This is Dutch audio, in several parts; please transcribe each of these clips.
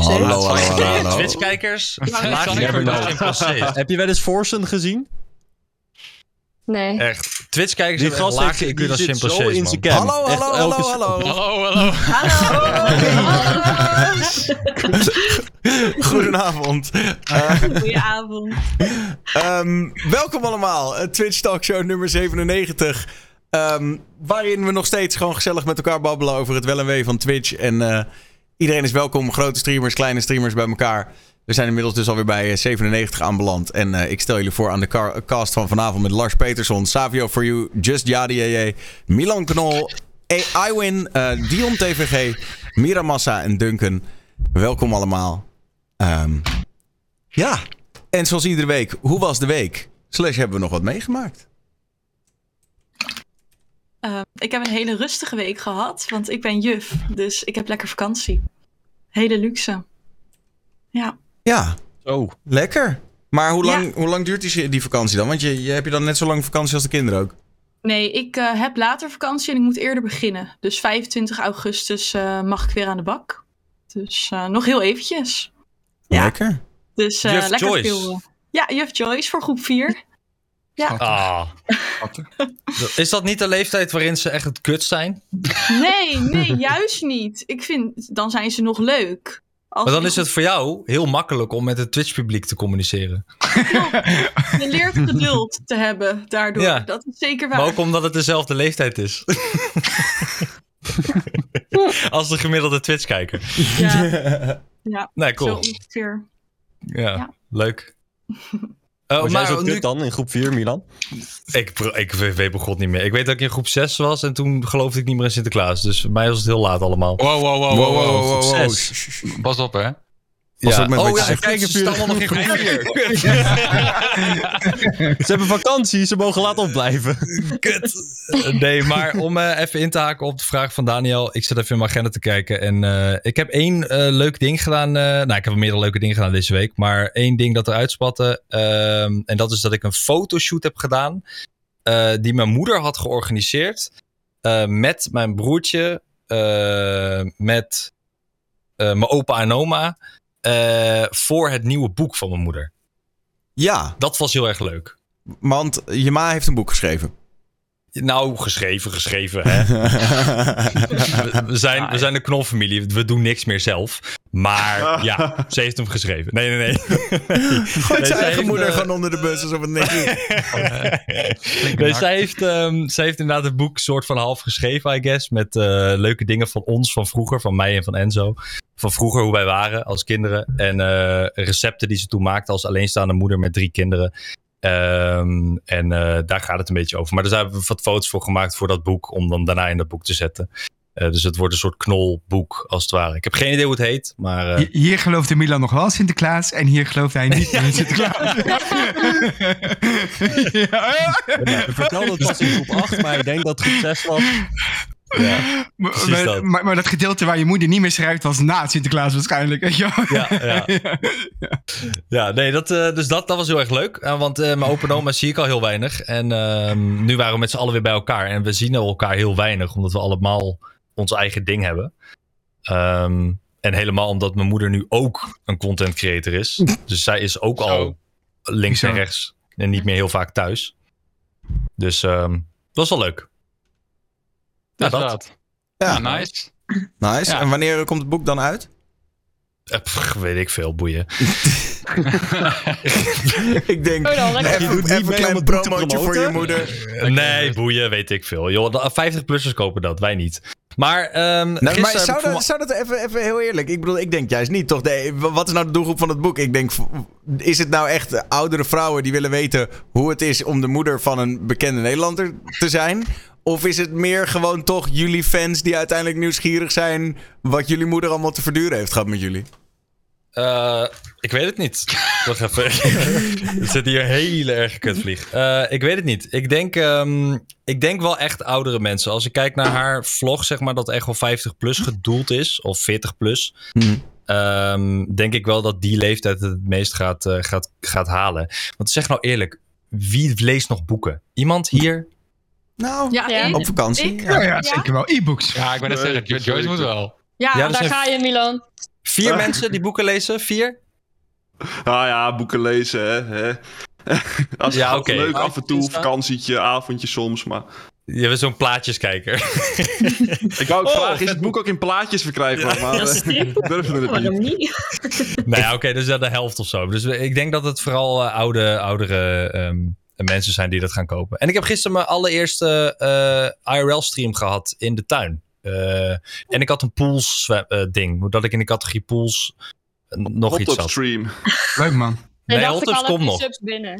Hallo. Twitch-kijkers, Heb je wel eens Forsen gezien? Nee. echt. Twitch-kijkers Die hebben echt gast laagje IQ dan zit zo chimpansees, in zijn man. cam. Hallo. Goedenavond. Goedenavond. Welkom allemaal. Twitch Talkshow nummer 97. Waarin we nog steeds gewoon gezellig met elkaar babbelen over het wel en wee van Twitch. En iedereen is welkom. Grote streamers, kleine streamers bij elkaar. We zijn inmiddels dus alweer bij 97 aanbeland. En ik stel jullie voor aan de cast van vanavond met Lars Peterson, Savio For You, Just Yadi, Milan Knol, Iwin, Dion TVG, Mira Massa en Duncan. Welkom allemaal. Ja, en zoals iedere week, hoe was de week? / hebben we nog wat meegemaakt? Ik heb een hele rustige week gehad, want ik ben juf. Dus ik heb lekker vakantie. Hele luxe. Ja. Ja, Oh. lekker. Maar hoe lang duurt die vakantie dan? Want heb je dan net zo lang vakantie als de kinderen ook? Nee, ik heb later vakantie en ik moet eerder beginnen. Dus 25 augustus mag ik weer aan de bak. Dus nog heel eventjes. Ja. Lekker. Dus Juf lekker Joyce. veel. Ja, juf Joyce voor groep 4. Ja. Ah. Is dat niet de leeftijd waarin ze echt het kut zijn? Nee, juist niet. Ik vind, dan zijn ze nog leuk. Maar dan is het voor jou heel makkelijk om met het Twitch-publiek te communiceren. Je leert geduld te hebben daardoor. Ja. Dat is zeker waar. Maar ook omdat het dezelfde leeftijd is. Als de gemiddelde Twitch-kijker. Ja, Nee, cool. zo ongeveer. Ja, leuk. Was jij maar zo nu, kut dan in groep 4, Milan? ik weet bij God niet meer. Ik weet dat ik in groep 6 was en toen geloofde ik niet meer in Sinterklaas. Dus voor mij was het heel laat allemaal. Wow. Groep 6. Pas op, hè? Was ook met wat je ja, zegt. kijk, ze staan allemaal nog in groep 4. Ze hebben vakantie, ze mogen laat opblijven. Kut. Nee, maar om even in te haken op de vraag van Daniel. Ik zit even in mijn agenda te kijken. En ik heb één leuk ding gedaan. Ik heb wel meerdere leuke dingen gedaan deze week. Maar één ding dat eruit spatte. En dat is dat ik een fotoshoot heb gedaan. Die mijn moeder had georganiseerd. Met mijn broertje. Met mijn opa en oma. Voor het nieuwe boek van mijn moeder. Ja, Dat was heel erg leuk. want je ma heeft een boek geschreven. Nou, geschreven, hè. We zijn een knolfamilie. We doen niks meer zelf. Maar ja, ze heeft hem geschreven. Nee. Gooit zijn eigen moeder gewoon onder de bus alsof het niks is. Nee, zij heeft inderdaad het boek soort van half geschreven, I guess. Met leuke dingen van ons, van vroeger, van mij en van Enzo. Van vroeger, hoe wij waren als kinderen. En recepten die ze toen maakte als alleenstaande moeder met 3 kinderen. Daar gaat het een beetje over. Maar daar hebben we wat foto's voor gemaakt voor dat boek. Om dan daarna in dat boek te zetten. Dus het wordt een soort knolboek als het ware. Ik heb geen idee hoe het heet. Maar, Hier geloofde Milan nog wel in Sinterklaas. En hier geloofde hij niet in Sinterklaas. Vertel dat pas in groep 8, maar ik denk dat het groep 6 was. ja, precies dat. Maar dat gedeelte waar je moeder niet meer schrijft was na Sinterklaas waarschijnlijk. Weet je wel? Ja, nee, dus dat was heel erg leuk. Want mijn opa en oma zie ik al heel weinig. En nu waren we met z'n allen weer bij elkaar. En we zien elkaar heel weinig, omdat we allemaal ons eigen ding hebben. En helemaal omdat mijn moeder nu ook een content creator is. Dus zij is ook al links en rechts en niet meer heel vaak thuis. Dus dat was wel leuk. Ja, dat. Ja, Nice. nice. Ja. En wanneer komt het boek dan uit? Weet ik veel, boeien. Ik denk, Oh, dan lekker. Je doet niet even een mee om klein het boek te promootje voor je promoten? moeder. Nee, boeien, weet ik veel. Joh, de 50-plussers kopen dat, wij niet. Maar, Nou, maar zou dat even heel eerlijk? Ik bedoel, ik denk juist niet, toch? Wat is nou de doelgroep van het boek? Ik denk, is het nou echt oudere vrouwen die willen weten hoe het is om de moeder van een bekende Nederlander te zijn? Of is het meer gewoon toch jullie fans die uiteindelijk nieuwsgierig zijn wat jullie moeder allemaal te verduren heeft gehad met jullie? Ik weet het niet. Wacht even. Er zit hier een hele erge kutvlieg. Ik weet het niet. Ik denk wel echt oudere mensen. Als ik kijk naar haar vlog, zeg maar, dat echt wel 50 plus gedoeld is. Of 40 plus. Denk ik wel dat die leeftijd het meest gaat halen. Want zeg nou eerlijk, wie leest nog boeken? Iemand hier? Nou, Ja, op vakantie. ik- Ja, zeker wel. E-books. Ja, ik ben net zeggen, Joyce moet wel. Ja, Ja, dus Daar ga je, Milan. 4 mensen die boeken lezen? 4? Nou ja, boeken lezen, hè. Als Ja, het oké. leuk af en toe, vakantietje, avondje soms, maar... Je bent zo'n plaatjeskijker. Ik wou ook vragen, is het boek ook in plaatjes verkrijgbaar? Maar Ja, stripboek. durven we het Waarom niet. niet? Nou ja, oké, dus de helft of zo. Dus ik denk dat het vooral oudere mensen zijn die dat gaan kopen. En ik heb gisteren mijn allereerste IRL-stream gehad in de tuin. En ik had een pools ding. Dat ik in de categorie pools nog Hot iets Tub had. Stream. Leuk, man. Nee, dacht hot ik tubs al, komt heb je nog. subs binnen.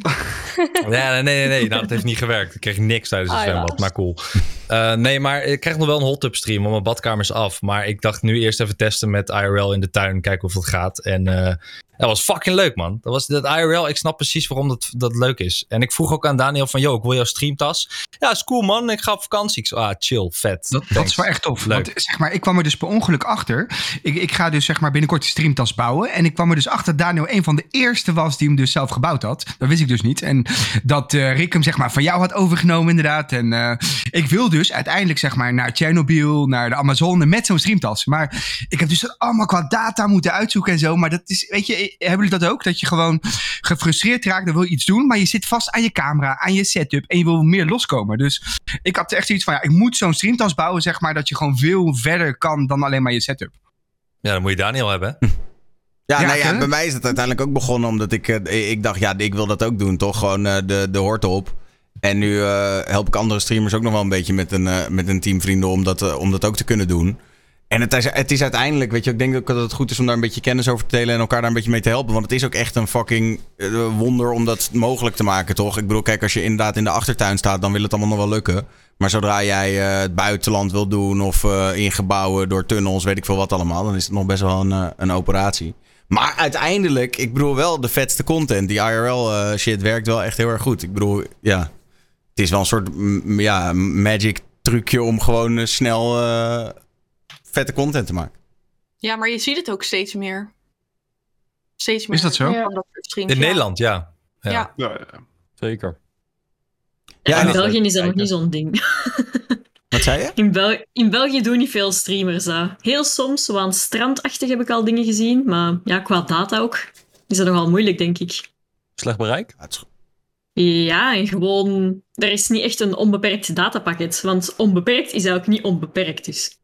Nee. Nou, dat heeft niet gewerkt. Ik kreeg niks tijdens het Ah, zwembad, ja. maar cool. Nee, maar ik krijg nog wel een hot tub stream, want mijn badkamer is af. Maar ik dacht nu eerst even testen met IRL in de tuin, kijken of het gaat. En dat was fucking leuk, man. Dat IRL, ik snap precies waarom dat leuk is. En ik vroeg ook aan Daniel van, ik wil jouw streamtas. Ja, is cool, man. Ik ga op vakantie. Ik zei, chill, vet. Dat is wel echt tof. Leuk. Want, zeg maar, ik kwam er dus per ongeluk achter. Ik ga dus zeg maar binnenkort de streamtas bouwen. En ik kwam er dus achter dat Daniel een van de eerste was die hem dus zelf gebouwd had. Dat wist ik dus niet. En dat Rick hem zeg maar van jou had overgenomen inderdaad. En ik wil dus uiteindelijk zeg maar naar Chernobyl, naar de Amazone met zo'n streamtas. Maar ik heb dus dat allemaal qua data moeten uitzoeken en zo. Maar dat is, weet je, hebben jullie dat ook? Dat je gewoon gefrustreerd raakt, dan wil je iets doen. Maar je zit vast aan je camera, aan je setup. En je wil meer loskomen. Dus ik had echt zoiets van, ik moet zo'n streamtas bouwen zeg maar. Dat je gewoon veel verder kan dan alleen maar je setup. Ja, dan moet je Daniel hebben. Hè? Ja, bij mij is het uiteindelijk ook begonnen omdat ik dacht, ik wil dat ook doen, toch? Gewoon de hoort op. En nu help ik andere streamers ook nog wel een beetje met een team vrienden om dat ook te kunnen doen. En het is uiteindelijk, weet je, ik denk ook dat het goed is om daar een beetje kennis over te delen en elkaar daar een beetje mee te helpen. Want het is ook echt een fucking wonder om dat mogelijk te maken, toch? Ik bedoel, kijk, als je inderdaad in de achtertuin staat, dan wil het allemaal nog wel lukken. Maar zodra jij het buitenland wil doen of in gebouwen door tunnels, weet ik veel wat allemaal, dan is het nog best wel een operatie. Maar uiteindelijk, ik bedoel wel de vetste content. Die IRL shit werkt wel echt heel erg goed. Ik bedoel, ja, het is wel een soort magic trucje om gewoon snel vette content te maken. Ja, maar je ziet het ook steeds meer. Steeds meer. Is dat zo? Van dat soort streams, In ja. Nederland, ja. Ja. Ja. Zeker. Ja, in en- België is dat nog niet zo'n ding. Wat zei je? In België doen niet veel streamers dat. Heel soms, zo aan het strandachtig heb ik al dingen gezien. Maar ja, qua data ook is dat nogal moeilijk, denk ik. Slecht bereik? Ja, het is- Ja, en gewoon... Er is niet echt een onbeperkt datapakket. Want onbeperkt is eigenlijk niet onbeperkt, dus...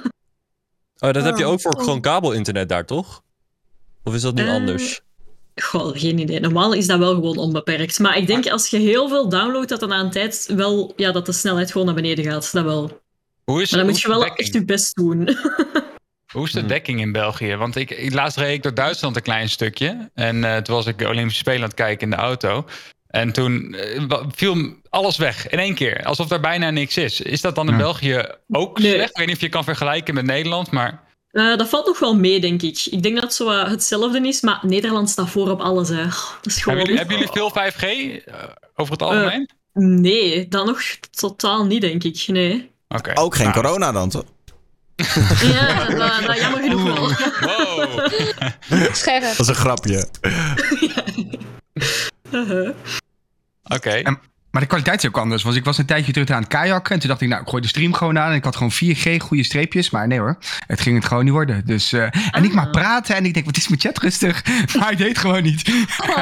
Oh, dat heb je ook voor gewoon kabelinternet daar, toch? Of is dat nu anders? Goh, geen idee. Normaal is dat wel gewoon onbeperkt. Maar ik denk als je heel veel downloadt, dat dan aan een tijd wel... Ja, dat de snelheid gewoon naar beneden gaat. Dat wel. Hoe is, Maar dan hoe moet is je de wel dekking? echt je best doen. Hoe is de dekking in België? Want laatst reed ik door Duitsland een klein stukje. En toen was ik Olympische Spelen aan het kijken in de auto. En toen viel alles weg in één keer. Alsof er bijna niks is. Is dat dan in Ja. België ook Nee. slecht? Ik weet niet of je kan vergelijken met Nederland, maar... Dat valt nog wel mee, denk ik. Ik denk dat het zo hetzelfde is, maar Nederland staat voor op alles. Hè. Dat is gewoon... Hebben jullie veel 5G over het algemeen? Nee, dat nog totaal niet, denk ik. Nee. Oké. Ook geen Nou, corona dan, toch? Ja, dat jammer genoeg wel. Wow. Scherp. Dat is een grapje. Oké. Maar de kwaliteit is ook anders. Want ik was een tijdje terug aan het kajakken. En toen dacht ik, ik gooi de stream gewoon aan. En ik had gewoon 4G, goede streepjes. Maar nee hoor, het ging het gewoon niet worden. Dus, en ik maar praten. En ik denk, wat is mijn chat rustig? Maar hij deed gewoon niet.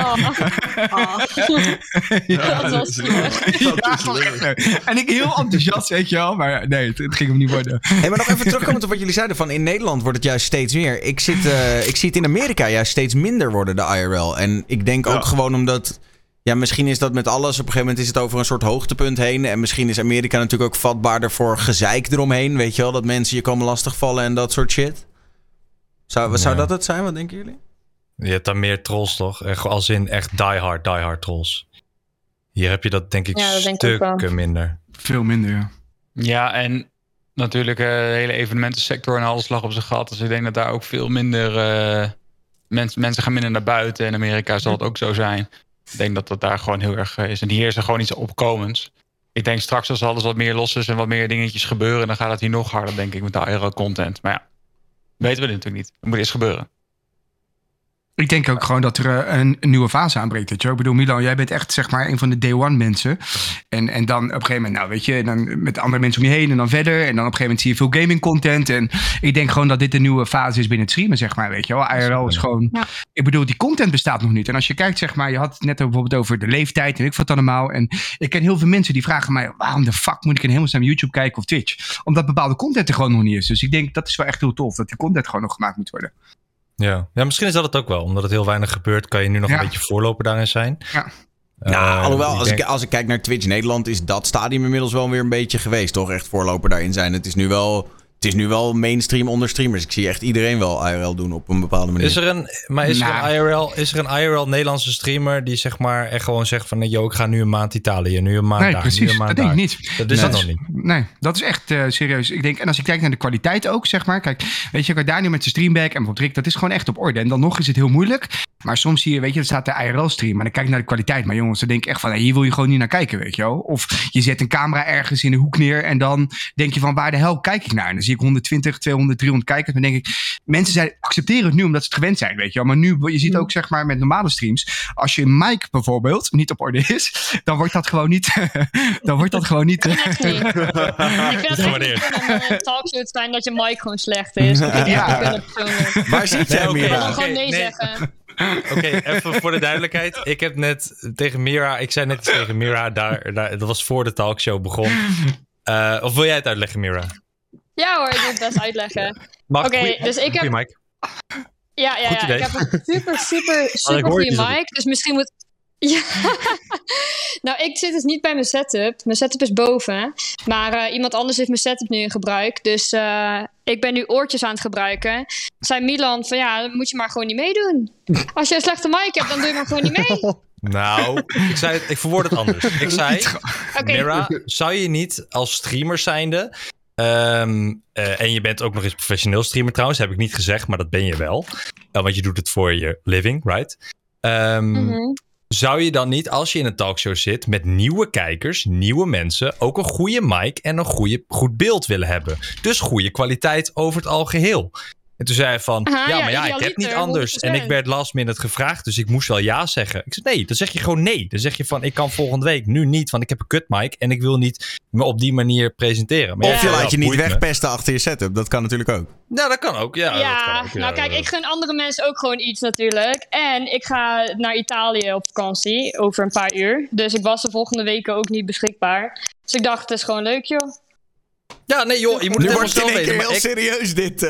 Dat was wel slim. Ja, dat was echt leuk. En ik heel enthousiast, weet je wel. Maar nee, het ging hem niet worden. Hey, maar nog even terugkomen op wat jullie zeiden. Van in Nederland wordt het juist steeds meer. Ik zie het in Amerika juist steeds minder worden, de IRL. En ik denk ook gewoon omdat... Ja, misschien is dat met alles. Op een gegeven moment is het over een soort hoogtepunt heen. En misschien is Amerika natuurlijk ook vatbaarder voor gezeik eromheen. Weet je wel, dat mensen je komen lastigvallen en dat soort shit. Zou dat het zijn? Wat denken jullie? Je hebt daar meer trolls, toch? Echt, als in echt die-hard trolls. Hier heb je dat denk ik Ja, dat denk ik ook wel. stukken minder. Veel minder, ja. Ja, en natuurlijk de hele evenementensector en alles lag op zijn gat. Dus ik denk dat daar ook veel minder... mensen gaan minder naar buiten. In Amerika zal het ook zo zijn. Ik denk dat dat daar gewoon heel erg is. En hier is er gewoon iets opkomends. Ik denk straks als alles wat meer los is en wat meer dingetjes gebeuren... dan gaat het hier nog harder, denk ik, met de IRL content. Maar ja, weten we natuurlijk niet. Het moet eerst gebeuren. Ik denk ook gewoon dat er een nieuwe fase aanbreekt. Weet je? Ik bedoel, Milan, jij bent echt zeg maar een van de day one mensen. En dan op een gegeven moment, nou weet je, dan met andere mensen om je heen en dan verder. En dan op een gegeven moment zie je veel gaming content. En ik denk gewoon dat dit een nieuwe fase is binnen het streamen, zeg maar. Weet je wel, IRL is gewoon... Ja. Ik bedoel, die content bestaat nog niet. En als je kijkt, zeg maar, je had het net bijvoorbeeld over de leeftijd en ik wat allemaal. En ik ken heel veel mensen die vragen mij, waarom de fuck moet ik in hemelsnaam YouTube kijken of Twitch? Omdat bepaalde content er gewoon nog niet is. Dus ik denk, dat is wel echt heel tof, dat die content gewoon nog gemaakt moet worden. Ja, misschien is dat het ook wel. Omdat het heel weinig gebeurt, kan je nu nog een beetje voorloper daarin zijn. Ja. Alhoewel, als ik kijk naar Twitch Nederland, is dat stadium inmiddels wel weer een beetje geweest, toch? Echt voorloper daarin zijn. Het is nu wel mainstream onder streamers. Ik zie echt iedereen wel IRL doen op een bepaalde manier. Is er een IRL Nederlandse streamer die zeg maar echt gewoon zegt van, ik ga nu een maand Italië, nu een maand daar, precies, nu een maand dat daar. Denk ik niet. Dat is dat nog niet. Nee, dat is echt serieus. Ik denk, en als ik kijk naar de kwaliteit ook, zeg maar. Kijk, weet je, Daniel met zijn streamback en bijvoorbeeld Rick, dat is gewoon echt op orde. En dan nog is het heel moeilijk. Maar soms zie je, weet je, er staat de IRL-stream. Maar dan kijk ik naar de kwaliteit. Maar jongens, dan denk ik echt van, hier wil je gewoon niet naar kijken, weet je wel. Of je zet een camera ergens in de hoek neer en dan denk je van, waar de hel kijk ik naar? En dan zie ik 120, 200, 300 kijkers. Dan denk ik, mensen accepteren het nu omdat ze het gewend zijn, weet je wel. Maar nu, je ziet ook zeg maar met normale streams, als je mic bijvoorbeeld niet op orde is, dan wordt dat gewoon niet... dan wordt dat gewoon niet... Ik vind het echt om een talkshow te zijn dat je mic gewoon slecht is. Dat Waar zit jij, Mira? Ik kan gewoon nee zeggen. Oké, even voor de duidelijkheid. Ik heb net tegen Mira... Ik zei net iets tegen Mira. Dat was voor de talkshow begon. Of wil jij het uitleggen, Mira? Ja hoor, ik wil het best uitleggen. Oké, dus ik heb... mic. Ja. Ik heb een super goede mic. Dus misschien moet... Ja. Nou, ik zit dus niet bij mijn setup. Mijn setup is boven. Maar iemand anders heeft mijn setup nu in gebruik. Dus ik ben nu oortjes aan het gebruiken. Zei Milan van dan moet je maar gewoon niet meedoen. Als je een slechte mic hebt, dan doe je maar gewoon niet mee. Nou, ik verwoord het anders. Ik zei, Mira, zou je niet als streamer zijnde... en je bent ook nog eens professioneel streamer trouwens. Heb ik niet gezegd, maar dat ben je wel. Want je doet het voor je living, right? Zou je dan niet, als je in een talkshow zit met nieuwe kijkers, nieuwe mensen, ook een goede mic en een goed beeld willen hebben? Dus goede kwaliteit over het algeheel. En toen zei hij van, ik heb niet anders. 100%. En ik werd last minute gevraagd, dus ik moest wel ja zeggen. Ik zei nee, dan zeg je gewoon nee. Dan zeg je van, ik kan volgende week nu niet, want ik heb een kut mic en ik wil niet me op die manier presenteren. Maar of je laat je niet wegpesten achter je setup, dat kan natuurlijk ook. Nou, dat kan ook, ja. Dat kan ook, nou kijk, ik gun andere mensen ook gewoon iets natuurlijk. En ik ga naar Italië op vakantie over een paar uur. Dus ik was de volgende weken ook niet beschikbaar. Dus ik dacht, het is gewoon leuk joh. Ja, nee joh, je moet het helemaal zelf weten. Heel serieus dit.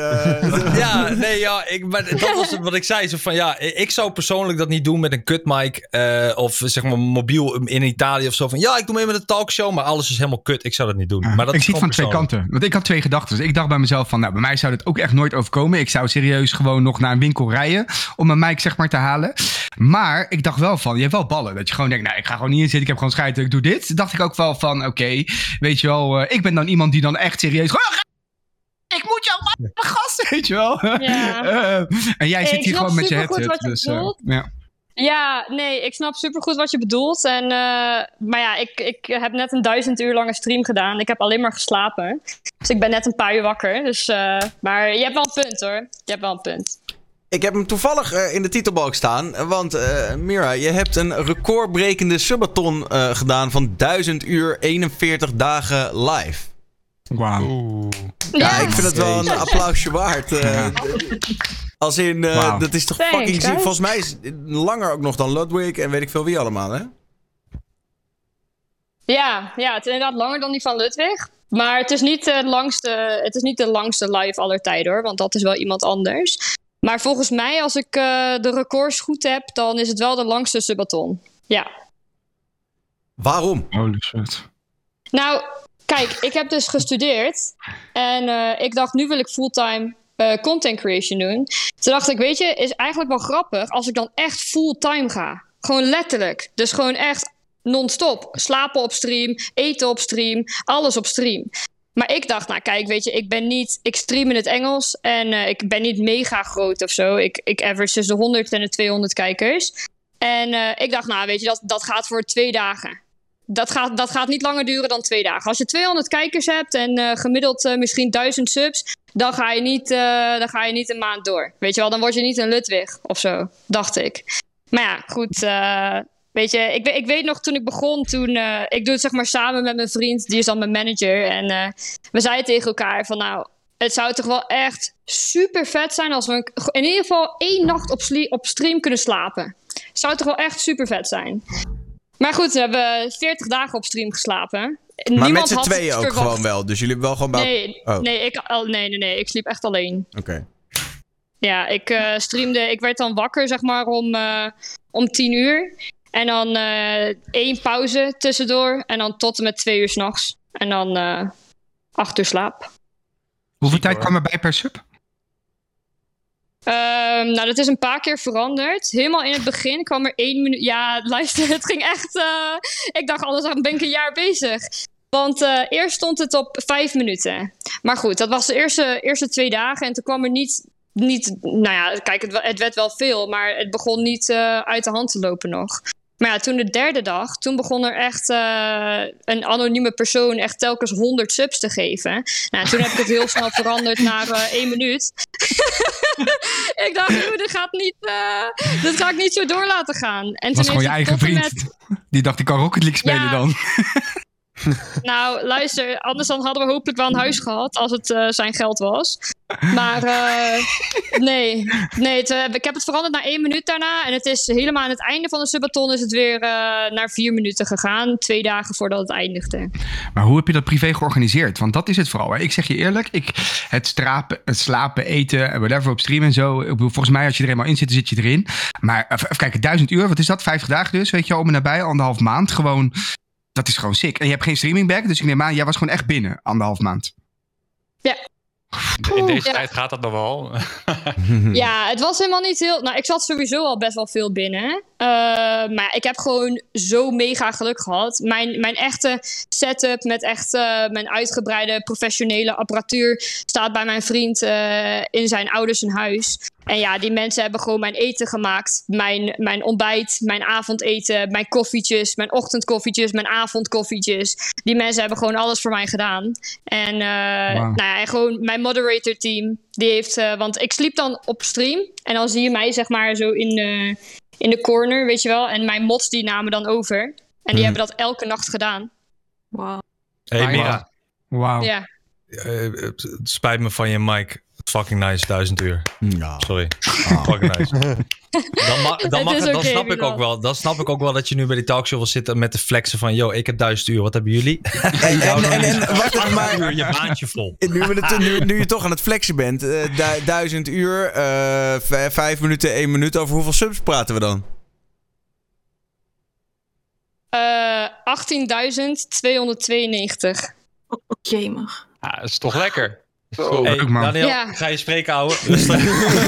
Maar dat was wat ik zei. Zo van, ik zou persoonlijk dat niet doen met een kut mic. Of zeg maar mobiel in Italië of zo. Van ik doe mee met een talkshow, maar alles is helemaal kut. Ik zou dat niet doen. Maar dat ik zie het van twee kanten. Want ik had twee gedachten. Dus ik dacht bij mezelf van, bij mij zou dit ook echt nooit overkomen. Ik zou serieus gewoon nog naar een winkel rijden om een mic zeg maar te halen. Maar ik dacht wel van, je hebt wel ballen. Dat je gewoon denkt, ik ga gewoon niet in zitten. Ik heb gewoon scheid, ik doe dit. Dacht ik ook wel van, oké, weet je wel. Ik ben dan iemand die dan echt serieus... ik moet jou maar gast, weet je wel. Ja. En jij zit hier gewoon met je headset. Dus, ik snap supergoed wat je bedoelt. En, maar ik heb net een 1000 uur lange stream gedaan. Ik heb alleen maar geslapen. Dus ik ben net een paar uur wakker. Dus, maar je hebt wel een punt hoor. Je hebt wel een punt. Ik heb hem toevallig in de titelbalk staan. Want Mira, je hebt een recordbrekende subathon gedaan van 1000 uur 41 dagen live. Wauw. Ja, ik vind het wel een applausje waard. Als in, dat is toch fucking ziek. Volgens mij is het langer ook nog dan Ludwig en weet ik veel wie allemaal, hè? Ja, het is inderdaad langer dan die van Ludwig. Maar het is niet de langste live aller tijden, hoor. Want dat is wel iemand anders. Maar volgens mij, als ik de records goed heb, dan is het wel de langste subathon. Ja. Waarom? Holy shit. Nou... Kijk, ik heb dus gestudeerd en ik dacht, nu wil ik fulltime content creation doen. Toen dacht ik, weet je, is eigenlijk wel grappig als ik dan echt fulltime ga. Gewoon letterlijk. Dus gewoon echt non-stop. Slapen op stream, eten op stream, alles op stream. Maar ik dacht, nou kijk, weet je, ik stream in het Engels en ik ben niet mega groot of zo. Ik average tussen de 100 en de 200 kijkers. En ik dacht, nou weet je, dat gaat voor 2 dagen. Dat gaat niet langer duren dan 2 dagen. Als je 200 kijkers hebt en gemiddeld misschien 1000 subs... dan ga je niet een maand door. Weet je wel, dan word je niet een Ludwig of zo, dacht ik. Maar ja, goed. Weet je, ik weet nog toen ik begon, ik doe het zeg maar samen met mijn vriend, die is dan mijn manager. En we zeiden tegen elkaar van nou, het zou toch wel echt super vet zijn als we in ieder geval 1 nacht op stream kunnen slapen. Zou toch wel echt super vet zijn. Maar goed, we hebben 40 dagen op stream geslapen. Maar met z'n tweeën ook gewoon wel? Dus jullie hebben wel gewoon Nee, ik sliep echt alleen. Oké. Ja, ik streamde. Ik werd dan wakker, zeg maar, om 10 uur. En dan 1 pauze tussendoor. En dan tot en met 2 uur 's nachts. En dan 8 uur slaap. Hoeveel tijd kwam er bij per sub? Nou, dat is een paar keer veranderd. Helemaal in het begin kwam er 1 minuut... Ja, luister, het ging echt... ik dacht anders, dan ben ik een jaar bezig. Want eerst stond het op 5 minuten. Maar goed, dat was de eerste 2 dagen. En toen kwam er niet... Nou ja, kijk, het werd wel veel. Maar het begon niet uit de hand te lopen nog. Maar ja, toen de 3e dag, toen begon er echt een anonieme persoon echt telkens 100 subs te geven. Nou, toen heb ik het heel snel veranderd naar 1 minuut. Ik dacht, dit ga ik niet zo door laten gaan. En dat was gewoon je eigen vriend. Die dacht, ik kan Rocket League spelen dan. Nou, luister, anders dan hadden we hopelijk wel een huis gehad als het zijn geld was. Maar nee, ik heb het veranderd naar 1 minuut daarna. En het is helemaal aan het einde van de subathon is het weer naar 4 minuten gegaan. 2 dagen voordat het eindigde. Maar hoe heb je dat privé georganiseerd? Want dat is het vooral. Hè? Ik zeg je eerlijk, het slapen, eten, whatever op stream en zo. Volgens mij als je er eenmaal in zit, dan zit je erin. Maar even kijken, 1000 uur, wat is dat? 50 dagen dus, weet je, om en nabij, 1,5 maand. Gewoon, dat is gewoon sick. En je hebt geen streaming back, dus ik neem aan, jij was gewoon echt binnen 1,5 maand. Ja. In deze tijd gaat dat nog wel. Ja, het was helemaal niet heel... Nou, ik zat sowieso al best wel veel binnen. Maar ik heb gewoon zo mega geluk gehad. Mijn echte setup met echt mijn uitgebreide professionele apparatuur staat bij mijn vriend in zijn ouders in huis. En ja, die mensen hebben gewoon mijn eten gemaakt. Mijn ontbijt, mijn avondeten, mijn koffietjes, mijn ochtendkoffietjes, mijn avondkoffietjes. Die mensen hebben gewoon alles voor mij gedaan. En nou ja, en gewoon mijn moderator team, die heeft... want ik sliep dan op stream en dan zie je mij zeg maar zo in de corner, weet je wel. En mijn mods die namen dan over. En die hebben dat elke nacht gedaan. Wow. Hey Mira. Wauw. Ja. Het spijt me van je mic. Fucking nice, 1000 uur. Ja. Sorry. Fucking nice. Dan snap ik ook wel. Dan snap ik ook wel dat je nu bij die talkshow wil zitten met de flexen van... Yo, ik heb 1000 uur, wat hebben jullie? En wacht even maar. Je baantje vol. Nu je toch aan het flexen bent. 1000 uur, 5 minuten, 1 minuut. Over hoeveel subs praten we dan? 18.292. Jemig. Ja, dat is toch lekker. Zo. Hey, man. Daniel, Ja. ik ga je spreken, ouwe. Rustig.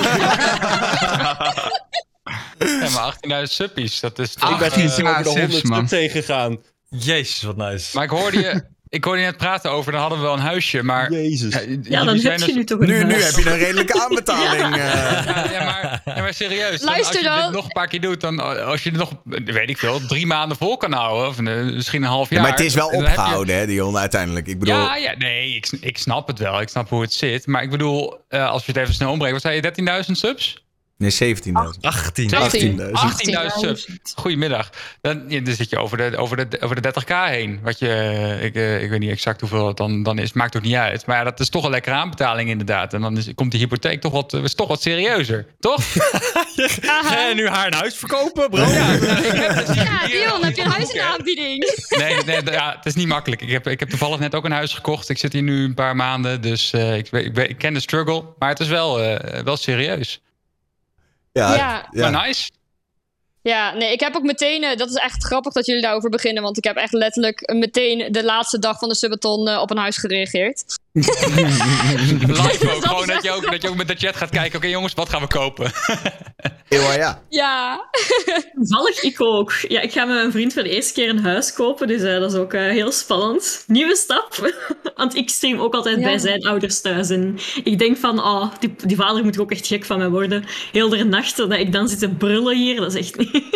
Ja, maar 18.000 suppies, dat is toch... Ik ben gisteren over de subs, 100 man. stuk tegengegaan. Jezus, wat nice. Maar ik hoorde je net praten over, dan hadden we wel een huisje, maar... Jezus. Ja, dan heb je nu toch een Nu huis. heb je een redelijke aanbetaling. Ja, maar serieus. Luister als je dan. dit nog een paar keer doet, dan als je het nog, weet ik veel, 3 maanden vol kan houden, of misschien een half jaar. Maar het is wel dan heb je- opgehouden, hè, Dion, uiteindelijk. Ik bedoel... Ja, nee, ik snap het wel. Ik snap hoe het zit. Maar ik bedoel, als je het even snel ombrengt, wat zei je, 13.000 subs? Nee, 17.000. 18. 18.000 subs. Goedemiddag. Dan zit je over de 30k heen. Wat je, ik weet niet exact hoeveel het dan is. Maakt ook niet uit. Maar ja, dat is toch een lekkere aanbetaling inderdaad. En dan komt de hypotheek toch wat serieuzer. Toch? Ga je nu haar een huis verkopen, bro? Ja, Dion, heb je een huis in de aanbieding? Nee, ja, het is niet makkelijk. Ik heb toevallig net ook een huis gekocht. Ik zit hier nu een paar maanden. Dus ik ken de struggle. Maar het is wel serieus. Ja. Maar nice. Ja, nee, ik heb ook meteen... dat is echt grappig dat jullie daarover beginnen. Want ik heb echt letterlijk meteen de laatste dag van de subathon op een huis gereageerd. Live ook. Gewoon dat je ook met de chat gaat kijken. Oké, jongens, wat gaan we kopen? Ja. Ja. Toevallig, ik ook. Ja, ik ga met mijn vriend voor de eerste keer een huis kopen, dus dat is ook heel spannend. Nieuwe stap, want ik stream ook altijd bij zijn ouders thuis. En ik denk van, die vader moet ook echt gek van mij worden. Heel de nachten dat ik dan zit te brullen hier, dat is echt niet...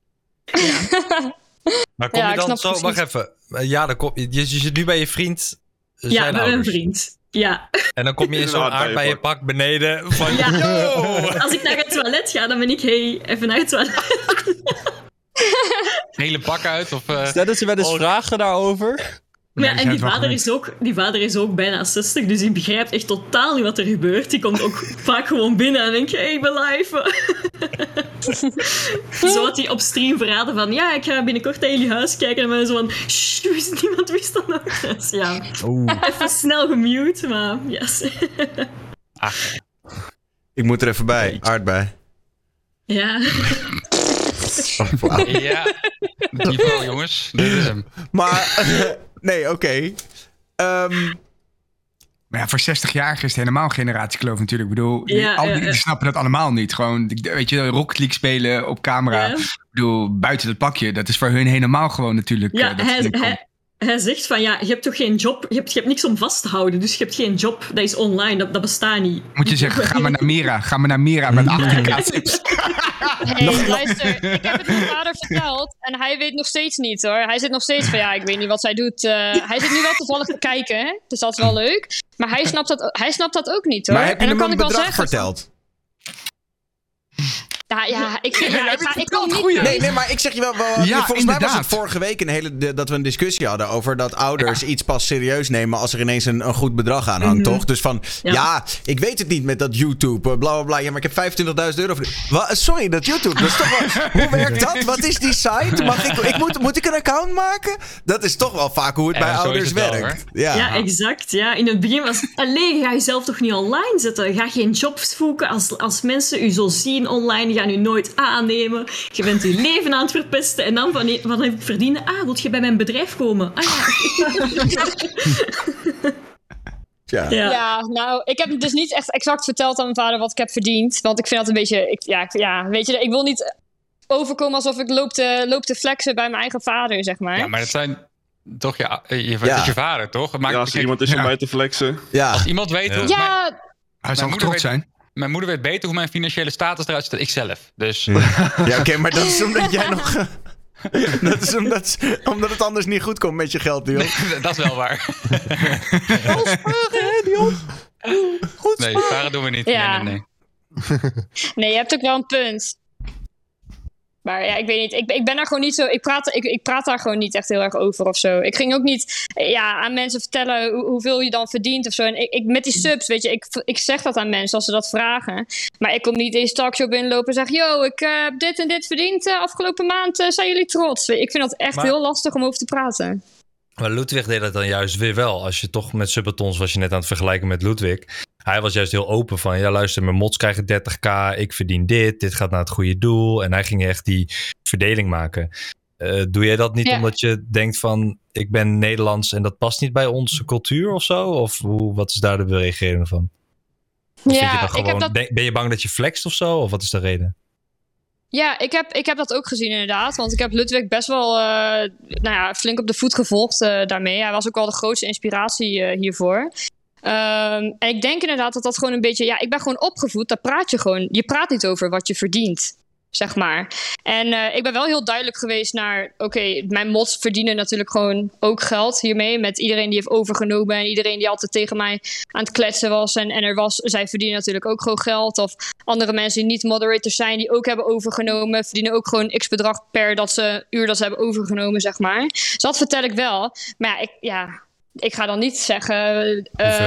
Maar kom Ja, je ik dan snap zo... precies. Wacht even. Ja, dan je zit nu bij je vriend. Ja, zijn bij mijn ouders. vriend. Ja. En dan kom je in zo'n aardbeienpak beneden van... Ja. Yo! Als ik naar het toilet ga, dan ben ik... Hey, even naar het toilet. Hele pak uit? Of, Stellen ze wel eens vragen daarover? Maar ja, die en zijn die vader is ook bijna 60, dus die begrijpt echt totaal niet wat er gebeurt. Die komt ook vaak gewoon binnen en denkt, hey, ik ben live. Zo had hij op stream verraden van, ja, ik ga binnenkort naar jullie huis kijken. En dan zo van, shh, niemand wist dat nog. Dus ja, even snel gemute, maar yes. Ik moet er even bij. Aardbei. Ja. Ja, niveau jongens. Dit is hem. Maar, nee, oké. Maar ja, voor 60-jarigen is het helemaal generatiekloof natuurlijk. Ik bedoel, die snappen dat allemaal niet. Gewoon, weet je, Rocket League spelen op camera. Ja. Ik bedoel, buiten het pakje. Dat is voor hun helemaal gewoon natuurlijk. Ja, hij zegt van, ja, je hebt toch geen job, je hebt niks om vast te houden, dus je hebt geen job, dat is online, dat bestaat niet. Moet je zeggen, ga maar naar Mira met 8K tips. Hey, luister, ik heb het mijn vader verteld en hij weet nog steeds niet hoor. Hij zit nog steeds van, ja, ik weet niet wat zij doet. Hij zit nu wel toevallig te kijken, hè? Dus dat is wel leuk. Maar hij snapt dat ook niet hoor. Maar heb je en dan hem kan een ik wel bedrag zeggen, verteld? Ik wil niet... Nee, maar ik zeg je wel volgens mij was het vorige week dat we een discussie hadden over dat ouders iets pas serieus nemen als er ineens een goed bedrag aan hangt, toch? Dus van, ik weet het niet met dat YouTube, bla bla bla. Ja, maar ik heb €25.000. Sorry, dat YouTube, dat is toch wel... Hoe werkt dat? Wat is die site? Moet ik een account maken? Dat is toch wel vaak hoe het bij ouders werkt. Ja, exact. Ja. In het begin was alleen ga je zelf toch niet online zetten. Ga geen jobs zoeken als mensen u zo zien online. Die gaan u nooit aannemen. Je bent uw leven aan het verpesten. En dan wat heb ik verdiend? Wil je bij mijn bedrijf komen? Ja, nou, ik heb dus niet echt exact verteld aan mijn vader wat ik heb verdiend. Want ik vind dat een beetje... weet je, ik wil niet overkomen alsof ik loop te flexen bij mijn eigen vader, zeg maar. Ja, maar dat zijn... Toch, het is je vader, toch? Het maakt als er iemand is om mij te flexen. Ja. Als iemand weet hoe... Hij zal trots zijn. Mijn moeder weet beter hoe mijn financiële status eruit ziet dan ik zelf. Dus... Ja, oké, maar dat is omdat jij nog... Dat is omdat het anders niet goed komt met je geld, Dion. Nee, dat is wel waar. Goed nee, sparen doen we niet. Ja. Nee. Nee, je hebt ook wel een punt. Maar ja, ik weet niet. Ik ben daar gewoon niet zo... Ik praat daar gewoon niet echt heel erg over of zo. Ik ging ook niet aan mensen vertellen hoeveel je dan verdient of zo. En met die subs, weet je, ik zeg dat aan mensen als ze dat vragen. Maar ik kom niet deze talkshow binnenlopen en zeg... Yo, ik heb dit en dit verdiend afgelopen maand. Zijn jullie trots? Ik vind dat echt heel lastig om over te praten. Maar Ludwig deed dat dan juist weer wel. Als je toch met Subatons was je net aan het vergelijken met Ludwig. Hij was juist heel open van... Ja, luister, mijn mods krijgen 30k. Ik verdien dit gaat naar het goede doel. En hij ging echt die verdeling maken. Doe jij dat niet omdat je denkt van... Ik ben Nederlands en dat past niet bij onze cultuur of zo? Of wat is daar de beredenering van? Of vind je dan gewoon, ben je bang dat je flext of zo? Of wat is de reden? Ja, ik heb dat ook gezien inderdaad. Want ik heb Ludwig best wel flink op de voet gevolgd daarmee. Hij was ook wel de grootste inspiratie hiervoor. En ik denk inderdaad dat gewoon een beetje... Ja, ik ben gewoon opgevoed, daar praat je gewoon... Je praat niet over wat je verdient, zeg maar. En ik ben wel heel duidelijk geweest naar... Oké, mijn mods verdienen natuurlijk gewoon ook geld hiermee. Met iedereen die heeft overgenomen... en iedereen die altijd tegen mij aan het kletsen was. En er was... Zij verdienen natuurlijk ook gewoon geld. Of andere mensen die niet moderators zijn... die ook hebben overgenomen... verdienen ook gewoon x-bedrag per uur dat ze hebben overgenomen, zeg maar. Dus dat vertel ik wel. Maar ik ga dan niet zeggen...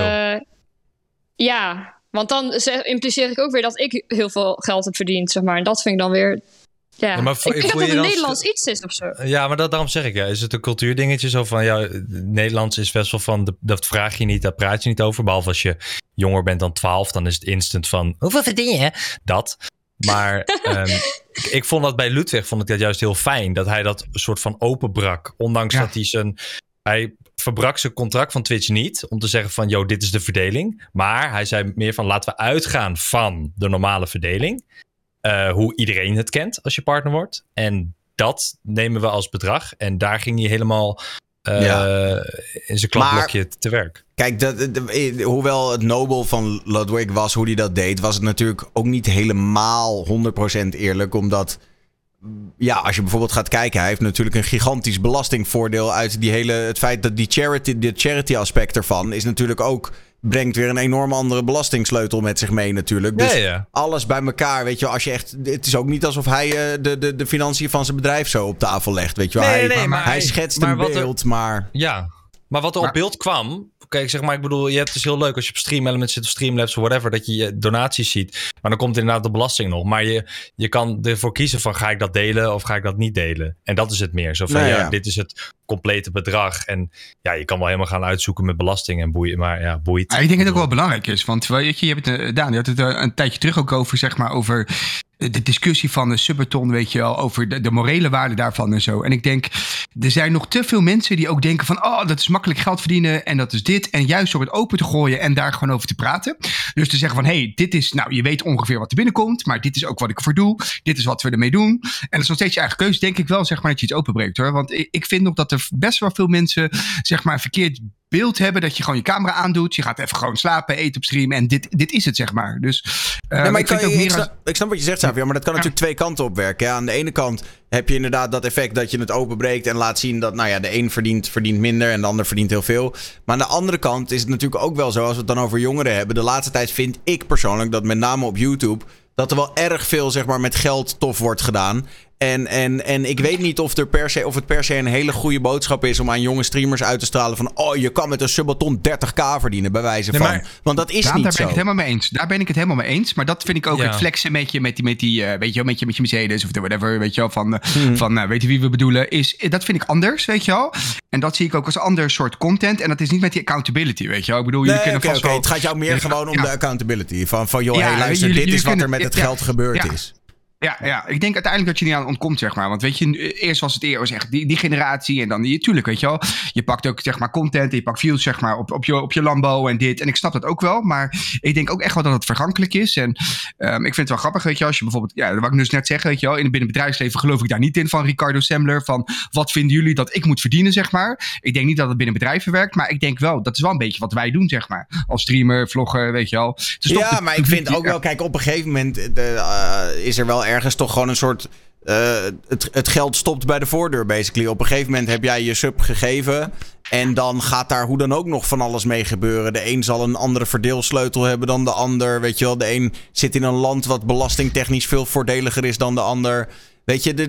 want dan impliceer ik ook weer dat ik heel veel geld heb verdiend, zeg maar. En dat vind ik dan weer... Ja, maar ik denk dat het een Nederlands iets is of zo. Ja, maar daarom zeg ik, is het een cultuurdingetje zo van... Ja, Nederlands is best wel van, dat vraag je niet, daar praat je niet over. Behalve als je jonger bent dan 12, dan is het instant van... Hoeveel verdien je? Dat. Maar ik vond dat bij Ludwig vond ik dat juist heel fijn. Dat hij dat soort van openbrak. Ondanks dat hij verbrak zijn contract van Twitch niet om te zeggen van, yo, dit is de verdeling. Maar hij zei meer van, laten we uitgaan van de normale verdeling. Hoe iedereen het kent als je partner wordt. En dat nemen we als bedrag. En daar ging hij helemaal in zijn klapblokje te werk. Kijk, hoewel het nobel van Ludwig was hoe hij dat deed, was het natuurlijk ook niet helemaal 100% eerlijk, omdat... Ja, als je bijvoorbeeld gaat kijken... Hij heeft natuurlijk een gigantisch belastingvoordeel uit het feit dat de charity aspect ervan is natuurlijk ook brengt weer een enorm andere belastingsleutel met zich mee natuurlijk. Dus alles bij elkaar, weet je wel. Als je echt, het is ook niet alsof hij de financiën van zijn bedrijf zo op tafel legt, weet je wel. Hij schetst een beeld, maar... Ja, maar wat er op beeld kwam... Kijk, zeg maar, ik bedoel, je hebt het dus heel leuk als je op Stream Elements zit of Streamlabs of whatever, dat je donaties ziet. Maar dan komt inderdaad de belasting nog. Maar je kan ervoor kiezen van, ga ik dat delen of ga ik dat niet delen? En dat is het meer. Zo van, dit is het complete bedrag. En ja, je kan wel helemaal gaan uitzoeken met belasting en boeien. Maar ja, boeit. Ja, ik denk dat het ook wel belangrijk is. Want weet je hebt Daan, je had het een tijdje terug ook over, zeg maar, over de discussie van de Subathon, weet je wel, over de morele waarde daarvan en zo. En ik denk, er zijn nog te veel mensen die ook denken van, dat is makkelijk geld verdienen en dat is dit. En juist door het open te gooien en daar gewoon over te praten. Dus te zeggen van, dit is, nou, je weet ongeveer wat er binnenkomt, maar dit is ook wat ik ervoor doe. Dit is wat we ermee doen. En dat is nog steeds je eigen keuze, denk ik wel, zeg maar, dat je iets openbreekt, hoor. Want ik vind nog dat er best wel veel mensen, zeg maar, verkeerd beeld hebben, dat je gewoon je camera aandoet, je gaat even gewoon slapen, eten op stream en dit is het, zeg maar. Dus maar ik snap wat je zegt, Xavier, maar dat kan natuurlijk twee kanten op werken. Ja, aan de ene kant heb je inderdaad dat effect dat je het openbreekt en laat zien dat, nou ja, de een verdient minder en de ander verdient heel veel. Maar aan de andere kant is het natuurlijk ook wel zo, als we het dan over jongeren hebben, de laatste tijd vind ik persoonlijk dat met name op YouTube, dat er wel erg veel, zeg maar, met geld tof wordt gedaan. En ik weet niet of het per se een hele goede boodschap is om aan jonge streamers uit te stralen van, je kan met een Subathon 30k verdienen, bij wijze van. Want dat is niet zo. Daar ben ik het helemaal mee eens. Daar ben ik het helemaal mee eens. Maar dat vind ik ook het flexen met die weet je wel, met je Mercedes of whatever, weet je wel, van weet je wie we bedoelen, dat vind ik anders, weet je wel. En dat zie ik ook als een ander soort content. En dat is niet met die accountability, weet je wel. Ik bedoel, jullie kunnen vast wel... Het gaat jou meer gewoon om de accountability. Van joh, hey, luister, dit is wat er met het geld gebeurd is. Ja, ik denk uiteindelijk dat je niet aan ontkomt, zeg maar. Want weet je, eerst was het echt die generatie en dan tuurlijk, weet je wel. Je pakt ook, zeg maar, content en je pakt views, zeg maar, op je Lambo en dit. En ik snap dat ook wel, maar ik denk ook echt wel dat het vergankelijk is. En ik vind het wel grappig, weet je wel, als je bijvoorbeeld, wat ik dus net zeg, weet je wel, binnen het bedrijfsleven geloof ik daar niet in van Ricardo Semler, van wat vinden jullie dat ik moet verdienen, zeg maar. Ik denk niet dat het binnen bedrijven werkt, maar ik denk wel, dat is wel een beetje wat wij doen, zeg maar. Als streamer, vlogger, weet je wel. Dus maar ik vind ook wel, kijk, op een gegeven moment is er wel ergens toch gewoon een soort... het geld stopt bij de voordeur, basically. Op een gegeven moment heb jij je sub gegeven en dan gaat daar hoe dan ook nog van alles mee gebeuren. De een zal een andere verdeelsleutel hebben dan de ander. Weet je wel, de een zit in een land wat belastingtechnisch veel voordeliger is dan de ander. Weet je,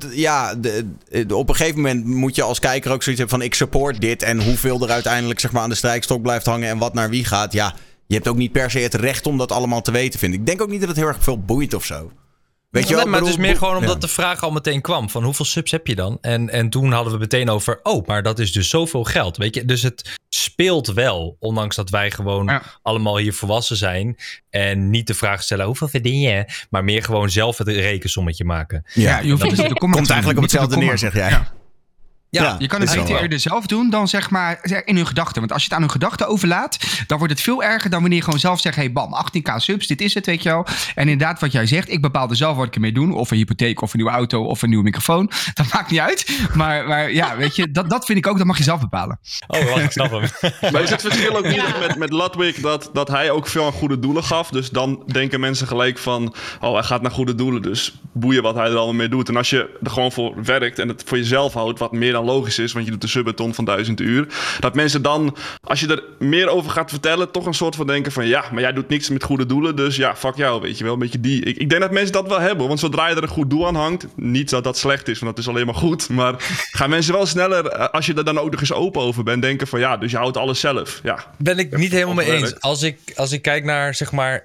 op een gegeven moment moet je als kijker ook zoiets hebben van, ik support dit en hoeveel er uiteindelijk, zeg maar, aan de strijkstok blijft hangen en wat naar wie gaat. Ja, je hebt ook niet per se het recht om dat allemaal te weten, vind ik. Ik denk ook niet dat het heel erg veel boeit of zo. Weet je wel, maar het is meer gewoon omdat de vraag al meteen kwam van hoeveel subs heb je dan? En toen hadden we meteen over, maar dat is dus zoveel geld, weet je. Dus het speelt wel, ondanks dat wij gewoon allemaal hier volwassen zijn en niet de vraag stellen, hoeveel verdien je? Maar meer gewoon zelf het rekensommetje maken. Ja, je hoeft komt eigenlijk op hetzelfde neer, zeg jij. Ja, je kan het beter eerder zelf doen dan, zeg maar, in hun gedachten. Want als je het aan hun gedachten overlaat, dan wordt het veel erger dan wanneer je gewoon zelf zegt, hey bam, 18k subs, dit is het, weet je wel. En inderdaad, wat jij zegt, ik bepaal er zelf wat ik ermee doe. Of een hypotheek, of een nieuwe auto, of een nieuwe microfoon. Dat maakt niet uit. Maar ja, weet je, dat vind ik ook, dat mag je zelf bepalen. Wacht, ik snap hem. Maar is het verschil ook niet met Ludwig dat hij ook veel aan goede doelen gaf? Dus dan denken mensen gelijk van, hij gaat naar goede doelen, dus boeien wat hij er allemaal mee doet. En als je er gewoon voor werkt en het voor jezelf houdt, wat meer dan logisch is, want je doet de Subathon van 1000 uur. Dat mensen dan, als je er meer over gaat vertellen, toch een soort van denken van, ja, maar jij doet niks met goede doelen, dus ja, fuck jou, weet je wel. Een beetje die. Ik denk dat mensen dat wel hebben, want zodra je er een goed doel aan hangt, niet dat dat slecht is, want dat is alleen maar goed, maar gaan mensen wel sneller, als je er dan ook nog eens open over bent, denken van, ja, dus je houdt alles zelf. Ja. Ben ik niet helemaal mee eens. Als ik kijk naar, zeg maar,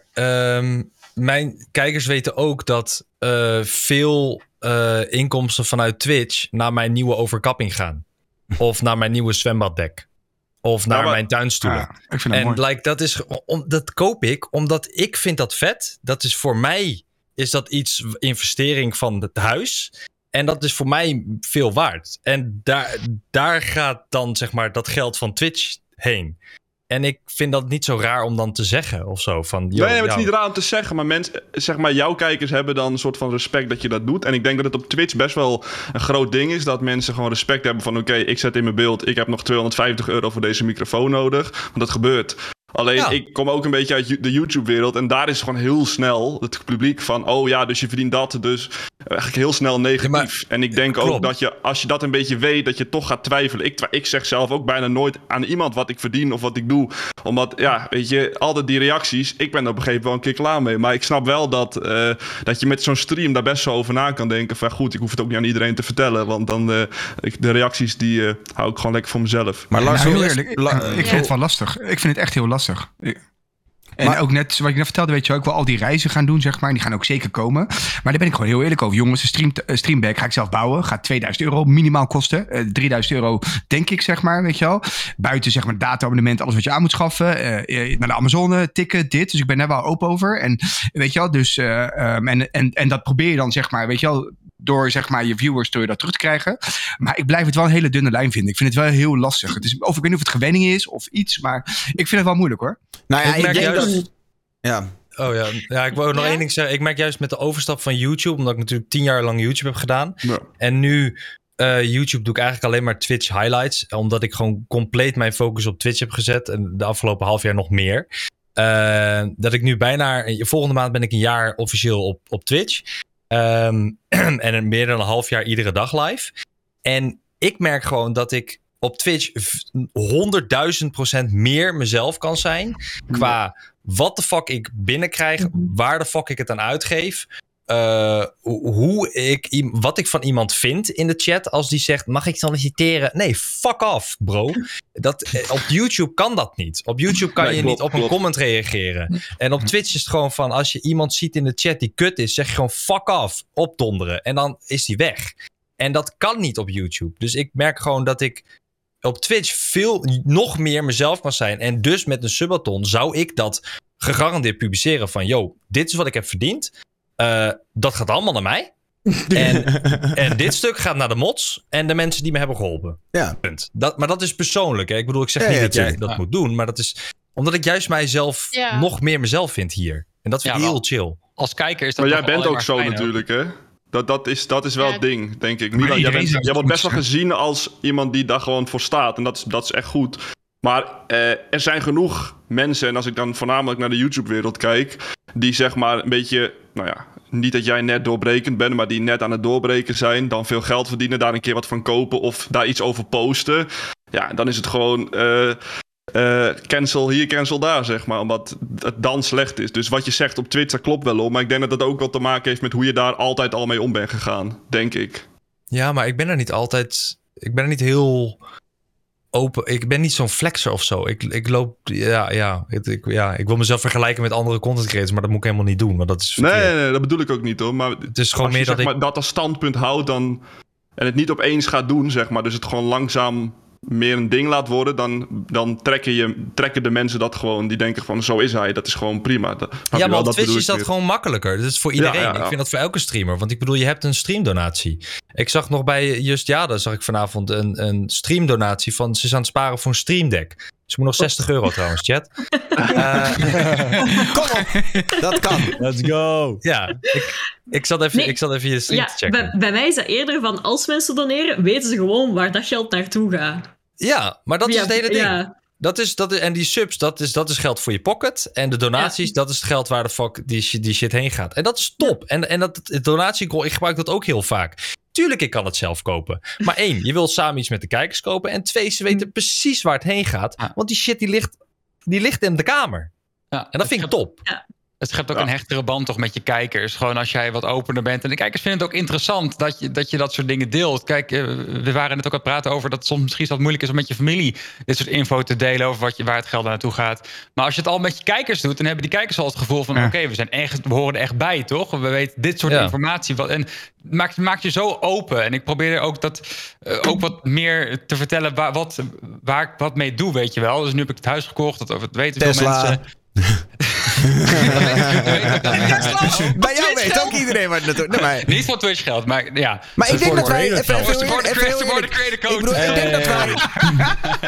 mijn kijkers weten ook dat veel inkomsten vanuit Twitch naar mijn nieuwe overkapping gaan. Of naar mijn nieuwe zwembaddek. Of naar mijn tuinstoelen. Ja, ik vind dat mooi. Dat koop ik omdat ik vind dat vet. Dat is voor mij, is dat iets investering van het huis. En dat is voor mij veel waard. En daar gaat dan, zeg maar, dat geld van Twitch heen. En ik vind dat niet zo raar om dan te zeggen of zo. Van, nee, het is niet raar om te zeggen. Maar mensen, zeg maar, jouw kijkers hebben dan een soort van respect dat je dat doet. En ik denk dat het op Twitch best wel een groot ding is. Dat mensen gewoon respect hebben van, oké, ik zet in mijn beeld, ik heb nog €250 voor deze microfoon nodig. Want dat gebeurt. Alleen, ik kom ook een beetje uit de YouTube-wereld. En daar is gewoon heel snel het publiek van, dus je verdient dat. Dus eigenlijk heel snel negatief. Ja, en ik denk klopt. ook dat je, als je dat een beetje weet, dat je toch gaat twijfelen. Ik zeg zelf ook bijna nooit aan iemand wat ik verdien of wat ik doe. Omdat, ja, weet je, altijd die reacties. Ik ben er op een gegeven moment wel een keer klaar mee. Maar ik snap wel dat je met zo'n stream daar best zo over na kan denken. Van goed, ik hoef het ook niet aan iedereen te vertellen. Want dan, de reacties die hou ik gewoon lekker voor mezelf. Maar Lars, heel eerlijk, ik vind het wel lastig. Ik vind het echt heel lastig. En ook net, wat ik net vertelde, weet je wel, ik wil al die reizen gaan doen, zeg maar. En die gaan ook zeker komen. Maar daar ben ik gewoon heel eerlijk over. Jongens, een streamback ga ik zelf bouwen. Gaat €2000 minimaal kosten. €3000 denk ik, zeg maar, weet je wel. Buiten, zeg maar, data-abonnement, alles wat je aan moet schaffen. Naar de Amazone, tikken, dit. Dus ik ben daar wel open over. En weet je wel, dus... en dat probeer je dan, zeg maar, weet je wel... door, zeg maar, je viewers door dat terug te krijgen. Maar ik blijf het wel een hele dunne lijn vinden. Ik vind het wel heel lastig. Het is, of ik weet niet of het gewenning is of iets. Maar ik vind het wel moeilijk, hoor. Nou ja, Ik merk denk juist... dat... Ja. Oh ja, ik wou nog één ding zeggen. Ik merk juist met de overstap van YouTube, omdat ik natuurlijk 10 jaar lang YouTube heb gedaan. Ja. En nu YouTube doe ik eigenlijk alleen maar Twitch highlights. Omdat ik gewoon compleet mijn focus op Twitch heb gezet. En de afgelopen half jaar nog meer. Dat ik nu bijna... Volgende maand ben ik een jaar officieel op Twitch. En meer dan een half jaar iedere dag live. En ik merk gewoon dat ik op Twitch 100.000% meer mezelf kan zijn. Qua wat de fuck ik binnenkrijg, waar de fuck ik het aan uitgeef. Wat ik van iemand vind in de chat als die zegt, mag ik solliciteren? Nee, fuck off, bro. Op YouTube kan dat niet. Op YouTube kan je niet op een comment reageren. En op Twitch is het gewoon van, als je iemand ziet in de chat die kut is, zeg je gewoon fuck off, opdonderen. En dan is die weg. En dat kan niet op YouTube. Dus ik merk gewoon dat ik op Twitch nog meer mezelf kan zijn. En dus met een subathon zou ik dat gegarandeerd publiceren van, yo, dit is wat ik heb verdiend. Dat gaat allemaal naar mij. En dit stuk gaat naar de mods en de mensen die me hebben geholpen. Ja. Punt. Maar dat is persoonlijk. Hè? Ik bedoel, ik zeg niet dat jij dat moet doen. Maar dat is omdat ik juist mijzelf nog meer mezelf vind hier. En dat vind ik heel chill. Als kijker is dat. Maar jij bent ook zo natuurlijk, hè? Dat is wel het ding, denk ik. Milan, jij wordt best wel gezien als iemand die daar gewoon voor staat. En dat is echt goed. Maar er zijn genoeg mensen, en als ik dan voornamelijk naar de YouTube-wereld kijk, die zeg maar een beetje, nou ja, niet dat jij net doorbrekend bent, maar die net aan het doorbreken zijn, dan veel geld verdienen, daar een keer wat van kopen of daar iets over posten. Ja, dan is het gewoon cancel hier, cancel daar, zeg maar, omdat het dan slecht is. Dus wat je zegt op Twitch, dat klopt wel hoor, maar ik denk dat dat ook wel te maken heeft met hoe je daar altijd al mee om bent gegaan, denk ik. Ja, maar ik ben er niet altijd, ik ben er niet heel open. Ik ben niet zo'n flexer of zo. Ik loop, ik wil mezelf vergelijken met andere content creators, maar dat moet ik helemaal niet doen, want dat is verkeerd. Nee, dat bedoel ik ook niet hoor. Maar het is gewoon als je meer zeg maar, dat als standpunt houdt dan, en het niet opeens gaat doen, zeg maar, dus het gewoon langzaam meer een ding laat worden, dan trekken de mensen dat gewoon, die denken van, zo is hij, dat is gewoon prima. Ja, maar op Twitch is dat gewoon makkelijker. Dat is voor iedereen. Ja. Ik vind dat voor elke streamer. Want ik bedoel, je hebt een streamdonatie. Ik zag nog bij Just Jada, zag ik vanavond een streamdonatie van, ze is aan het sparen voor een streamdeck. Ze moet nog €60 trouwens, chat. Kom op, dat kan. Let's go. Ja, ik zat even je stream te checken. Bij mij is dat eerder van, als mensen doneren, weten ze gewoon waar dat geld naartoe gaat. Ja, maar dat is het hele ding. Ja. En die subs, dat is geld voor je pocket. En de donaties, dat is het geld waar de fuck die shit heen gaat. En dat is top. En dat donatiegoal, ik gebruik dat ook heel vaak. Tuurlijk, ik kan het zelf kopen. Maar 1, je wilt samen iets met de kijkers kopen. En 2, ze weten precies waar het heen gaat. Want die shit die ligt in de kamer. Ja, en dat vind ik top. Ja. Het schept ook een hechtere band toch met je kijkers. Gewoon als jij wat opener bent. En de kijkers vinden het ook interessant dat je dat soort dingen deelt. Kijk, we waren net ook aan het praten over dat het soms misschien wat moeilijk is om met je familie dit soort info te delen over waar het geld naartoe gaat. Maar als je het al met je kijkers doet, dan hebben die kijkers al het gevoel van oké, we horen er echt bij, toch? We weten dit soort informatie. En maakt je zo open. En ik probeer ook ook wat meer te vertellen waar ik wat mee doe, weet je wel. Dus nu heb ik het huis gekocht, dat weten Tesla. veel mensen. Bij jou weet ook iedereen waar het naartoe... Nee, maar... Niet voor Twitch geld, maar ja. Maar ik denk dat wij... Ik denk dat wij...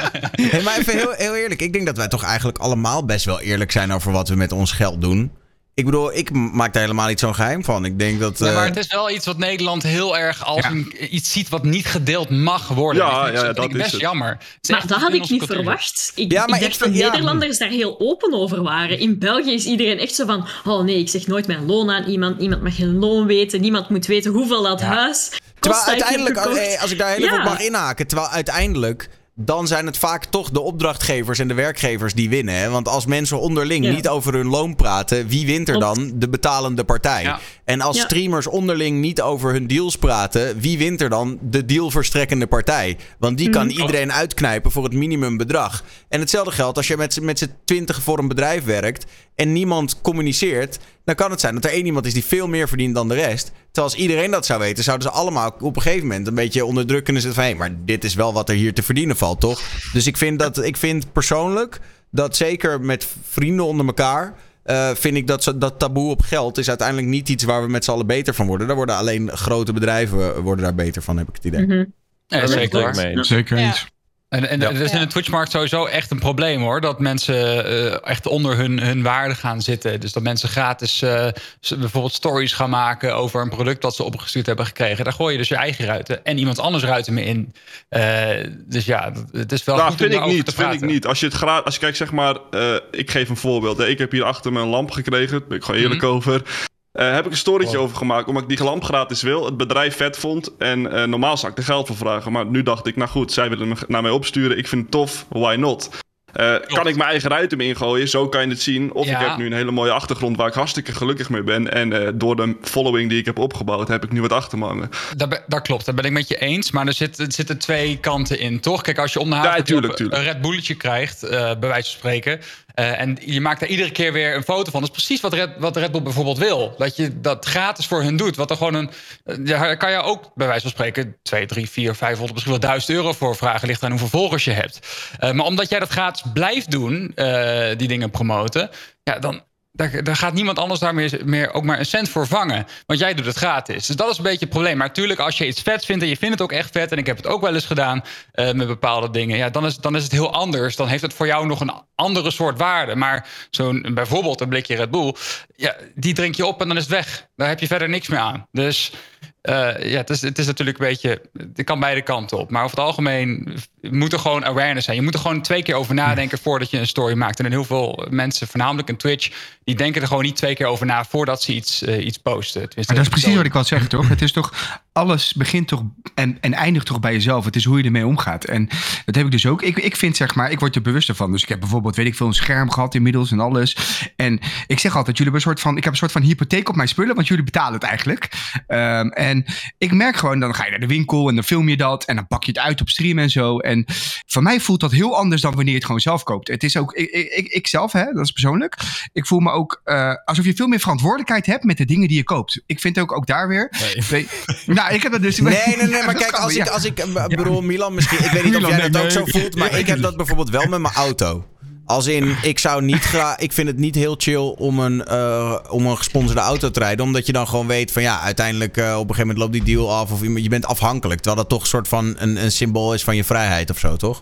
Maar even heel eerlijk. Ik denk dat wij toch eigenlijk allemaal best wel eerlijk zijn over wat we met ons geld doen. Ik bedoel, ik maak daar helemaal niet zo'n geheim van. Ik denk dat... maar het is wel iets wat Nederland heel erg als iets ziet wat niet gedeeld mag worden. Dat vind ik best jammer. Maar dat had ik niet verwacht. Ik dacht dat Nederlanders daar heel open over waren. In België is iedereen echt zo van... Oh nee, ik zeg nooit mijn loon aan iemand. Niemand mag geen loon weten. Niemand moet weten hoeveel dat huis kost. Terwijl uiteindelijk, als ik daar heel even op mag inhaken... Terwijl uiteindelijk... Dan zijn het vaak toch de opdrachtgevers en de werkgevers die winnen. Hè? Want als mensen onderling niet over hun loon praten... wie wint er dan? De betalende partij. Ja. En als streamers onderling niet over hun deals praten... wie wint er dan? De dealverstrekkende partij. Want die kan iedereen uitknijpen voor het minimumbedrag. En hetzelfde geldt als je met z'n 20 voor een bedrijf werkt... en niemand communiceert... dan kan het zijn dat er één iemand is die veel meer verdient dan de rest. Terwijl als iedereen dat zou weten... zouden ze allemaal op een gegeven moment een beetje onder druk kunnen zitten van... maar dit is wel wat er hier te verdienen valt, toch? Dus ik vind persoonlijk dat zeker met vrienden onder elkaar... vind ik dat taboe op geld is uiteindelijk niet iets waar we met z'n allen beter van worden. Daar worden alleen grote bedrijven worden daar beter van, heb ik het idee. Mm-hmm. Ja, zeker. Zeker eens. En er is in de Twitch-markt sowieso echt een probleem, hoor. Dat mensen echt onder hun waarde gaan zitten. Dus dat mensen gratis bijvoorbeeld stories gaan maken... over een product dat ze opgestuurd hebben gekregen. Daar gooi je dus je eigen ruiten en iemand anders ruiten mee in. Dus ja, het is wel goed om daarover te praten. Vind ik niet. Als je kijkt, zeg maar... ik geef een voorbeeld. Ik heb hier achter me een lamp gekregen. Daar ben ik gewoon eerlijk over... heb ik een storytje over gemaakt, omdat ik die lamp gratis wil. Het bedrijf vet vond en normaal zou ik er geld voor vragen. Maar nu dacht ik, nou goed, zij willen hem naar mij opsturen. Ik vind het tof, why not? Kan ik mijn eigen ruiten ingooien, zo kan je het zien. Of ik heb nu een hele mooie achtergrond waar ik hartstikke gelukkig mee ben. En door de following die ik heb opgebouwd, heb ik nu wat achter me hangen. Dat klopt, daar ben ik met je eens. Maar er zitten twee kanten in, toch? Kijk, als je om de haven een Red Bulletje krijgt, bij wijze van spreken... en je maakt daar iedere keer weer een foto van. Dat is precies wat Red Bull bijvoorbeeld wil. Dat je dat gratis voor hun doet. Wat er gewoon daar kan je ook bij wijze van spreken 2, 3, 4, 500, misschien wel €1000 voor vragen. Ligt aan hoeveel volgers je hebt. Maar omdat jij dat gratis blijft doen, die dingen promoten, ja, dan daar gaat niemand anders daar meer ook maar een cent voor vangen. Want jij doet het gratis. Dus dat is een beetje het probleem. Maar natuurlijk, als je iets vets vindt en je vindt het ook echt vet... en ik heb het ook wel eens gedaan met bepaalde dingen... ja, dan is het heel anders. Dan heeft het voor jou nog een andere soort waarde. Maar bijvoorbeeld een blikje Red Bull... ja, die drink je op en dan is het weg. Daar heb je verder niks meer aan. Dus... het is natuurlijk een beetje... Het kan beide kanten op. Maar over het algemeen moet er gewoon awareness zijn. Je moet er gewoon 2 keer over nadenken voordat je een story maakt. En heel veel mensen, voornamelijk in Twitch... die denken er gewoon niet 2 keer over na voordat ze iets posten. Maar dat is precies wat ik wil zeggen, toch? Het is toch... Alles begint toch en eindigt toch bij jezelf. Het is hoe je ermee omgaat. En dat heb ik dus ook. Ik vind, zeg maar, ik word er bewuster van. Dus ik heb bijvoorbeeld, weet ik veel, een scherm gehad inmiddels en alles. En ik zeg altijd, ik heb een soort van hypotheek op mijn spullen, want jullie betalen het eigenlijk. En ik merk gewoon, dan ga je naar de winkel en dan film je dat en dan pak je het uit op stream en zo. En voor mij voelt dat heel anders dan wanneer je het gewoon zelf koopt. Het is ook, ik zelf, hè, dat is persoonlijk. Ik voel me ook alsof je veel meer verantwoordelijkheid hebt met de dingen die je koopt. Ik vind ook daar weer... Nou, ik heb dat dus... Nee, maar kijk, als ik bedoel, Milan misschien... Ik weet niet of jij dat ook zo voelt, maar ik heb dat bijvoorbeeld wel met mijn auto. Als in, ik vind het niet heel chill om een gesponsorde auto te rijden. Omdat je dan gewoon weet van ja, uiteindelijk op een gegeven moment loopt die deal af. Of je bent afhankelijk. Terwijl dat toch een soort van een symbool is van je vrijheid of zo, toch?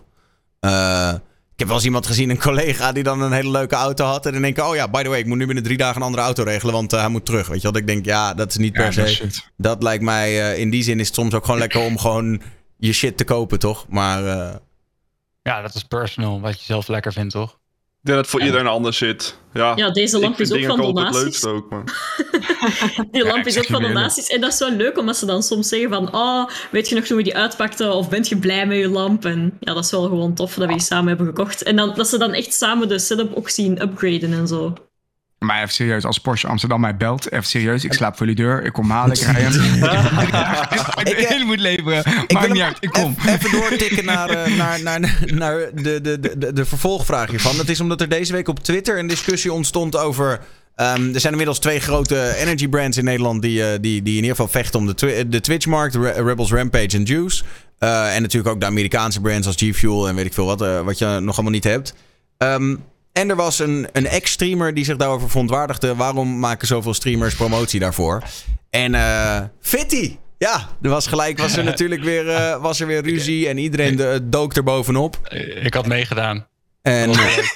Ik heb wel eens iemand gezien, een collega die dan een hele leuke auto had. En dan denk ik, oh ja, by the way, ik moet nu binnen 3 dagen een andere auto regelen. Want hij moet terug, weet je wat? Ik denk, ja, dat is niet per se. Dat lijkt mij, in die zin is het soms ook gewoon lekker om gewoon je shit te kopen, toch? Maar... Ja, dat is personal, wat je zelf lekker vindt, toch? Ik denk dat het voor iedereen anders zit. Ja, deze lamp is ook van donaties. Het leukste ook, maar... Die lamp is ook van donaties. En dat is wel leuk, omdat ze dan soms zeggen van... Oh, weet je nog toen we die uitpakten? Of bent je blij met je lamp? En ja, dat is wel gewoon tof dat we die samen hebben gekocht. En dan, dat ze dan echt samen de setup ook zien upgraden en zo. Maar even serieus, als Porsche Amsterdam mij belt, even serieus, ik slaap voor jullie deur, ik kom halen, ik rij hem. Ik moet leveren, maakt niet uit, ik kom. Even doortikken naar de vervolgvraag hiervan. Dat is omdat er deze week op Twitter een discussie ontstond over... er zijn inmiddels 2 grote energy brands in Nederland die in ieder geval vechten om de Twitch-markt. Rebels Rampage en Juice. En natuurlijk ook de Amerikaanse brands als G-Fuel en weet ik veel wat je nog allemaal niet hebt. En er was een ex-streamer die zich daarover verontwaardigde. Waarom maken zoveel streamers promotie daarvoor? En Fitty! Ja, was er natuurlijk weer ruzie en iedereen dook er bovenop. Ik had meegedaan. En,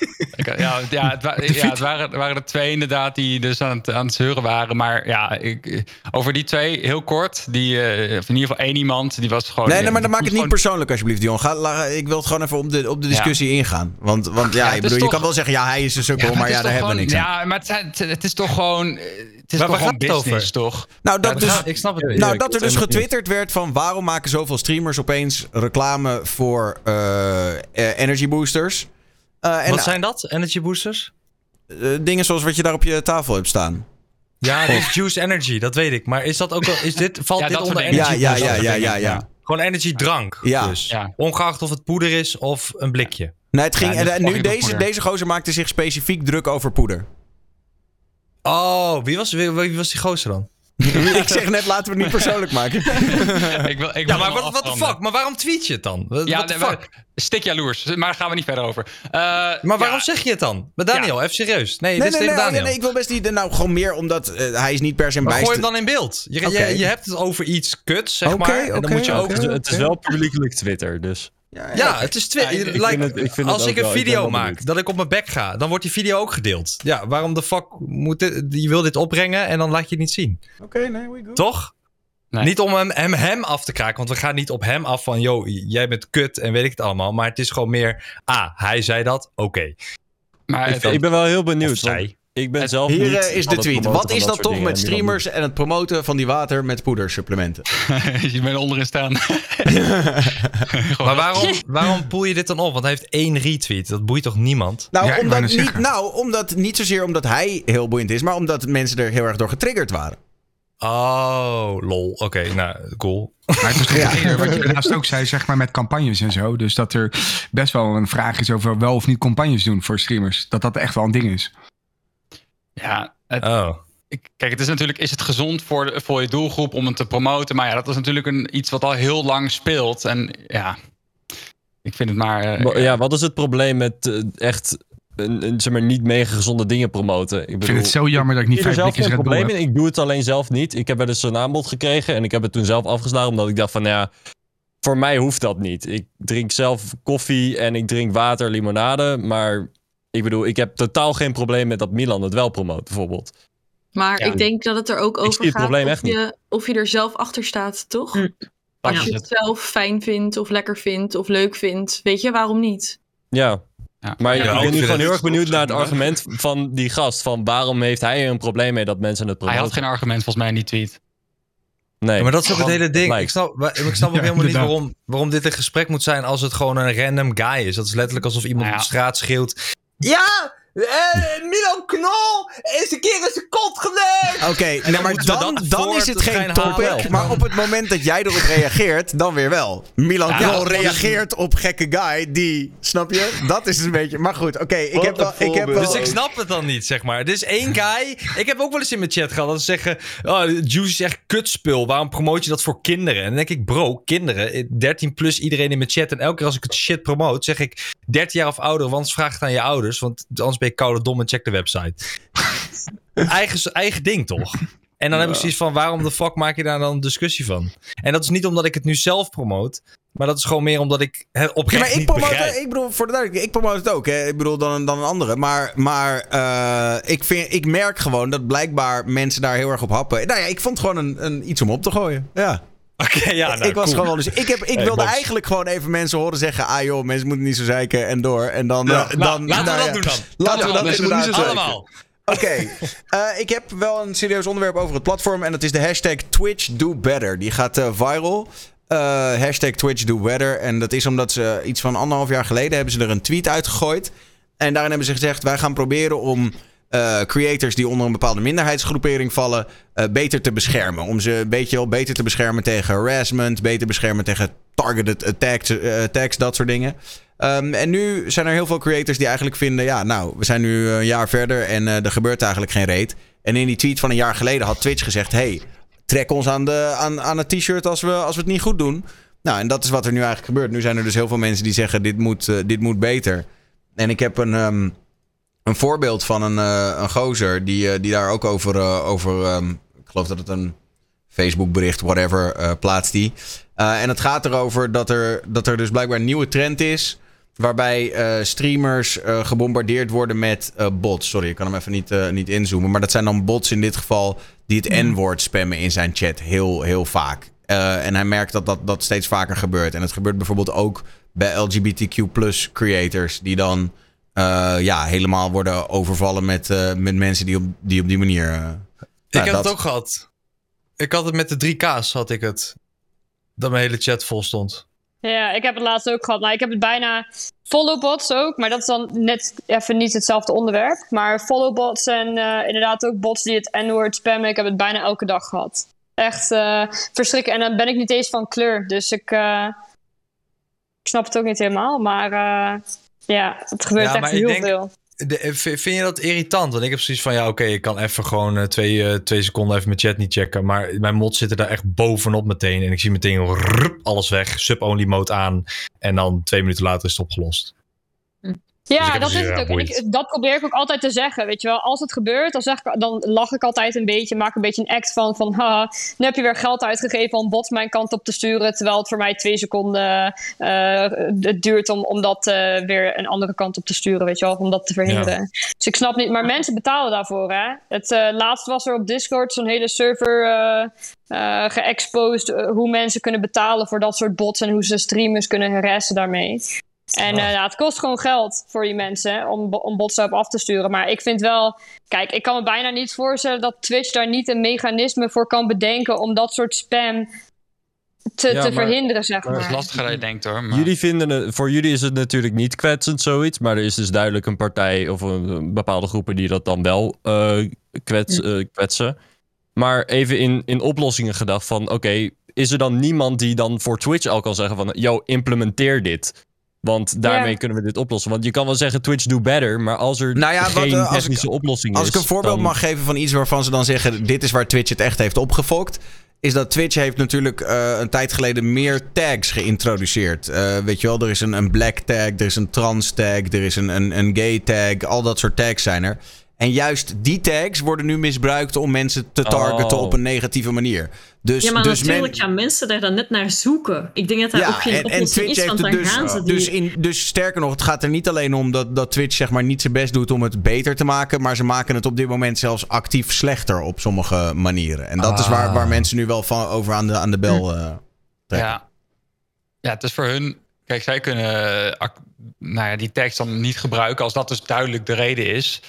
het waren er 2 inderdaad die dus aan het zeuren waren. Maar ja, over die 2, heel kort. Of in ieder geval 1 iemand, die was gewoon... Nee, maar dan maak het niet persoonlijk alsjeblieft, Dion. Ik wil het gewoon even op de discussie ingaan. Want ik bedoel, je kan wel zeggen, hij is een sukkel, maar daar hebben we niks aan. Ja, maar het is toch gewoon... Het is toch gewoon business, toch? Nou, ik snap het niet. Nou, dat er dus getwitterd werd van waarom maken zoveel streamers opeens reclame voor energy boosters? Wat zijn dat? Energy boosters? Dingen zoals wat je daar op je tafel hebt staan. Ja, dit is Juice Energy, dat weet ik. Maar is dat ook al, valt dit onder energy? Ja. Gewoon energy drank. Ja. Dus. Ja. Ongeacht of het poeder is of een blikje. Nee, het ging. Deze gozer maakte zich specifiek druk over poeder. Oh, wie was die gozer dan? Ik zeg net, laten we het niet persoonlijk maken. Maar what the fuck? Maar waarom tweet je het dan? What the fuck? Stik jaloers, maar daar gaan we niet verder over. Maar waarom zeg je het dan? Met Daniel, even serieus. Nee, ik wil best niet... Nou, gewoon meer omdat hij is niet per se gooi hem dan in beeld. Je hebt het over iets kuts, zeg maar. En dan moet je ook... Het is wel publiekelijk Twitter, dus... Ja, het is Twitter. Als ik een video maak dat ik op mijn bek ga, dan wordt die video ook gedeeld. Ja, waarom de fuck je wil dit opbrengen en dan laat je het niet zien? Oké, nee, we go. Toch? Nee. Niet om hem af te kraken, want we gaan niet op hem af van, yo, jij bent kut en weet ik het allemaal. Maar het is gewoon meer, hij zei dat, oké. Maar ik ben wel heel benieuwd. Ik ben zelf Hier niet is de tweet. Wat is dat toch met streamers en het promoten van die water met poedersupplementen? Je bent onderin staan. Maar waarom poel je dit dan op? Want hij heeft 1 retweet. Dat boeit toch niemand? Omdat niet zozeer omdat hij heel boeiend is, maar omdat mensen er heel erg door getriggerd waren. Oh, lol. Oké, nou, cool. Maar het is wat je daarnaast ook zei, zeg maar, met campagnes en zo. Dus dat er best wel een vraag is over wel of niet campagnes doen voor streamers. Dat echt wel een ding is. Ja, kijk, het is natuurlijk, is het gezond voor je doelgroep om het te promoten? Maar ja, dat is natuurlijk iets wat al heel lang speelt. En ja, ik vind het maar... wat is het probleem met echt zeg maar, niet mega gezonde dingen promoten? Ik vind het zo jammer dat ik niet 5 blikjes Red Bull heb. Ik doe het alleen zelf niet. Ik heb wel eens een aanbod gekregen en ik heb het toen zelf afgeslagen, omdat ik dacht van, voor mij hoeft dat niet. Ik drink zelf koffie en ik drink water, limonade, maar... Ik bedoel, ik heb totaal geen probleem met dat Milan het wel promoot, bijvoorbeeld. Maar ik denk dat het er ook over gaat of je er zelf achter staat, toch? Als je het zelf fijn vindt of lekker vindt of leuk vindt, weet je, waarom niet? Ja. Maar ik ben nu gewoon heel erg benieuwd naar het argument van die gast. Van waarom heeft hij er een probleem mee dat mensen het promoten? Hij had geen argument volgens mij in die tweet. Nee. Maar dat is ook het hele ding. Ik snap ook helemaal niet waarom dit een gesprek moet zijn als het gewoon een random guy is. Dat is letterlijk alsof iemand op de straat schreeuwt. Ja, Milan Knol is een keer in zijn kont geneemd. Oké, maar dan is het geen topic. Maar op het moment dat jij erop reageert, dan weer wel. Milan Knol reageert op gekke guy die, snap je? Dat is een beetje, maar goed, oké. Dus ik snap het dan niet, zeg maar. Er is 1 guy. Ik heb ook wel eens in mijn chat gehad dat ze zeggen, Juice is echt kutspul. Waarom promoot je dat voor kinderen? En dan denk ik, bro, kinderen, 13 plus iedereen in mijn chat. En elke keer als ik het shit promoot, zeg ik 13 jaar of ouder, want anders vraag het aan je ouders. Want anders ben je koude dom en check de website. Eigen ding toch? En dan heb ik zoiets van, waarom de fuck maak je daar dan een discussie van? En dat is niet omdat ik het nu zelf promoot, maar dat is gewoon meer omdat ik het oprecht niet begrijp. Ik bedoel, voor de duidelijkheid, ik promoot het ook. Hè? Ik bedoel, dan een andere. Maar ik merk gewoon dat blijkbaar mensen daar heel erg op happen. Nou ja, ik vond het gewoon iets om op te gooien. Ja. Oké, ik was gewoon dus. Ik wilde eigenlijk gewoon even mensen horen zeggen, joh, mensen moeten niet zo zeiken en door. En dan. Laten we dat doen dan. Laten we dat inderdaad doen. Allemaal. Oké, ik heb wel een serieus onderwerp over het platform. En dat is de hashtag TwitchDoBetter. Die gaat viral. Hashtag TwitchDoBetter. En dat is omdat ze iets van 1,5 jaar geleden hebben ze er een tweet uitgegooid. En daarin hebben ze gezegd, wij gaan proberen om creators die onder een bepaalde minderheidsgroepering vallen, beter te beschermen. Om ze een beetje beter te beschermen tegen harassment, beter beschermen tegen targeted attacks, dat soort dingen. En nu zijn er heel veel creators die eigenlijk vinden, we zijn nu een jaar verder en er gebeurt eigenlijk geen reet. En in die tweet van een jaar geleden had Twitch gezegd, hey, trek ons aan het t-shirt als we het niet goed doen. Nou, en dat is wat er nu eigenlijk gebeurt. Nu zijn er dus heel veel mensen die zeggen, dit moet beter. En ik heb een voorbeeld van een gozer die daar ook over ik geloof dat het een Facebook bericht, whatever, plaatst die. En het gaat erover dat er dus blijkbaar een nieuwe trend is. Waarbij streamers gebombardeerd worden met bots. Sorry, ik kan hem even niet inzoomen. Maar dat zijn dan bots in dit geval die het N-woord spammen in zijn chat. Heel, heel vaak. En hij merkt dat steeds vaker gebeurt. En het gebeurt bijvoorbeeld ook bij LGBTQ+ creators. Die dan helemaal worden overvallen met mensen die op die manier... ik heb het ook gehad. Ik had het met de 3K's, had ik het. Dat mijn hele chat vol stond. Ja, ik heb het laatst ook gehad. Nou, ik heb het bijna followbots ook. Maar dat is dan net even niet hetzelfde onderwerp. Maar followbots en inderdaad ook bots die het N-woord spammen. Ik heb het bijna elke dag gehad. Echt verschrikkelijk. En dan ben ik niet eens van kleur. Dus ik snap het ook niet helemaal. Maar het gebeurt echt heel veel. Vind je dat irritant? Want ik heb zoiets van, oké, ik kan even gewoon 2 seconden even mijn chat niet checken. Maar mijn mods zitten daar echt bovenop meteen. En ik zie meteen alles weg, sub-only mode aan. En dan 2 minuten later is het opgelost. Ja, dus dat is het ook. Dat probeer ik ook altijd te zeggen, weet je wel. Als het gebeurt, dan lach ik altijd een beetje. Maak een beetje een act van haha, nu heb je weer geld uitgegeven om bots mijn kant op te sturen. Terwijl het voor mij 2 seconden het duurt om dat weer een andere kant op te sturen, weet je wel. Om dat te verhinderen. Ja. Dus ik snap niet, maar mensen betalen daarvoor, hè. Het laatst was er op Discord zo'n hele server geëxposed. Hoe mensen kunnen betalen voor dat soort bots en hoe ze streamers kunnen harassen daarmee. En het kost gewoon geld voor die mensen om bots daarop af te sturen. Maar ik vind wel... Kijk, ik kan me bijna niet voorstellen dat Twitch daar niet een mechanisme voor kan bedenken om dat soort spam te verhinderen, zeg maar. Dat is lastiger dan je denkt, hoor. Maar... Jullie vinden voor jullie is het natuurlijk niet kwetsend, zoiets. Maar er is dus duidelijk een partij of een bepaalde groepen die dat dan wel kwetsen. Maar even in oplossingen gedacht van... Oké, is er dan niemand die dan voor Twitch al kan zeggen van... Yo, implementeer dit. Want daarmee kunnen we dit oplossen. Want je kan wel zeggen Twitch do better, maar als er geen technische oplossing is... Als ik een voorbeeld mag geven van iets waarvan ze dan zeggen... dit is waar Twitch het echt heeft opgefokt... is dat Twitch heeft natuurlijk een tijd geleden meer tags geïntroduceerd. Weet je wel, er is een black tag, er is een trans tag... er is een gay tag, al dat soort tags zijn er. En juist die tags worden nu misbruikt om mensen te targeten op een negatieve manier. Dus, ja, maar natuurlijk gaan mensen daar dan net naar zoeken. Ik denk dat daar ook geen oplossing is, want dan gaan ze die... Dus sterker nog, het gaat er niet alleen om dat Twitch zeg maar niet zijn best doet om het beter te maken, maar ze maken het op dit moment zelfs actief slechter op sommige manieren. En dat is waar mensen nu wel over aan de bel trekken. Ja, het is voor hun... Kijk, zij kunnen die tags dan niet gebruiken als dat dus duidelijk de reden is...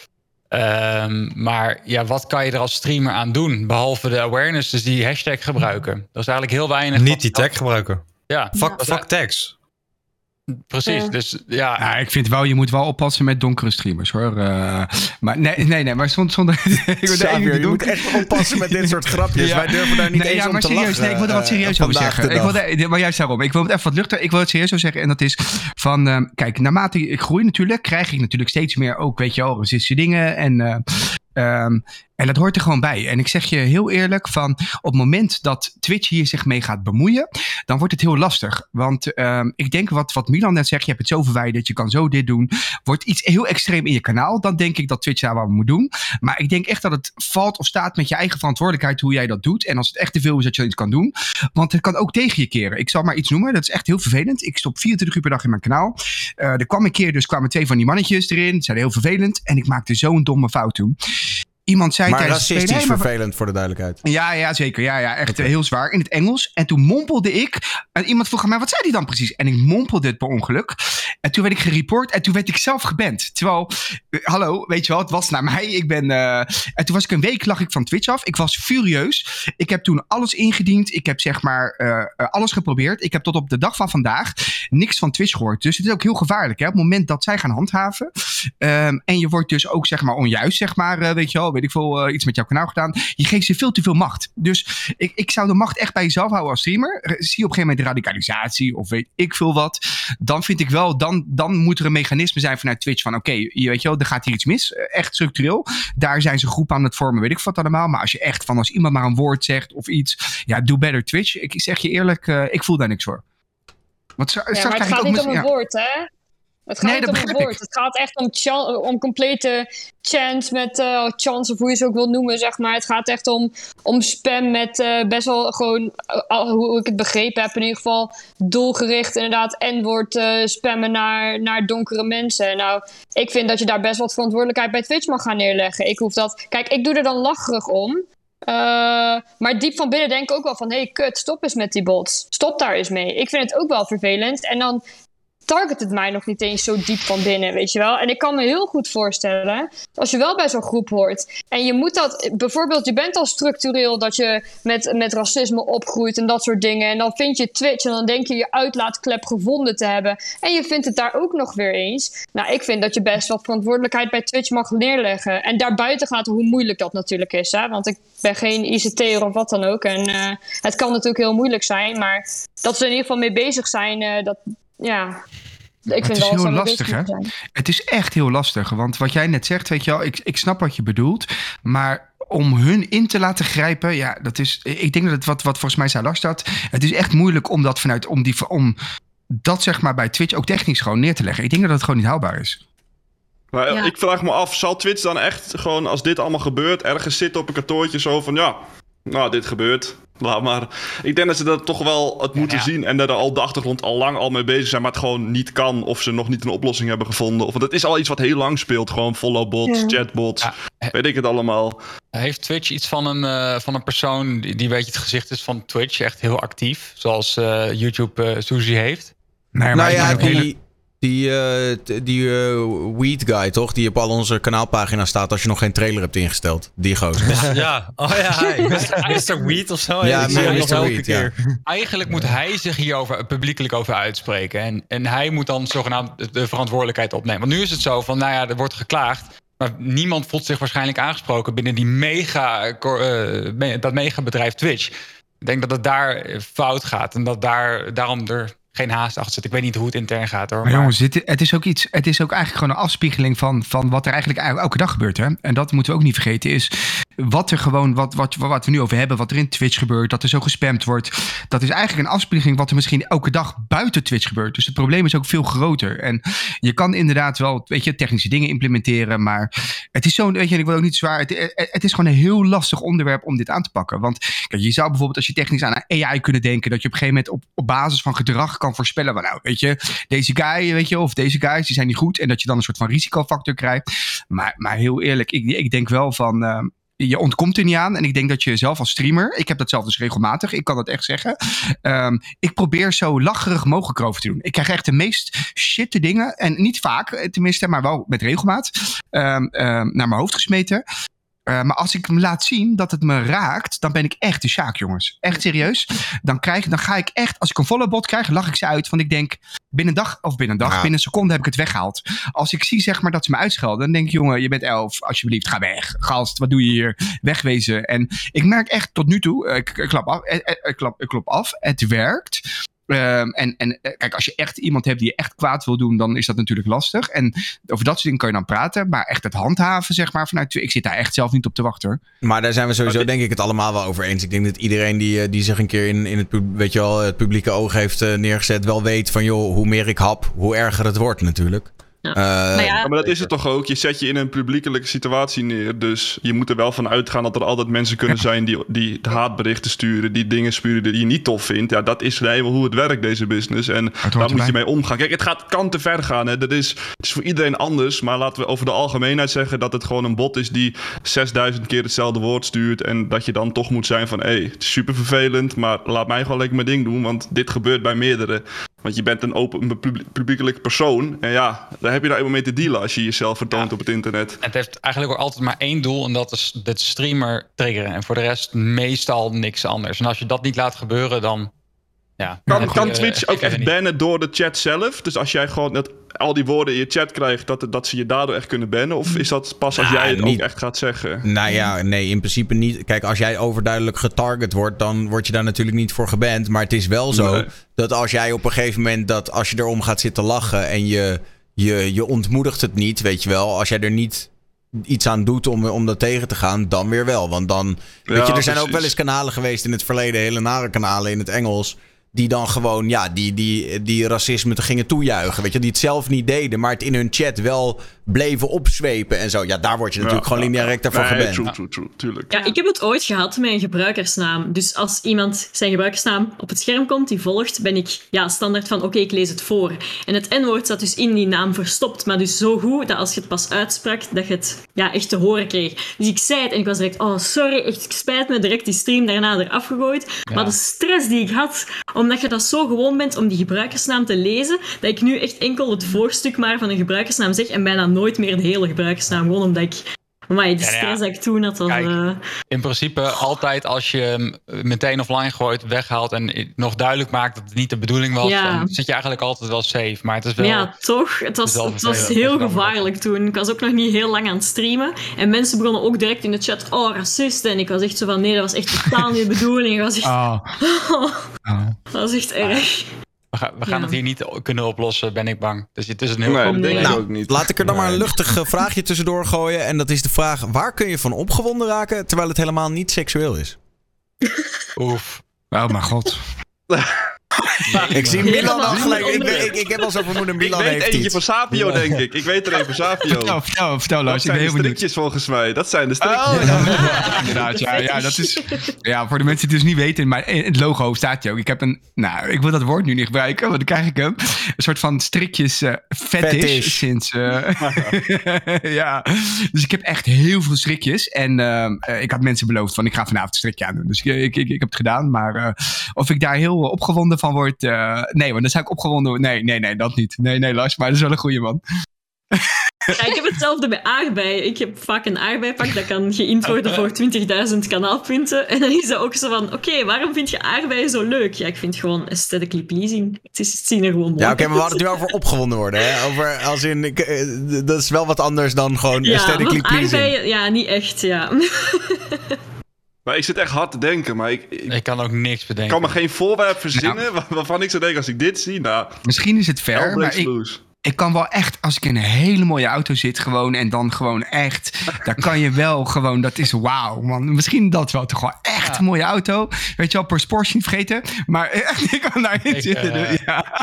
Maar ja, wat kan je er als streamer aan doen? Behalve de awareness, dus die hashtag gebruiken. Dat is eigenlijk heel weinig. Niet die tag gebruiken. Ja. Fuck tags. Precies, dus ja, ik vind wel, je moet wel oppassen met donkere streamers, hoor. Maar nee, maar zonder... Je moet echt oppassen met dit soort grapjes. Ja. Wij durven daar niet eens om te lachen. Nee, ik wil er wat serieus over zeggen. Maar juist daarom. Ik wil het even wat luchtiger. Ik wil het serieus over zeggen. En dat is van... kijk, naarmate ik groei natuurlijk... krijg ik natuurlijk steeds meer ook, weet je wel, racistische dingen. En dat hoort er gewoon bij. En ik zeg je heel eerlijk van... op het moment dat Twitch hier zich mee gaat bemoeien... dan wordt het heel lastig. Want ik denk wat Milan net zegt... je hebt het zo verwijderd, je kan zo dit doen... wordt iets heel extreem in je kanaal... dan denk ik dat Twitch daar wat moet doen. Maar ik denk echt dat het valt of staat met je eigen verantwoordelijkheid... hoe jij dat doet. En als het echt te veel is dat je iets kan doen... want het kan ook tegen je keren. Ik zal maar iets noemen, dat is echt heel vervelend. Ik stop 24 uur per dag in mijn kanaal. Er kwam een keer, dus kwamen 2 van die mannetjes erin. Ze zeiden heel vervelend. En ik maakte zo'n domme fout toen... Iemand zei maar racistisch vervelend voor de duidelijkeid. Ja, zeker. Ja, echt heel zwaar. In het Engels. En toen mompelde ik. En iemand vroeg aan mij, wat zei hij dan precies? En ik mompelde het per ongeluk. En toen werd ik gereport. En toen werd ik zelf geband. Terwijl, hallo, weet je wel, het was naar mij. En toen was ik een week, lag ik van Twitch af. Ik was furieus. Ik heb toen alles ingediend. Ik heb zeg maar alles geprobeerd. Ik heb tot op de dag van vandaag niks van Twitch gehoord. Dus het is ook heel gevaarlijk. Hè? Op het moment dat zij gaan handhaven. En je wordt dus ook zeg maar onjuist, zeg maar, weet je wel. Weet ik veel, iets met jouw kanaal gedaan. Je geeft ze veel te veel macht. Dus ik zou de macht echt bij jezelf houden als streamer. Zie je op een gegeven moment de radicalisatie of weet ik veel wat. Dan vind ik wel, dan moet er een mechanisme zijn vanuit Twitch van oké, weet je wel, er gaat hier iets mis. Echt structureel. Daar zijn ze groepen aan het vormen, weet ik wat allemaal. Maar als je echt als iemand maar een woord zegt of iets. Ja, do better Twitch. Ik zeg je eerlijk, ik voel daar niks voor. Maar het gaat niet om een woord, hè? Het gaat niet om een woord. Het gaat echt om complete chants met chants of hoe je ze ook wil noemen, zeg maar. Het gaat echt om spam met best wel gewoon, hoe ik het begrepen heb, in ieder geval doelgericht inderdaad N-woord spammen naar donkere mensen. Nou, ik vind dat je daar best wat verantwoordelijkheid bij Twitch mag gaan neerleggen. Kijk, ik doe er dan lacherig om. Maar diep van binnen denk ik ook wel van, hey, kut, stop eens met die bots. Stop daar eens mee. Ik vind het ook wel vervelend. En dan target het mij nog niet eens zo diep van binnen, weet je wel. En ik kan me heel goed voorstellen, als je wel bij zo'n groep hoort en je moet dat, bijvoorbeeld, je bent al structureel dat je met racisme opgroeit en dat soort dingen. En dan vind je Twitch en dan denk je je uitlaatklep gevonden te hebben. En je vindt het daar ook nog weer eens. Nou, ik vind dat je best wat verantwoordelijkheid bij Twitch mag neerleggen. En daarbuiten gaat hoe moeilijk dat natuurlijk is, hè. Want ik ben geen ICT'er of wat dan ook. En het kan natuurlijk heel moeilijk zijn, maar dat ze er in ieder geval mee bezig zijn, dat... Ja, ik vind het is heel lastig, hè? Het is echt heel lastig. Want wat jij net zegt, weet je wel, ik snap wat je bedoelt. Maar om hun in te laten grijpen, ja, dat is. Ik denk dat het wat volgens mij Salar staat. Het is echt moeilijk om dat om dat zeg maar bij Twitch ook technisch gewoon neer te leggen. Ik denk dat het gewoon niet haalbaar is. Maar ja. Ik vraag me af, zal Twitch dan echt gewoon, als dit allemaal gebeurt, ergens zitten op een kantoortje zo van, ja, nou, dit gebeurt. Laat maar. Ik denk dat ze dat toch wel het moeten zien en dat er al de achtergrond al lang al mee bezig zijn, maar het gewoon niet kan of ze nog niet een oplossing hebben gevonden. Of dat is al iets wat heel lang speelt. Gewoon follow bots, chatbots, weet ik het allemaal. Heeft Twitch iets van een persoon die weet je het gezicht is van Twitch, echt heel actief, zoals YouTube Suzy heeft? Nee, maar die Weed guy, toch? Die op al onze kanaalpagina staat als je nog geen trailer hebt ingesteld. Die gozer. Ja, Mr. Weed of zo. Ja, Mr. Weed, ja. Eigenlijk moet hij zich hier publiekelijk over uitspreken. En hij moet dan zogenaamd de verantwoordelijkheid opnemen. Want nu is het zo van, nou ja, er wordt geklaagd. Maar niemand voelt zich waarschijnlijk aangesproken binnen die dat megabedrijf Twitch. Ik denk dat het daar fout gaat. En dat daarom er geen haast achter zit. Ik weet niet hoe het intern gaat, hoor. Maar jongens, het is ook eigenlijk gewoon een afspiegeling van wat er eigenlijk elke dag gebeurt, hè? En dat moeten we ook niet vergeten, is wat er gewoon, wat we nu over hebben, wat er in Twitch gebeurt, dat er zo gespamd wordt. Dat is eigenlijk een afspiegeling wat er misschien elke dag buiten Twitch gebeurt. Dus het probleem is ook veel groter. En je kan inderdaad wel, weet je, technische dingen implementeren, maar het is zo, weet je, ik wil ook niet zwaar. Het is gewoon een heel lastig onderwerp om dit aan te pakken. Want kijk, je zou bijvoorbeeld, als je technisch aan een AI kunnen denken, dat je op een gegeven moment op basis van gedrag kan voorspellen, nou, weet je, deze guy, weet je, of deze guys, die zijn niet goed, en dat je dan een soort van risicofactor krijgt. Maar heel eerlijk, ik denk wel van, je ontkomt er niet aan. En ik denk dat je zelf als streamer, ik heb dat zelf dus regelmatig, ik kan dat echt zeggen. Ik probeer zo lacherig mogelijk over te doen. Ik krijg echt de meest shitte dingen, en niet vaak tenminste, maar wel met regelmaat, naar mijn hoofd gesmeten. Maar als ik hem laat zien dat het me raakt, dan ben ik echt de Sjaak, jongens. Echt serieus. Dan ga ik echt, als ik een followbot krijg, lach ik ze uit. Want ik denk, binnen een seconde heb ik het weggehaald. Als ik zie, zeg maar, dat ze me uitschelden, dan denk ik, jongen, je bent 11, alsjeblieft, ga weg. Gast, wat doe je hier? Wegwezen. En ik merk echt tot nu toe, ik klop af, het werkt. Kijk, als je echt iemand hebt die je echt kwaad wil doen, dan is dat natuurlijk lastig. En over dat soort dingen kan je dan praten. Maar echt het handhaven, zeg maar, vanuit... Ik zit daar echt zelf niet op te wachten, hoor. Maar daar zijn we sowieso, denk ik, het allemaal wel over eens. Ik denk dat iedereen die zich een keer in het, weet je wel, het publieke oog heeft neergezet, wel weet van, joh, hoe meer ik hap, hoe erger het wordt natuurlijk. Ja. Maar dat is het toch ook. Je zet je in een publiekelijke situatie neer. Dus je moet er wel van uitgaan dat er altijd mensen kunnen zijn die haatberichten sturen, die dingen sturen die je niet tof vindt. Ja, dat is helemaal hoe het werkt, deze business. En daar moet je mee omgaan. Kijk, het kan te ver gaan. Hè. Het is voor iedereen anders. Maar laten we over de algemeenheid zeggen dat het gewoon een bot is die 6000 keer hetzelfde woord stuurt. En dat je dan toch moet zijn van, het is super vervelend, maar laat mij gewoon lekker mijn ding doen. Want dit gebeurt bij meerdere. Want je bent een publiekelijk persoon. En ja, daar heb je nou eenmaal mee te dealen als je jezelf vertoont op het internet. Het heeft eigenlijk ook altijd maar één doel. En dat is de streamer triggeren. En voor de rest meestal niks anders. En als je dat niet laat gebeuren, dan... Ja, kan Twitch ook echt bannen door de chat zelf? Dus als jij gewoon al die woorden in je chat krijgt, dat ze je daardoor echt kunnen bannen? Of is dat pas als jij het ook echt gaat zeggen? Nou ja, nee, in principe niet. Kijk, als jij overduidelijk getarget wordt, dan word je daar natuurlijk niet voor geband. Maar het is wel zo dat als jij op een gegeven moment, dat als je erom gaat zitten lachen en je ontmoedigt het niet, weet je wel. Als jij er niet iets aan doet om dat tegen te gaan, dan weer wel. Want dan, weet je, er zijn ook wel eens kanalen geweest in het verleden, hele nare kanalen in het Engels, die dan gewoon die racisme te gingen toejuichen. Weet je, die het zelf niet deden, maar het in hun chat wel bleven opzwepen en zo. Ja, daar word je natuurlijk gewoon lineair van geband. True, tuurlijk. Ja, ik heb het ooit gehad met een gebruikersnaam. Dus als iemand zijn gebruikersnaam op het scherm komt, die volgt, ben ik standaard van oké, ik lees het voor. En het N-woord zat dus in die naam verstopt, maar dus zo goed dat als je het pas uitsprak, dat je het echt te horen kreeg. Dus ik zei het en ik was direct, oh sorry, echt, ik spijt me, direct die stream daarna eraf gegooid. Ja. Maar de stress die ik had, omdat je dat zo gewoon bent om die gebruikersnaam te lezen, dat ik nu echt enkel het voorstuk maar van een gebruikersnaam zeg en bijna nooit meer de hele gebruikersnaam. Gewoon omdat ik... Maar de stress dat ik toen had... Kijk, in principe altijd als je hem meteen offline gooit, weghaalt en nog duidelijk maakt dat het niet de bedoeling was, dan zit je eigenlijk altijd wel safe. Maar het is wel... Ja, toch? Het was heel gevaarlijk toen. Ik was ook nog niet heel lang aan het streamen. En mensen begonnen ook direct in de chat, oh, racisten. En ik was echt zo van, nee, dat was echt totaal niet de bedoeling. Ik was echt... Dat was echt erg. We gaan het hier niet kunnen oplossen, ben ik bang. Dus het is een heel groot ding. Ook niet. Laat ik er dan maar een luchtig vraagje tussendoor gooien. En dat is de vraag, waar kun je van opgewonden raken terwijl het helemaal niet seksueel is? Oef. Oh mijn god. Ik zie Milan al gelijk. Ik heb al zo vermoeden, Milan heeft iets. Ik weet eentje van Sapio, denk ik. Ik weet er een van Sapio. Vertel, Lars. Dat zijn de strikjes volgens mij. Dat zijn de strikjes. Inderdaad, ja, dat is... Ja, voor de mensen die het dus niet weten, maar in het logo staat je ook. Ik heb ik wil dat woord nu niet gebruiken, want dan krijg ik hem. Een soort van strikjes fetish sinds... ja, dus ik heb echt heel veel strikjes. En ik had mensen beloofd van, ik ga vanavond een strikje aan doen. Dus ik heb het gedaan, maar of ik daar heel opgewonden van word... nee, want dan zou ik opgewonden worden. Nee, dat niet. Nee, Lars, maar dat is wel een goeie, man. Ja, ik heb hetzelfde bij aardbei. Ik heb vaak een aardbeipak dat kan geïnt worden voor 20.000 kanaalpunten. En dan is dat ook zo van, oké, waarom vind je aardbeien zo leuk? Ja, ik vind het gewoon aesthetically pleasing. Het zien er gewoon mooi uit. Ja, maar we hadden het nu over opgewonden worden. Hè? Over, als in, dat is wel wat anders dan gewoon aesthetically pleasing. Aardbeien, niet echt, Maar ik zit echt hard te denken, maar ik kan ook niks bedenken. Ik kan me geen voorwerp verzinnen waarvan ik zou denken als ik dit zie. Nou, misschien is het ver, maar ik kan wel echt, als ik in een hele mooie auto zit gewoon en dan gewoon echt, dan kan je wel gewoon, dat is wauw, man. Misschien dat wel toch wel echt een mooie auto. Weet je wel, Porsche niet vergeten, maar echt, ik kan daarin zitten.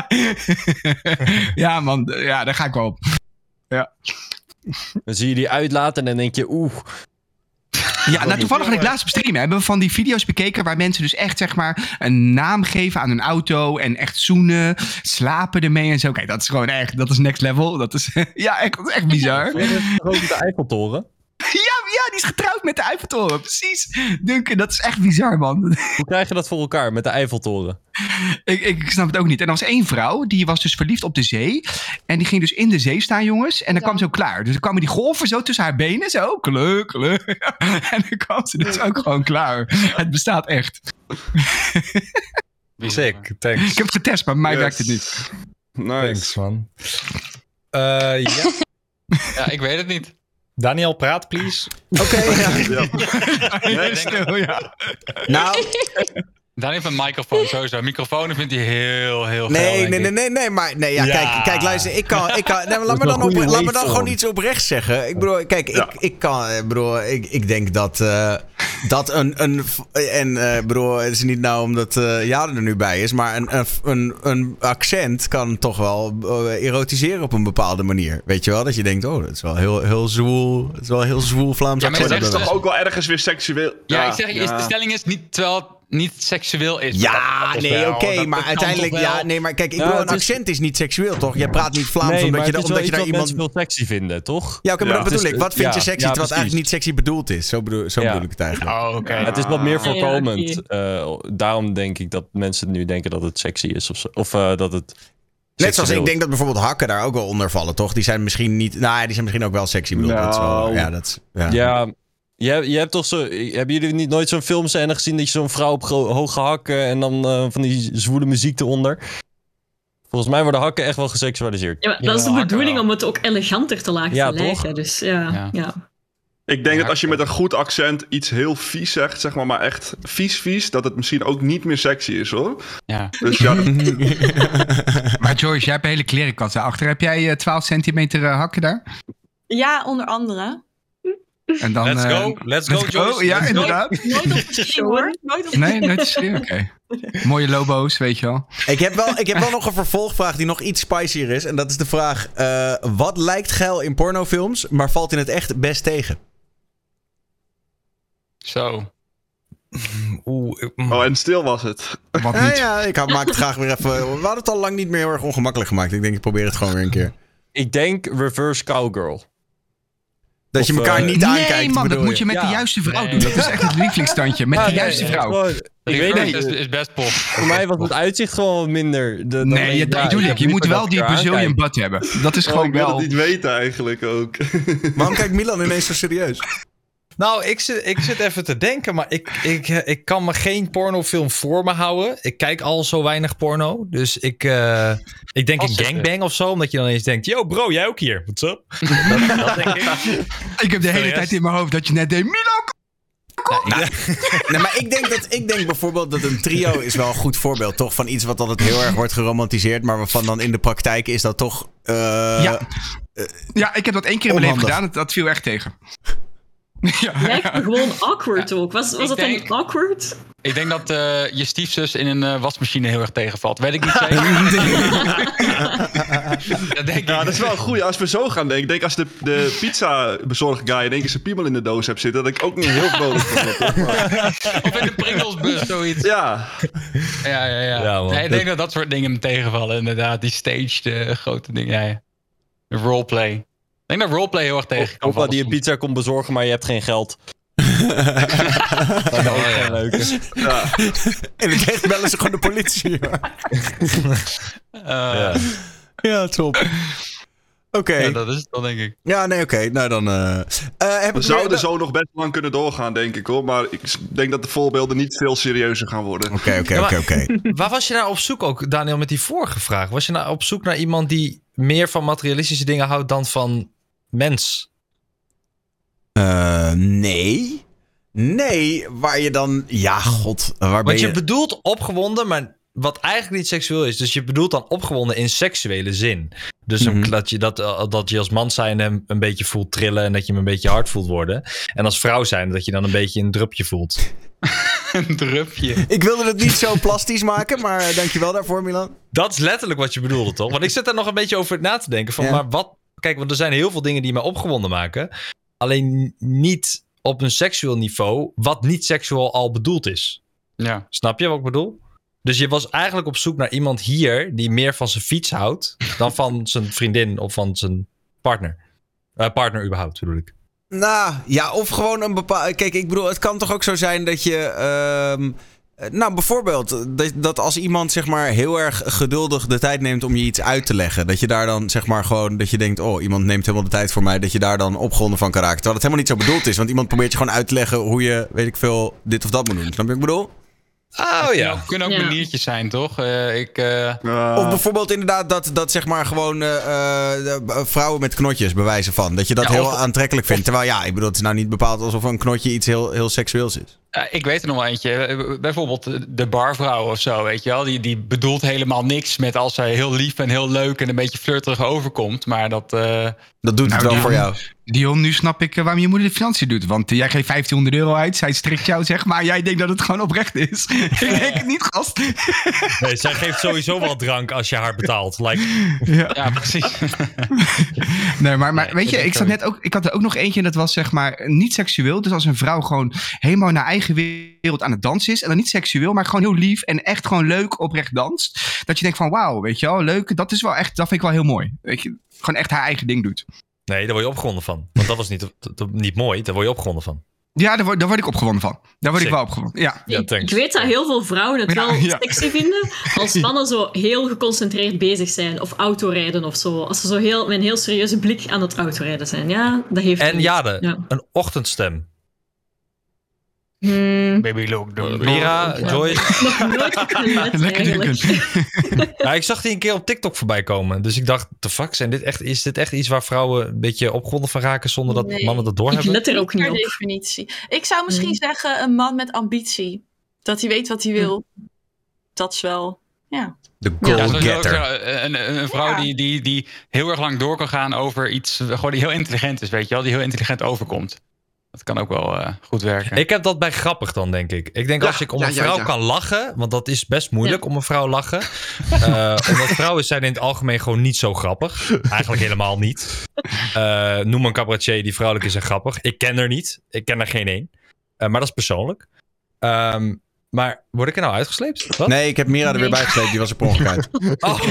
Ja, man, daar ga ik wel op. Ja. Dan zie je die uitlaten en dan denk je, Ja, toevallig had ik laatst op stream hebben we van die video's bekeken waar mensen dus echt zeg maar een naam geven aan hun auto en echt zoenen, slapen ermee en zo. Kijk, dat is gewoon echt, dat is next level. Dat is echt bizar. Ook de Eiffeltoren. Ja, die is getrouwd met de Eiffeltoren. Precies. Duncan, dat is echt bizar, man. Hoe krijg je dat voor elkaar met de Eiffeltoren? Ik snap het ook niet. En er was één vrouw, die was dus verliefd op de zee. En die ging dus in de zee staan, jongens. En dan kwam ze ook klaar. Dus dan kwamen die golven zo tussen haar benen. Zo, kluk. En dan kwam ze dus ook gewoon klaar. Het bestaat echt. Sick, thanks. Ik heb het getest, maar bij mij werkt het niet. Nice. Thanks, man. Ja, ik weet het niet. Daniel, praat, please. Oké. Nou... Daniel heeft een microfoon sowieso. Microfoon vindt hij heel geil. Nee, maar kijk, luister, ik kan laat me dan gewoon iets oprechts zeggen. Ik bedoel, kijk, ik denk dat het is niet nou omdat Jade er nu bij is, maar een accent kan toch wel erotiseren op een bepaalde manier. Weet je wel, dat je denkt, oh, dat is wel heel zwoel, het is wel heel zwoel Vlaams accent. Maar dat is toch ook wel ergens weer seksueel? Ja, ik zeg, de stelling is niet, terwijl niet seksueel is. Ja, nee, oké, maar uiteindelijk... Ja, nee, maar kijk, ik bedoel, een accent is niet seksueel, toch? Je praat niet Vlaams omdat je daar iemand... wil sexy vinden, toch? Ja, oké, maar dat bedoel ik. Wat vind je sexy, terwijl het eigenlijk niet sexy bedoeld is? Zo bedoel ik het eigenlijk. Oh, oké. Het is wat meer voorkomend. Daarom denk ik dat mensen nu denken dat het sexy is. Of dat het... Net zoals ik denk dat bijvoorbeeld hakken daar ook wel onder vallen, toch? Die zijn misschien niet... Nou, die zijn misschien ook wel sexy bedoeld. Ja, je hebt toch zo... Hebben jullie niet nooit zo'n filmscène gezien dat je zo'n vrouw op hoge hakken en dan van die zwoele muziek eronder? Volgens mij worden hakken echt wel geseksualiseerd. Ja, maar dat is de bedoeling om het ook eleganter te laten lijken. Toch? Dus ja. Ik denk dat als je met een goed accent iets heel vies zegt, zeg maar echt vies, dat het misschien ook niet meer sexy is, hoor. Ja. Dus ja. Maar Joyce, jij hebt een hele klerenkast daarachter. Heb jij 12 centimeter hakken daar? Ja, onder andere. En dan, Let's go, Joyce. Ja, inderdaad. Nooit op de sching, hoor. Nee, nooit te schreeuwen. Oké. Mooie lobo's, weet je wel. Ik heb wel nog een vervolgvraag die nog iets spicier is. En dat is de vraag, wat lijkt geil in pornofilms, maar valt in het echt best tegen? Zo. En stil was het. Wat niet. Ja, ik maak het graag weer even... We hadden het al lang niet meer heel erg ongemakkelijk gemaakt. Ik denk, ik probeer het gewoon weer een keer. Ik denk reverse cowgirl. Dat je elkaar niet aankijkt. Nee, man, dat moet je met de juiste vrouw doen. Dat is echt het lievelingsstandje. Met de juiste vrouw. Ik weet niet. Is best pop. Voor mij was het uitzicht gewoon wat minder. Nee, dat bedoel ik. Je moet wel die Brazilian butt hebben. Dat is gewoon ik wil wel... het niet weten eigenlijk ook. Waarom kijkt Milan ineens zo serieus? Nou, ik zit even te denken, maar ik kan me geen pornofilm voor me houden. Ik kijk al zo weinig porno. Dus ik denk een gangbang of zo, omdat je dan eens denkt... Yo bro, jij ook hier? What's up? dat denk ik. Ik heb de hele tijd in mijn hoofd dat je net deed... Milan! Nee, maar ik denk bijvoorbeeld dat een trio is wel een goed voorbeeld, toch? Van iets wat altijd heel erg wordt geromantiseerd, maar waarvan dan in de praktijk is dat toch... Ja, ik heb dat 1 keer in mijn leven gedaan. Dat viel echt tegen. Lijkt me gewoon awkward ook. Was dat dan niet awkward? Ik denk dat je stiefzus in een wasmachine heel erg tegenvalt. Weet ik niet zeker. Dat is wel een goeie. Als we zo gaan denken. Ik denk als de pizza bezorgd guy in één keer zijn piemel in de doos hebt zitten, dat ik ook niet heel vrolijk van. Of in de Pringlesbus, zoiets. Ja. Ja, nee, ik denk dat soort dingen me tegenvallen. Inderdaad, die staged grote dingen. Ja. De roleplay. Ik denk dat roleplay heel erg tegen kan vallen. Die een pizza komt bezorgen, maar je hebt geen geld. Dat is ook geen leuke. Ja. In het echt bellen ze gewoon de politie. Ja, top. Oké. Ja, dat is het dan, denk ik. Ja, nee, oké. Nou, dan... We zouden zo nog best lang kunnen doorgaan, denk ik, hoor. Maar ik denk dat de voorbeelden niet veel serieuzer gaan worden. Oké. Waar was je nou op zoek ook, Daniel, met die vorige vraag? Was je nou op zoek naar iemand die meer van materialistische dingen houdt dan van mens? Nee. Nee, waar je dan... Ja, god. Waar ben je bedoelt opgewonden, maar wat eigenlijk niet seksueel is. Dus je bedoelt dan opgewonden in seksuele zin. Dus dat je als man zijn hem een beetje voelt trillen en dat je hem een beetje hard voelt worden. En als vrouw zijn dat je dan een beetje een drupje voelt. Een drupje. Ik wilde het niet zo plastisch maken, maar dankjewel daarvoor, Milan. Dat is letterlijk wat je bedoelde, toch? Want ik zit daar nog een beetje over na te denken. Van, maar wat... Kijk, want er zijn heel veel dingen die mij opgewonden maken. Alleen niet op een seksueel niveau, wat niet seksueel al bedoeld is. Ja. Snap je wat ik bedoel? Dus je was eigenlijk op zoek naar iemand hier die meer van zijn fiets houdt dan van zijn vriendin of van zijn partner. Partner überhaupt, bedoel ik. Nou, ja, of gewoon een bepaalde... Kijk, ik bedoel, het kan toch ook zo zijn dat je... Nou, bijvoorbeeld, dat als iemand zeg maar heel erg geduldig de tijd neemt om je iets uit te leggen. Dat je daar dan zeg maar gewoon, dat je denkt, oh, iemand neemt helemaal de tijd voor mij. Dat je daar dan opgewonden van kan raken. Terwijl het helemaal niet zo bedoeld is. Want iemand probeert je gewoon uit te leggen hoe je, weet ik veel, dit of dat moet doen. Snap je wat ik bedoel? Oh ja. Het kunnen ook maniertjes zijn, toch? Of bijvoorbeeld inderdaad dat zeg maar gewoon vrouwen met knotjes bewijzen van. Dat je dat heel aantrekkelijk vindt. Terwijl ja, ik bedoel, het is nou niet bepaald alsof een knotje iets heel seksueels is. Ik weet er nog wel eentje. Bijvoorbeeld de barvrouw of zo, weet je wel. Die bedoelt helemaal niks met als zij heel lief en heel leuk en een beetje flirterig overkomt. Maar dat doet het wel voor jou. Dion, nu snap ik waarom je moeder de financiën doet. Want jij geeft €1500 uit. Zij strikt jou, zeg maar. Jij denkt dat het gewoon oprecht is. Ik denk het niet, gast. Nee, zij geeft sowieso wel drank als je haar betaalt. Ja, precies. Nee, maar weet je, ik had er ook nog eentje en dat was zeg maar niet seksueel. Dus als een vrouw gewoon helemaal naar eigen wereld aan het dansen is. En dan niet seksueel, maar gewoon heel lief en echt gewoon leuk oprecht danst. Dat je denkt van wauw, weet je wel, leuk. Dat is wel echt, dat vind ik wel heel mooi. Weet je, gewoon echt haar eigen ding doet. Nee, daar word je opgewonden van. Want dat was niet mooi, daar word je opgewonden van. Ja, daar word ik opgewonden van. Daar word ik wel opgewonden. Ja. Ik weet dat heel veel vrouwen het wel sexy vinden als mannen zo heel geconcentreerd bezig zijn. Of autorijden of zo. Als ze zo met een heel serieuze blik aan het autorijden zijn. Ja, dat heeft en een ochtendstem. Baby look. Mira, Joyce. Nog nooit eigenlijk. Ja, ik zag die een keer op TikTok voorbij komen. Dus ik dacht, the fuck, is dit echt iets waar vrouwen een beetje opgewonden van raken zonder dat mannen dat doorhebben? Ik let er ook niet op. Definitie. Ik zou misschien zeggen een man met ambitie. Dat hij weet wat hij wil. Dat is wel, ja. De goal-getter. Een vrouw die heel erg lang door kan gaan over iets gewoon die heel intelligent is, weet je wel. Die heel intelligent overkomt. Dat kan ook wel goed werken. Ik heb dat bij grappig dan, denk ik. Ik denk als ik om een vrouw kan lachen... want dat is best moeilijk om een vrouw lachen. Omdat vrouwen zijn in het algemeen gewoon niet zo grappig. Eigenlijk helemaal niet. Noem een cabaretier die vrouwelijk is en grappig. Ik ken er niet. Ik ken er geen één. Maar dat is persoonlijk. Maar word ik er nou uitgesleept? Wat? Nee, ik heb Mira er weer bij gesleept. Die was er per ongeluk uit. Oh.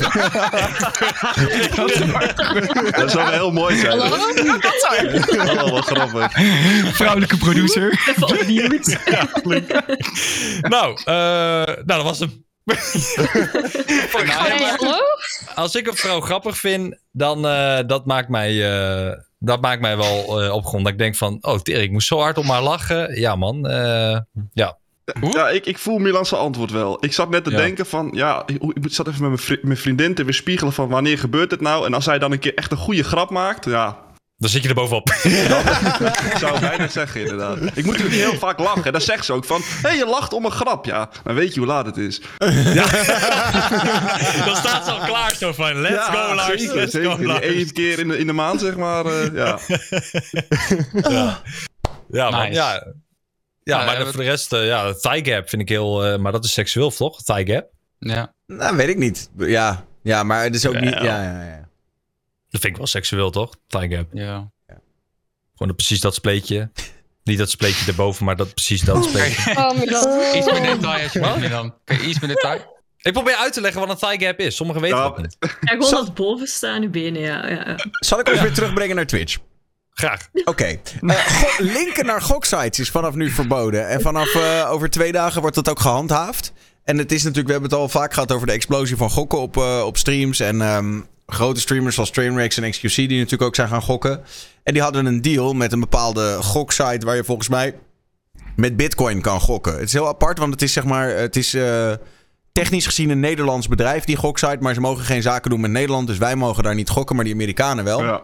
Dat zou heel mooi zijn. Hallo, wat grappig. Vrouwelijke producer. Even opnieuw. Dat was hem. Hallo? Als ik een vrouw grappig vind, dan dat maakt mij wel opgewonden. Dat ik denk van, Terry, ik moest zo hard om haar lachen. Ja, man. Ja. Ja, ik voel Milan's antwoord wel. Ik zat net te denken van... ik zat even met mijn vriendin te weerspiegelen van... wanneer gebeurt het nou? En als zij dan een keer echt een goede grap maakt... Ja, dan zit je er bovenop. dat zou ik bijna zeggen, inderdaad. Ik moet natuurlijk heel vaak lachen. Dan zegt ze ook van... Hé, je lacht om een grap. Ja, dan weet je hoe laat het is. Ja. Dan staat ze al klaar zo van... Let's go, Lars. Zeker, let's go, Lars. Eén keer in de maand, zeg maar. Ja, man, ja. Ja, maar voor de rest, thigh gap vind ik heel... maar dat is seksueel, toch? Thigh gap? Ja. Nou, weet ik niet. Ja, maar het is ook niet... Ja. Dat vind ik wel seksueel, toch? Thigh gap. Ja. Gewoon precies dat spleetje. Niet dat spleetje erboven, maar precies dat spleetje. Oh my god. Iets meer detail alsjeblieft dan. Kan je iets meer detail? Ik probeer uit te leggen wat een thigh gap is. Sommigen weten dat niet. Ja, gewoon dat boven staan, uw benen, ja. Zal ik ons weer terugbrengen naar Twitch? Graag. Oké. Linken naar goksites is vanaf nu verboden. En vanaf over 2 dagen wordt dat ook gehandhaafd. En het is natuurlijk, we hebben het al vaak gehad over de explosie van gokken op streams. En grote streamers zoals Trainwrecks en XQC die natuurlijk ook zijn gaan gokken. En die hadden een deal met een bepaalde goksite waar je volgens mij met Bitcoin kan gokken. Het is heel apart, want het is zeg maar, technisch gezien een Nederlands bedrijf, die goksite. Maar ze mogen geen zaken doen met Nederland, dus wij mogen daar niet gokken, maar die Amerikanen wel. Ja.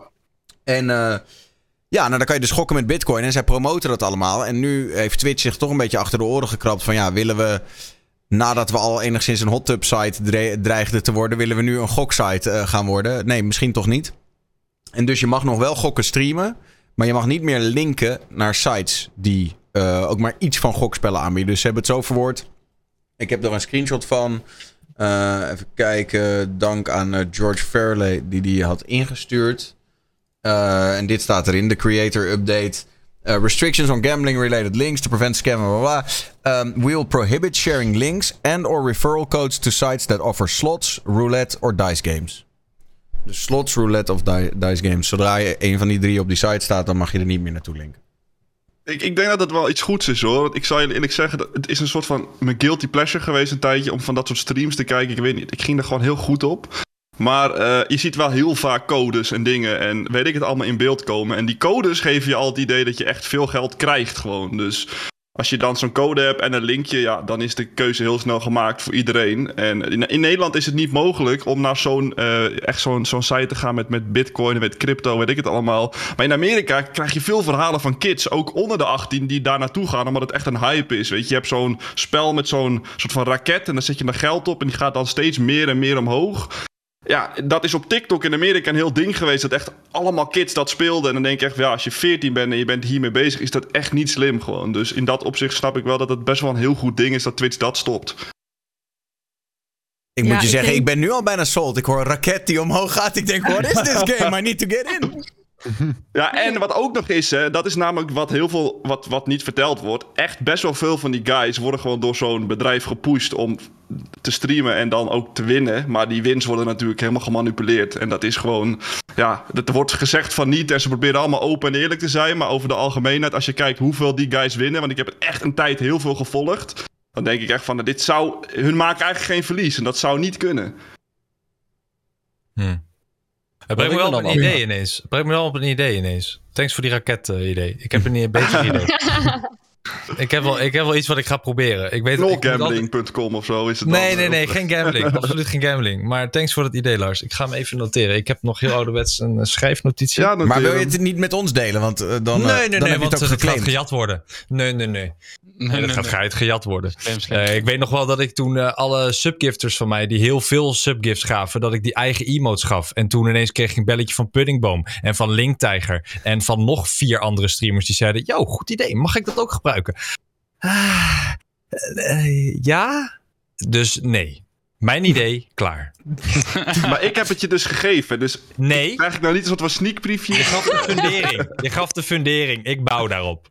En dan kan je dus gokken met Bitcoin. En zij promoten dat allemaal. En nu heeft Twitch zich toch een beetje achter de oren gekrapt van willen we, nadat we al enigszins een hot tub site dreigden te worden, willen we nu een goksite gaan worden? Nee, misschien toch niet. En dus je mag nog wel gokken streamen, maar je mag niet meer linken naar sites die ook maar iets van gokspellen aanbieden. Dus ze hebben het zo verwoord. Ik heb er een screenshot van. Even kijken. Dank aan George Fairley die had ingestuurd. En dit staat erin, de creator update. Restrictions on gambling-related links to prevent scamming, blah, blah. We will prohibit sharing links and or referral codes to sites that offer slots, roulette or dice games. Dus slots, roulette of dice games. Zodra je een van die 3 op die site staat, dan mag je er niet meer naartoe linken. Ik denk dat het wel iets goeds is, hoor. Want ik zal je eerlijk zeggen, het is een soort van mijn guilty pleasure geweest een tijdje om van dat soort streams te kijken. Ik weet niet, ik ging er gewoon heel goed op. Maar je ziet wel heel vaak codes en dingen en weet ik het allemaal in beeld komen. En die codes geven je al het idee dat je echt veel geld krijgt gewoon. Dus als je dan zo'n code hebt en een linkje, dan is de keuze heel snel gemaakt voor iedereen. En in Nederland is het niet mogelijk om naar zo'n site te gaan met Bitcoin, met crypto, weet ik het allemaal. Maar in Amerika krijg je veel verhalen van kids, ook onder de 18, die daar naartoe gaan, omdat het echt een hype is. Weet je, je hebt zo'n spel met zo'n soort van raket en dan zet je er geld op en die gaat dan steeds meer en meer omhoog. Ja, dat is op TikTok in Amerika een heel ding geweest, dat echt allemaal kids dat speelden. En dan denk ik echt, als je 14 bent en je bent hiermee bezig, is dat echt niet slim gewoon. Dus in dat opzicht snap ik wel dat het best wel een heel goed ding is dat Twitch dat stopt. Ik moet je zeggen, ik ben nu al bijna sold. Ik hoor een raket die omhoog gaat. Ik denk, what is this game? I need to get in. Ja, en wat ook nog is, dat is namelijk wat niet verteld wordt. Echt best wel veel van die guys worden gewoon door zo'n bedrijf gepusht om te streamen en dan ook te winnen. Maar die wins worden natuurlijk helemaal gemanipuleerd. En dat is gewoon, er wordt gezegd van niet. En ze proberen allemaal open en eerlijk te zijn. Maar over de algemeenheid, als je kijkt hoeveel die guys winnen, want ik heb het echt een tijd heel veel gevolgd, dan denk ik echt van, hun maken eigenlijk geen verlies. En dat zou niet kunnen. Het brengt me wel op een idee ineens. Thanks voor die raket-idee. Ik heb een beter idee. Ik heb wel iets wat ik ga proberen. Ik weet Nogambling.com of zo is het dan. Nee, geen gambling. Absoluut geen gambling. Maar thanks voor het idee, Lars. Ik ga hem even noteren. Ik heb nog heel ouderwets een schrijfnotitie. Ja, maar wil je het niet met ons delen? Want dan dan heb je want het ook het gaat geclaimd. gejat worden. Nee. Dat gaat gejat worden. Ik weet nog wel dat ik toen alle subgifters van mij, die heel veel subgifts gaven, dat ik die eigen emotes gaf. En toen ineens kreeg ik een belletje van Puddingboom en van Linktijger en van nog 4 andere streamers die zeiden, yo, goed idee, mag ik dat ook gebruiken? Ja? Dus nee. Mijn idee, klaar. Maar ik heb het je dus gegeven, dus nee. Krijg ik nou niet een soort van sneak preview? Je gaf de fundering. Ik bouw daarop.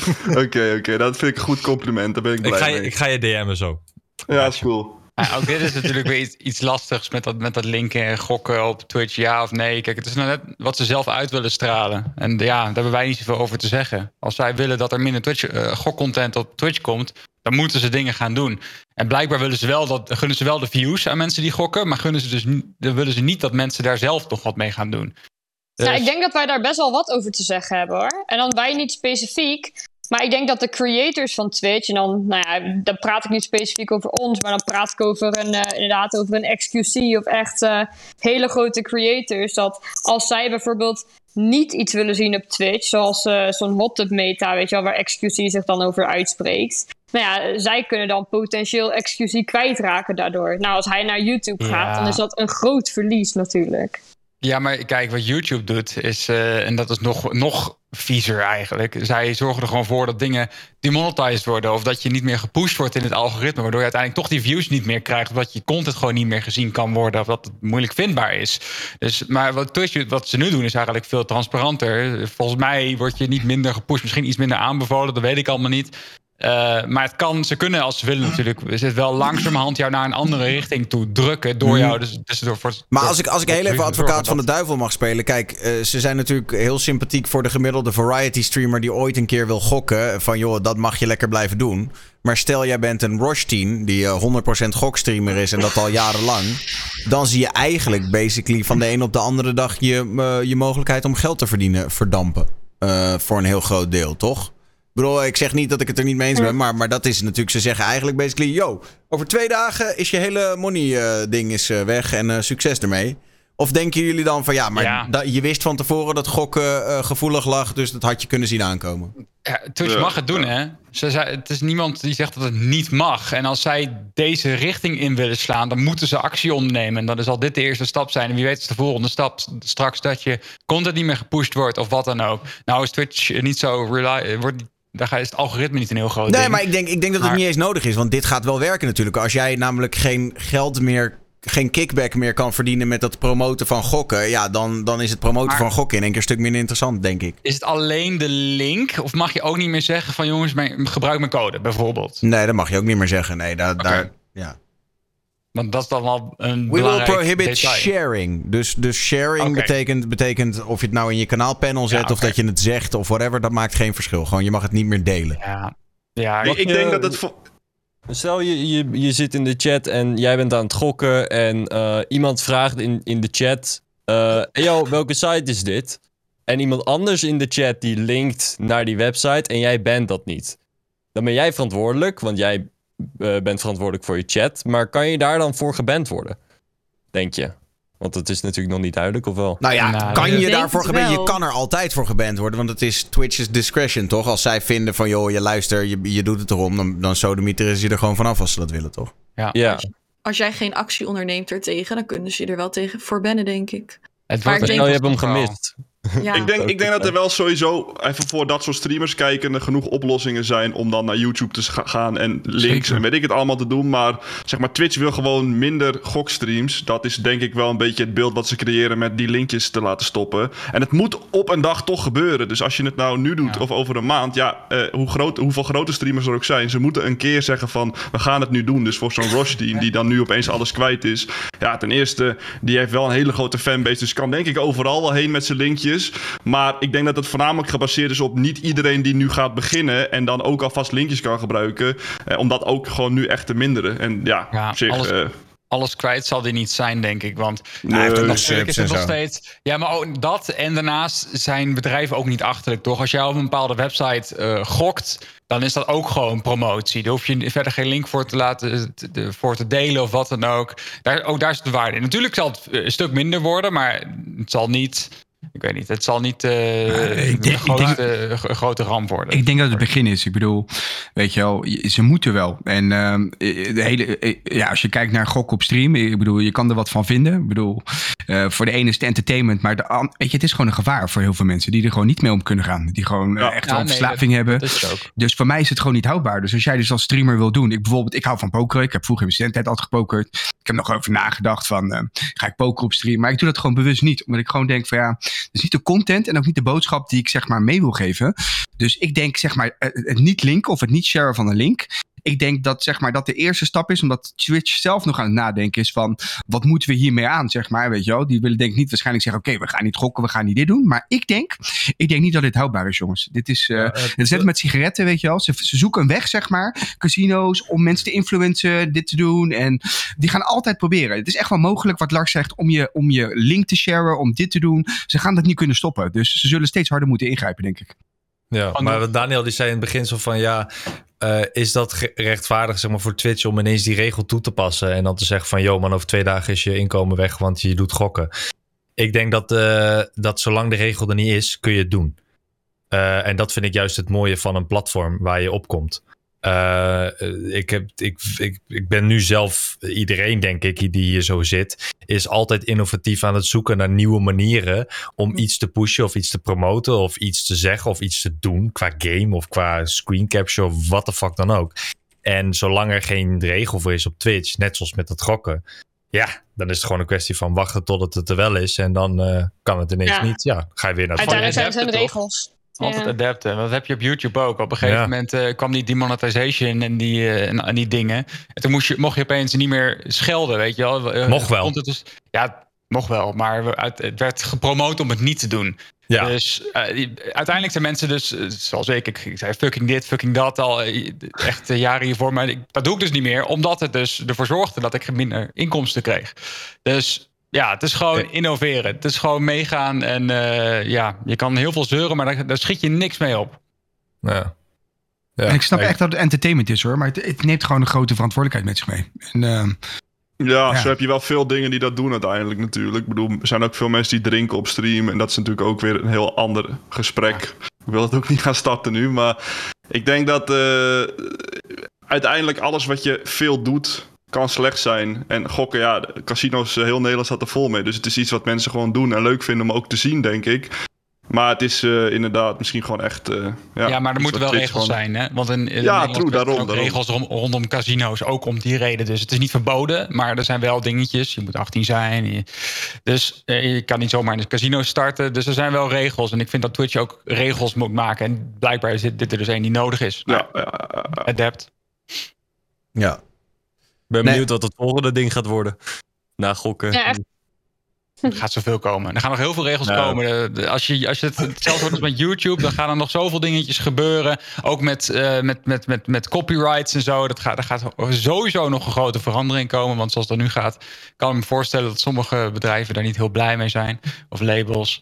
Oké, dat vind ik een goed compliment. Daar ben ik blij mee. Ik ga je DM'en zo. Ja, is cool. Ja, ook dit is natuurlijk weer iets lastigs met dat linken en gokken op Twitch, ja of nee. Kijk, het is nou net wat ze zelf uit willen stralen. En ja, daar hebben wij niet zoveel over te zeggen. Als zij willen dat er minder gokcontent op Twitch komt, dan moeten ze dingen gaan doen. En blijkbaar gunnen ze wel de views aan mensen die gokken, maar willen ze niet dat mensen daar zelf nog wat mee gaan doen. Dus... Ja, ik denk dat wij daar best wel wat over te zeggen hebben, hoor. En dan wij niet specifiek, maar ik denk dat de creators van Twitch, en dan praat ik niet specifiek over ons, maar dan praat ik over inderdaad over een XQC of echt hele grote creators, dat als zij bijvoorbeeld niet iets willen zien op Twitch, zoals zo'n hot tub meta, weet je wel, waar XQC zich dan over uitspreekt. Nou ja, zij kunnen dan potentieel XQC kwijtraken daardoor. Nou, als hij naar YouTube gaat, dan is dat een groot verlies natuurlijk. Ja, maar kijk, wat YouTube doet is, en dat is nog viezer eigenlijk. Zij zorgen er gewoon voor dat dingen demonetized worden, of dat je niet meer gepusht wordt in het algoritme, waardoor je uiteindelijk toch die views niet meer krijgt, of dat je content gewoon niet meer gezien kan worden, of dat het moeilijk vindbaar is. Dus, maar wat ze nu doen is eigenlijk veel transparanter. Volgens mij word je niet minder gepusht, misschien iets minder aanbevolen, dat weet ik allemaal niet. Maar ze kunnen als ze willen natuurlijk, is het wel langzamerhand jou naar een andere richting toe drukken door jou. Maar als ik heel even advocaat van de duivel mag spelen. Kijk, ze zijn natuurlijk heel sympathiek voor de gemiddelde variety streamer die ooit een keer wil gokken. Van joh, dat mag je lekker blijven doen. Maar stel jij bent een Rosh-team die 100% gokstreamer is en dat al jarenlang. Dan zie je eigenlijk basically van de een op de andere dag je mogelijkheid om geld te verdienen verdampen. Voor een heel groot deel, toch? Ik bedoel, ik zeg niet dat ik het er niet mee eens ben, maar dat is natuurlijk, ze zeggen eigenlijk basically, yo, over 2 dagen is je hele money ding is weg en succes ermee. Of denken jullie dan van, je wist van tevoren dat gokken gevoelig lag, dus dat had je kunnen zien aankomen? Ja, Twitch mag het doen, hè? Het is niemand die zegt dat het niet mag. En als zij deze richting in willen slaan, dan moeten ze actie ondernemen. En dan zal dit de eerste stap zijn. En wie weet is de volgende stap straks dat je content niet meer gepusht wordt of wat dan ook. Nou is Twitch niet zo daar is het algoritme niet een heel groot ding. Nee, maar ik denk dat het niet eens nodig is. Want dit gaat wel werken natuurlijk. Als jij namelijk geen kickback meer kan verdienen met het promoten van gokken. Ja, dan is het promoten van gokken in één keer een stuk minder interessant, denk ik. Is het alleen de link? Of mag je ook niet meer zeggen van jongens, gebruik mijn code bijvoorbeeld? Nee, dat mag je ook niet meer zeggen. Nee, daar. Want dat is dan wel een We will prohibit detail. sharing. Dus sharing betekent of je het nou in je kanaalpanel zet of dat je het zegt of whatever. Dat maakt geen verschil. Gewoon, je mag het niet meer delen. Ja, ik denk dat het... Stel je zit in de chat en jij bent aan het gokken en iemand vraagt in de chat, welke site is dit? En iemand anders in de chat die linkt naar die website en jij bent dat niet. Dan ben jij verantwoordelijk, want jij bent verantwoordelijk voor je chat. Maar kan je daar dan voor geband worden? Denk je? Want het is natuurlijk nog niet duidelijk, of wel? Nou ja, kan je daarvoor geband? Je kan er altijd voor geband worden, want het is Twitch's discretion, toch? Als zij vinden van, joh, je luister, je doet het erom, dan sodemieteren ze je er gewoon vanaf als ze dat willen, toch? Ja. Als jij geen actie onderneemt ertegen, dan kunnen ze je er wel tegen voor bannen, denk ik. Je hebt hem gemist. Ja. Ik denk dat er wel sowieso, even voor dat soort streamers kijken, genoeg oplossingen zijn om dan naar YouTube te gaan en links en weet ik het allemaal te doen. Maar zeg maar, Twitch wil gewoon minder gokstreams. Dat is denk ik wel een beetje het beeld wat ze creëren met die linkjes te laten stoppen. En het moet op een dag toch gebeuren. Dus als je het nou nu doet of over een maand, hoeveel grote streamers er ook zijn, ze moeten een keer zeggen van, we gaan het nu doen. Dus voor zo'n Rosh-team die dan nu opeens alles kwijt is. Ja, ten eerste, die heeft wel een hele grote fanbase, dus kan denk ik overal wel heen met zijn linkjes. Maar ik denk dat het voornamelijk gebaseerd is op niet iedereen die nu gaat beginnen en dan ook alvast linkjes kan gebruiken. Om dat ook gewoon nu echt te minderen. En alles kwijt zal hij niet zijn, denk ik. Want hij heeft ook nog natuurlijk is het nog steeds... Ja, maar ook dat. En daarnaast zijn bedrijven ook niet achterlijk, toch? Als jij op een bepaalde website gokt, dan is dat ook gewoon promotie. Daar hoef je verder geen link voor te delen of wat dan ook. Daar is de waarde in. Natuurlijk zal het een stuk minder worden, maar het zal niet... Ik weet niet, het zal niet een grote ramp worden. Ik denk dat het begin is. Ik bedoel, weet je wel, ze moeten wel. En als je kijkt naar gok op stream, ik bedoel, je kan er wat van vinden. Ik bedoel, voor de ene is het entertainment, maar weet je, het is gewoon een gevaar voor heel veel mensen die er gewoon niet mee om kunnen gaan. Die gewoon echt wel verslaving hebben. Dus voor mij is het gewoon niet houdbaar. Dus als jij dus als streamer wil doen, ik hou van pokeren. Ik heb vroeger in mijn studententijd altijd gepokerd. Ik heb nog over nagedacht van, ga ik pokeren op stream? Maar ik doe dat gewoon bewust niet. Omdat ik gewoon denk van dus niet de content en ook niet de boodschap die ik zeg maar mee wil geven. Dus ik denk zeg maar het niet linken of het niet sharen van een link. Ik denk dat zeg maar dat de eerste stap is, omdat Twitch zelf nog aan het nadenken is van wat moeten we hiermee aan, zeg maar, weet je wel. Die willen denk ik niet waarschijnlijk zeggen, oké, we gaan niet gokken, we gaan niet dit doen. Maar ik denk niet dat dit houdbaar is, jongens. Dit is het is net met sigaretten, weet je wel. Ze zoeken een weg, zeg maar, casino's, om mensen te influencen, dit te doen. En die gaan altijd proberen. Het is echt wel mogelijk, wat Lars zegt, om je link te sharen, om dit te doen. Ze gaan dat niet kunnen stoppen. Dus ze zullen steeds harder moeten ingrijpen, denk ik. Ja, maar Daniel die zei in het begin zo van is dat rechtvaardig zeg maar, voor Twitch om ineens die regel toe te passen en dan te zeggen van yo man, over 2 dagen is je inkomen weg, want je doet gokken. Ik denk dat zolang de regel er niet is, kun je het doen. En dat vind ik juist het mooie van een platform waar je opkomt. Ik ben nu zelf, iedereen denk ik die hier zo zit, is altijd innovatief aan het zoeken naar nieuwe manieren om iets te pushen of iets te promoten of iets te zeggen of iets te doen qua game of qua screen capture of wat de fuck dan ook. En zolang er geen regel voor is op Twitch, net zoals met het gokken, dan is het gewoon een kwestie van wachten totdat het er wel is en dan kan het ineens niet. Ja, ga je weer naar het uiteindelijk zijn de regels. Altijd adapten. Dat heb je op YouTube ook. Op een gegeven moment kwam die demonetization en die dingen. En toen mocht je opeens niet meer schelden, weet je wel. Mocht wel. Mocht wel. Maar het werd gepromoot om het niet te doen. Ja. Dus uiteindelijk zijn mensen dus, zoals ik zei fucking dit, fucking dat al echt jaren hiervoor. Maar dat doe ik dus niet meer, omdat het dus ervoor zorgde dat ik minder inkomsten kreeg. Dus ja, het is gewoon innoveren. Het is gewoon meegaan en je kan heel veel zeuren, maar daar schiet je niks mee op. Ja. En ik snap echt dat het entertainment is hoor, maar het neemt gewoon een grote verantwoordelijkheid met zich mee. En, zo heb je wel veel dingen die dat doen uiteindelijk natuurlijk. Ik bedoel, er zijn ook veel mensen die drinken op stream en dat is natuurlijk ook weer een heel ander gesprek. Ik wil het ook niet gaan starten nu, maar ik denk dat uiteindelijk alles wat je veel doet kan slecht zijn. En gokken, casinos, heel Nederland staat er vol mee. Dus het is iets wat mensen gewoon doen en leuk vinden om ook te zien, denk ik. Maar het is inderdaad misschien gewoon echt... maar er moeten wel regels zijn, hè? Want in Nederland zijn ook regels rondom casino's, ook om die reden. Dus het is niet verboden, maar er zijn wel dingetjes. Je moet 18 zijn. Dus je kan niet zomaar in een casino starten. Dus er zijn wel regels. En ik vind dat Twitch ook regels moet maken. En blijkbaar is dit er dus één die nodig is. Adapt. Ja. Ik ben benieuwd wat het volgende ding gaat worden. Na gokken. Ja, er gaat zoveel komen. Er gaan nog heel veel regels komen. Als je hetzelfde wordt als met YouTube, dan gaan er nog zoveel dingetjes gebeuren. Ook met copyrights en zo. Er gaat sowieso nog een grote verandering komen. Want zoals dat nu gaat, kan ik me voorstellen dat sommige bedrijven daar niet heel blij mee zijn. Of labels.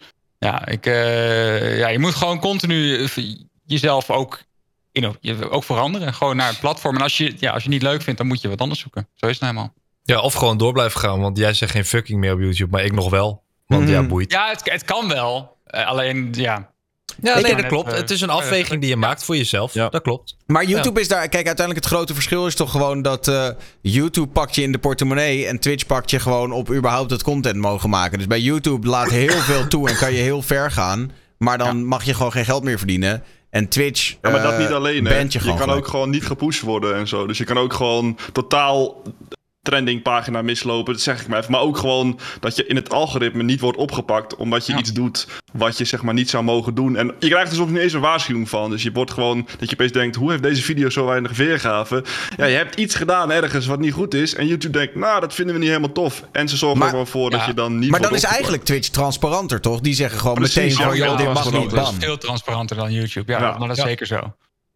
Je moet gewoon continu jezelf ook veranderen. Gewoon naar het platform. En als je niet leuk vindt, dan moet je wat anders zoeken. Zo is het helemaal. Ja, of gewoon door blijven gaan. Want jij zegt geen fucking meer op YouTube, maar ik nog wel. Want boeit. Ja, het kan wel. Alleen, Ja, nee, dat klopt. Het is een afweging die je maakt voor jezelf. Ja. Dat klopt. Maar YouTube is daar... Kijk, uiteindelijk het grote verschil is toch gewoon dat YouTube pakt je in de portemonnee en Twitch pakt je gewoon op überhaupt het content mogen maken. Dus bij YouTube laat heel veel toe en kan je heel ver gaan. Maar dan mag je gewoon geen geld meer verdienen. En Twitch maar dat niet alleen, hè. Je kan gelijk. Ook gewoon niet gepusht worden en zo. Dus je kan ook gewoon totaal trendingpagina mislopen, dat zeg ik maar even. Maar ook gewoon dat je in het algoritme niet wordt opgepakt omdat je iets doet wat je zeg maar niet zou mogen doen. En je krijgt er soms niet eens een waarschuwing van. Dus je wordt gewoon dat je opeens denkt, hoe heeft deze video zo weinig weergave? Ja, je hebt iets gedaan ergens wat niet goed is en YouTube denkt, nou, dat vinden we niet helemaal tof. En ze zorgen er gewoon voor dat je dan niet. Maar dan is eigenlijk Twitch transparanter, toch? Die zeggen gewoon meteen van, dit mag niet. Dat is veel transparanter dan YouTube. Ja. Maar dat is zeker zo.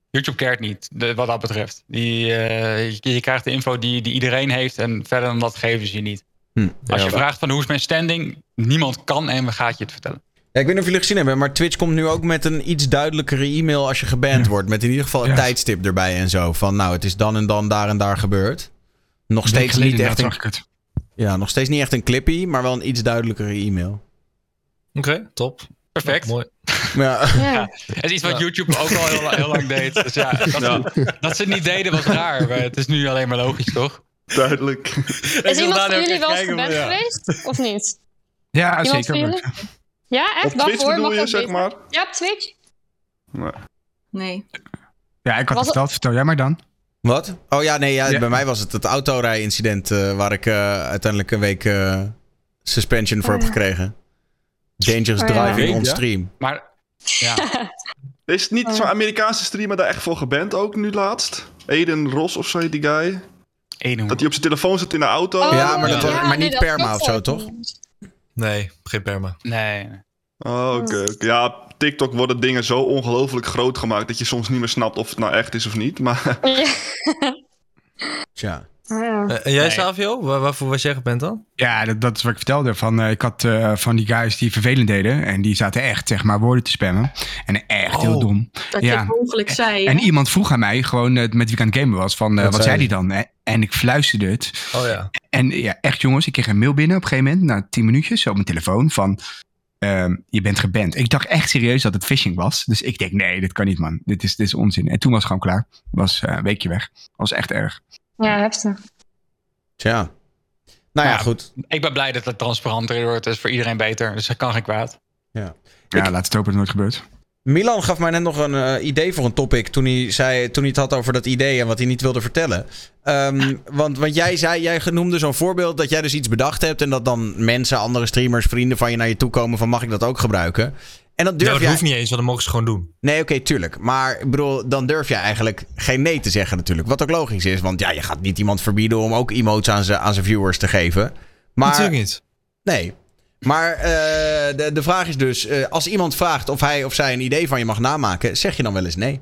YouTube caret niet, wat dat betreft. Je krijgt de info die iedereen heeft en verder dan dat geven ze je niet. Als je vraagt van hoe is mijn standing, niemand kan en gaat je het vertellen. Ja, ik weet niet of jullie gezien hebben, maar Twitch komt nu ook met een iets duidelijkere e-mail als je geband wordt. Met in ieder geval een tijdstip erbij en zo. Van nou, het is dan en dan daar en daar gebeurd. Nog steeds niet echt nog steeds niet echt een clippy, maar wel een iets duidelijkere e-mail. Oké, top. Perfect. Mooi. Ja. Het is iets wat YouTube ook al heel lang deed. Dus dat ze het niet deden was raar. Maar het is nu alleen maar logisch, toch? Duidelijk. Is iemand van jullie wel eens geband geweest? Of niet? Ja, iemand zeker. Ja, echt? Op Twitch bedoel je, zeg maar? Ja, op Twitch? Nee. Ja, ik had het verteld. Vertel jij maar dan. Wat? Oh ja, nee, bij mij was het autorij-incident waar ik uiteindelijk een week suspension voor heb gekregen. Dangerous driving on stream. Maar, Is het niet zo'n Amerikaanse streamer daar echt voor geband ook nu laatst? Eden Ross of zo, die guy? Dat hij op zijn telefoon zit in de auto? Maar niet perma of zo, toch? Nee, geen perma. Nee. Oh, oké. Ja, TikTok worden dingen zo ongelooflijk groot gemaakt dat je soms niet meer snapt of het nou echt is of niet. Maar... Tja. En jij, Savio? Waarvoor was jij geband dan? Ja, dat is wat ik vertelde. Ik had van die guys die vervelend deden. En die zaten echt, zeg maar, woorden te spammen. En echt heel dom. Dat je het ongeluk zei. En iemand vroeg aan mij, gewoon met wie ik aan het gamen was, van wat zei die dan? En ik fluisterde het. Oh ja. En ja, echt jongens, ik kreeg een mail binnen op een gegeven moment, na 10 minuutjes, op mijn telefoon, van je bent geband. Ik dacht echt serieus dat het phishing was. Dus ik denk, nee, dit kan niet, man. Dit is onzin. En toen was het gewoon klaar. Was een weekje weg. Was echt erg. Ja, heftig. Tja. Nou ja, goed. Ik ben blij dat het transparanter wordt. Het is voor iedereen beter. Dus dat kan geen kwaad. Ja, laat het hopen dat het nooit gebeurt. Milan gaf mij net nog een idee voor een topic toen hij het had over dat idee en wat hij niet wilde vertellen. Want jij noemde zo'n voorbeeld dat jij dus iets bedacht hebt en dat dan mensen, andere streamers, vrienden van je naar je toe komen van mag ik dat ook gebruiken? En dat hoeft niet eens, want dan mogen ze gewoon doen. Nee, oké, tuurlijk. Maar ik bedoel, dan durf je eigenlijk geen nee te zeggen natuurlijk. Wat ook logisch is, want je gaat niet iemand verbieden om ook emotes aan zijn viewers te geven. Maar, natuurlijk niet. Nee. Maar de vraag is dus, als iemand vraagt of hij of zij een idee van je mag namaken, zeg je dan wel eens nee?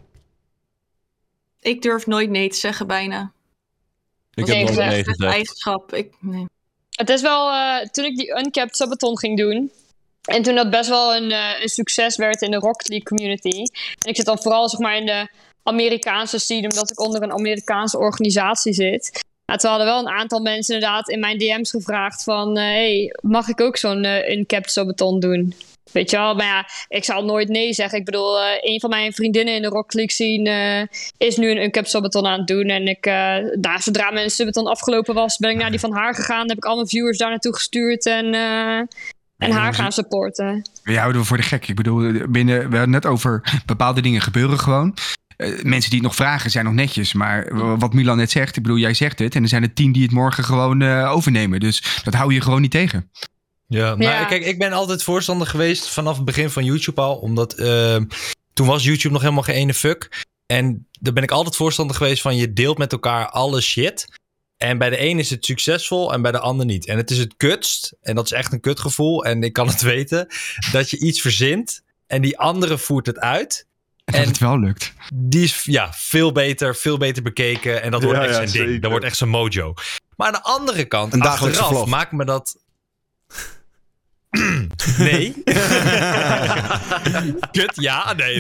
Ik durf nooit nee te zeggen, bijna. Ik heb nooit nee gezegd. Eigenschap. Nee. Het is wel, toen ik die Uncapped Subathon ging doen, en toen dat best wel een succes werd in de Rocket League community. En ik zit dan vooral zeg maar in de Amerikaanse scene, omdat ik onder een Amerikaanse organisatie zit. Nou, toen hadden wel een aantal mensen inderdaad in mijn DM's gevraagd van... hey, mag ik ook zo'n Uncapped Subathon doen? Weet je wel, maar ja, ik zal nooit nee zeggen. Ik bedoel, een van mijn vriendinnen in de Rocket League scene is nu een Uncapped Subathon aan het doen. En zodra mijn Subathon afgelopen was, ben ik naar die van haar gegaan. Heb ik al mijn viewers daar naartoe gestuurd en haar gaan supporten. We houden we voor de gek. Ik bedoel, we hadden net over bepaalde dingen gebeuren gewoon. Mensen die het nog vragen zijn nog netjes. Maar wat Milan net zegt, ik bedoel, jij zegt het. En er zijn er 10 die het morgen gewoon overnemen. Dus dat hou je gewoon niet tegen. Ja, maar kijk, ik ben altijd voorstander geweest vanaf het begin van YouTube al. Omdat toen was YouTube nog helemaal geen ene fuck. En daar ben ik altijd voorstander geweest van je deelt met elkaar alle shit. En bij de een is het succesvol en bij de ander niet. En het is het kutst, en dat is echt een kutgevoel. En ik kan het weten, dat je iets verzint en die andere voert het uit. En dat het wel lukt. Die is veel beter bekeken. En dat wordt echt zijn ding. Dat wordt echt zijn mojo. Maar aan de andere kant, een dagelijkse achteraf vlog. maakt me dat... Nee. Kut, ja. Nee.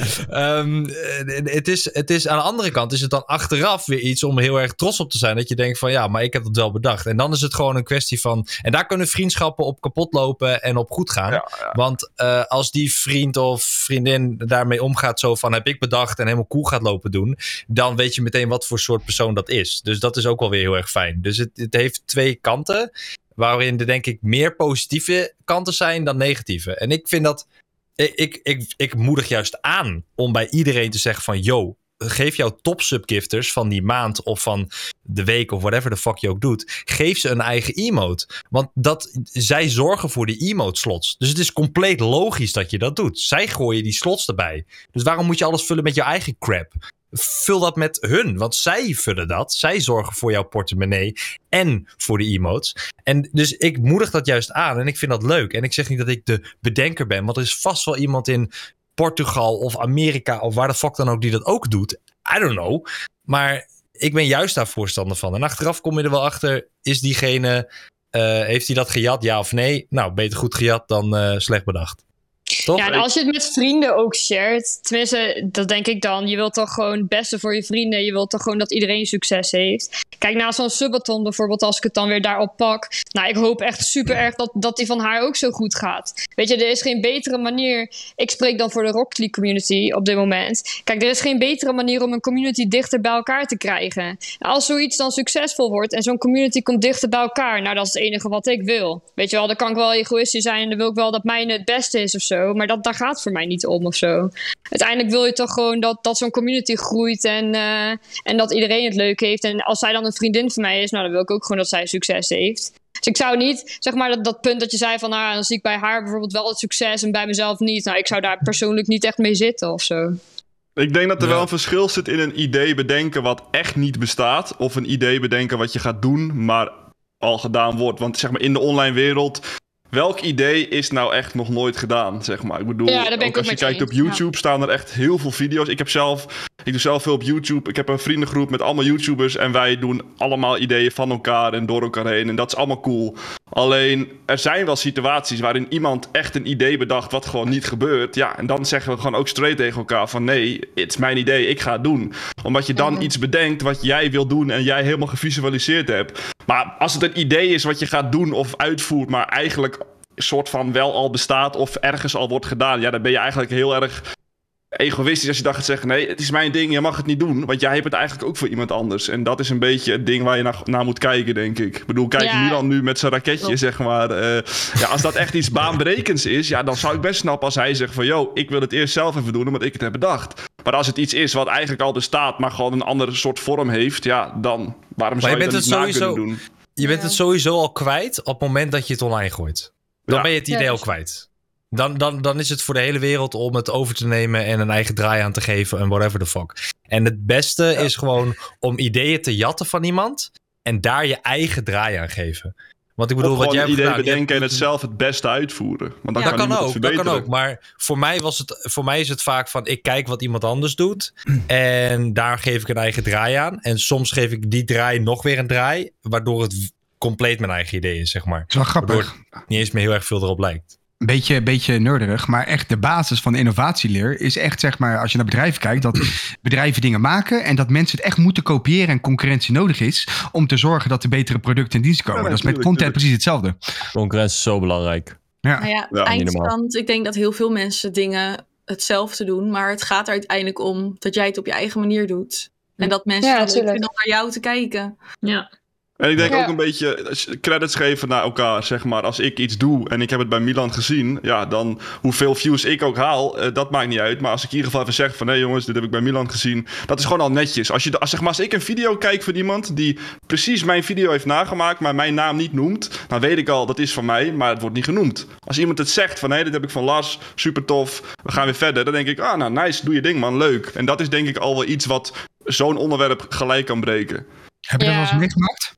Het is aan de andere kant is het dan achteraf weer iets om heel erg trots op te zijn. Dat je denkt van ja, maar ik heb het wel bedacht. En dan is het gewoon een kwestie van... En daar kunnen vriendschappen op kapot lopen en op goed gaan. Ja. Want als die vriend of vriendin daarmee omgaat zo van heb ik bedacht en helemaal cool gaat lopen doen. Dan weet je meteen wat voor soort persoon dat is. Dus dat is ook wel weer heel erg fijn. Dus het heeft twee kanten. Waarin er denk ik meer positieve kanten zijn dan negatieve. En ik vind dat... Ik moedig juist aan om bij iedereen te zeggen van... Yo, geef jouw top subgifters van die maand of van de week... of whatever the fuck je ook doet. Geef ze een eigen emote. Want zij zorgen voor die emote slots. Dus het is compleet logisch dat je dat doet. Zij gooien die slots erbij. Dus waarom moet je alles vullen met je eigen crap? Vul dat met hun, want zij vullen dat. Zij zorgen voor jouw portemonnee en voor de emotes. En dus ik moedig dat juist aan en ik vind dat leuk. En ik zeg niet dat ik de bedenker ben, want er is vast wel iemand in Portugal of Amerika of waar de fuck dan ook die dat ook doet. I don't know. Maar ik ben juist daar voorstander van. En achteraf kom je er wel achter, is diegene, heeft hij dat gejat, ja of nee? Nou, beter goed gejat dan slecht bedacht. Toch? Ja, en als je het met vrienden ook shared, tenminste, dat denk ik dan. Je wilt toch gewoon het beste voor je vrienden. Je wilt toch gewoon dat iedereen succes heeft. Kijk, na zo'n subathon bijvoorbeeld, als ik het dan weer daarop pak. Nou, ik hoop echt super erg dat die van haar ook zo goed gaat. Weet je, er is geen betere manier. Ik spreek dan voor de Rocket League community op dit moment. Kijk, er is geen betere manier om een community dichter bij elkaar te krijgen. Als zoiets dan succesvol wordt en zo'n community komt dichter bij elkaar. Nou, dat is het enige wat ik wil. Weet je wel, dan kan ik wel egoïstisch zijn en dan wil ik wel dat mijne het beste is of zo. Maar daar gaat het voor mij niet om of zo. Uiteindelijk wil je toch gewoon dat zo'n community groeit en dat iedereen het leuk heeft. En als zij dan een vriendin van mij is, nou dan wil ik ook gewoon dat zij succes heeft. Dus ik zou niet, zeg maar, dat punt dat je zei van, dan zie ik bij haar bijvoorbeeld wel het succes en bij mezelf niet. Nou, ik zou daar persoonlijk niet echt mee zitten of zo. Ik denk dat er wel een verschil zit in een idee bedenken wat echt niet bestaat. Of een idee bedenken wat je gaat doen, maar al gedaan wordt. Want zeg maar in de online wereld, welk idee is nou echt nog nooit gedaan, zeg maar? Ik bedoel, ook als je kijkt op YouTube, staan er echt heel veel video's. Ik doe zelf veel op YouTube. Ik heb een vriendengroep met allemaal YouTubers en wij doen allemaal ideeën van elkaar en door elkaar heen. En dat is allemaal cool. Alleen, er zijn wel situaties waarin iemand echt een idee bedacht wat gewoon niet gebeurt. Ja, en dan zeggen we gewoon ook straight tegen elkaar van nee, het is mijn idee, ik ga het doen. Omdat je dan iets bedenkt wat jij wil doen en jij helemaal gevisualiseerd hebt. Maar als het een idee is wat je gaat doen of uitvoert, maar eigenlijk een soort van wel al bestaat of ergens al wordt gedaan, ja, dan ben je eigenlijk heel erg egoïstisch als je dan gaat zeggen, nee, het is mijn ding, je mag het niet doen, want jij hebt het eigenlijk ook voor iemand anders. En dat is een beetje het ding waar je naar moet kijken, denk ik. Ik bedoel, kijk Milan nu met zijn raketje, zeg maar. Als dat echt iets baanbrekends is, ja, dan zou ik best snappen als hij zegt van, yo, ik wil het eerst zelf even doen, omdat ik het heb bedacht. Maar als het iets is wat eigenlijk al bestaat, maar gewoon een andere soort vorm heeft, ja, dan waarom zou je dat niet na kunnen doen? Je bent het sowieso al kwijt op het moment dat je het online gooit. Dan ben je het idee al kwijt. Dan is het voor de hele wereld om het over te nemen en een eigen draai aan te geven en whatever the fuck. En het beste is gewoon om ideeën te jatten van iemand en daar je eigen draai aan geven. Want ik bedoel, wat jij een idee bedenken en het zelf het beste uitvoeren. Want dan dat kan ook. Maar voor mij is het vaak van, ik kijk wat iemand anders doet en daar geef ik een eigen draai aan. En soms geef ik die draai nog weer een draai, waardoor het compleet mijn eigen idee is, zeg maar. Dat is wel grappig. Waardoor het niet eens meer heel erg veel erop lijkt. Een beetje nerderig, maar echt de basis van de innovatieleer is echt, zeg maar, als je naar bedrijven kijkt, dat bedrijven dingen maken en dat mensen het echt moeten kopiëren en concurrentie nodig is om te zorgen dat er betere producten en diensten komen. Dat is met content precies hetzelfde. Concurrentie is zo belangrijk. Eindstand, ik denk dat heel veel mensen dingen hetzelfde doen, maar het gaat er uiteindelijk om dat jij het op je eigen manier doet. En dat mensen leuk vinden om naar jou te kijken. Ja. En ik denk ook een beetje credits geven naar elkaar, zeg maar. Als ik iets doe en ik heb het bij Milan gezien, ja, dan hoeveel views ik ook haal, dat maakt niet uit. Maar als ik in ieder geval even zeg van, nee jongens, dit heb ik bij Milan gezien, dat is gewoon al netjes. Als ik een video kijk van iemand die precies mijn video heeft nagemaakt, maar mijn naam niet noemt, dan weet ik al, dat is van mij, maar het wordt niet genoemd. Als iemand het zegt van, hé, dit heb ik van Lars, super tof, we gaan weer verder, dan denk ik, nou nice, doe je ding man, leuk. En dat is denk ik al wel iets wat zo'n onderwerp gelijk kan breken. Heb je dat wel eens meegemaakt?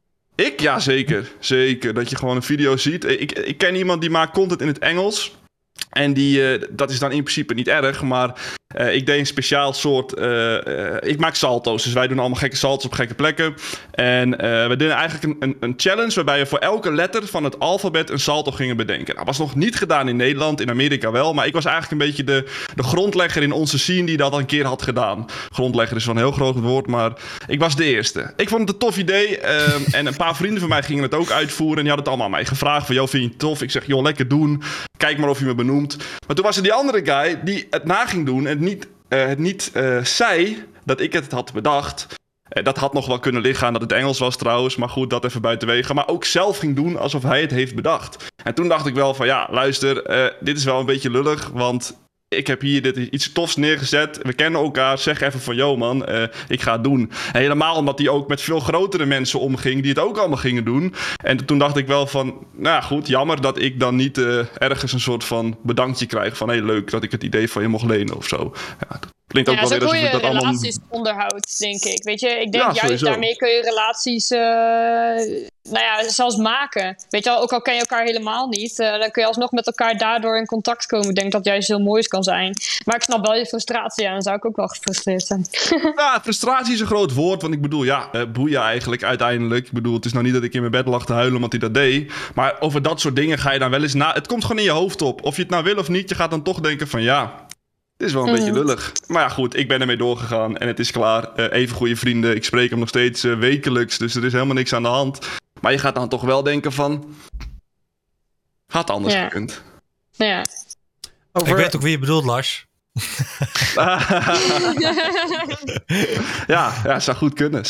Ja, zeker. Zeker. Dat je gewoon een video ziet. Ik ken iemand die maakt content in het Engels. En dat is dan in principe niet erg, maar ik deed een speciaal soort. Ik maak salto's, dus wij doen allemaal gekke salto's op gekke plekken. En we deden eigenlijk een challenge waarbij we voor elke letter van het alfabet een salto gingen bedenken. Dat was nog niet gedaan in Nederland, in Amerika wel, maar ik was eigenlijk een beetje de grondlegger in onze scene die dat al een keer had gedaan. Grondlegger is wel een heel groot woord, maar ik was de eerste. Ik vond het een tof idee en een paar vrienden van mij gingen het ook uitvoeren en die hadden het allemaal aan mij gevraagd van, joh, vind je het tof? Ik zeg, joh, lekker doen. Kijk maar of je me benoemt. Maar toen was er die andere guy die het na ging doen en het niet zei dat ik het had bedacht. Dat had nog wel kunnen liggen aan dat het Engels was trouwens. Maar goed, dat even buiten wegen. Maar ook zelf ging doen alsof hij het heeft bedacht. En toen dacht ik wel van ja, luister, dit is wel een beetje lullig. Want ik heb hier iets tofs neergezet. We kennen elkaar. Zeg even van, yo man, ik ga het doen. En helemaal omdat hij ook met veel grotere mensen omging die het ook allemaal gingen doen. En toen dacht ik wel van, nou goed, jammer dat ik dan niet ergens een soort van bedankje krijg van, hey, leuk dat ik het idee van je mocht lenen of zo. Ja, Klinkt ook wel weer alsof je dat allemaal... relaties onderhoudt, denk ik. Weet je, ik denk juist sowieso. daarmee kun je relaties zelfs maken. Weet je wel, ook al ken je elkaar helemaal niet, dan kun je alsnog met elkaar daardoor in contact komen. Ik denk dat juist heel moois kan zijn. Maar ik snap wel je frustratie, en dan zou ik ook wel gefrustreerd zijn. Ja, frustratie is een groot woord, want ik bedoel, boeien eigenlijk uiteindelijk. Ik bedoel, het is nou niet dat ik in mijn bed lag te huilen omdat hij dat deed. Maar over dat soort dingen ga je dan wel eens na... Het komt gewoon in je hoofd op. Of je het nou wil of niet, je gaat dan toch denken van het is wel een beetje lullig. Maar ja, goed, ik ben ermee doorgegaan en het is klaar. Even goede vrienden. Ik spreek hem nog steeds wekelijks, dus er is helemaal niks aan de hand. Maar je gaat dan toch wel denken van... Had anders gekund. Ja. Ik weet ook wie je bedoelt, Lars. Ja, zou goed kunnen.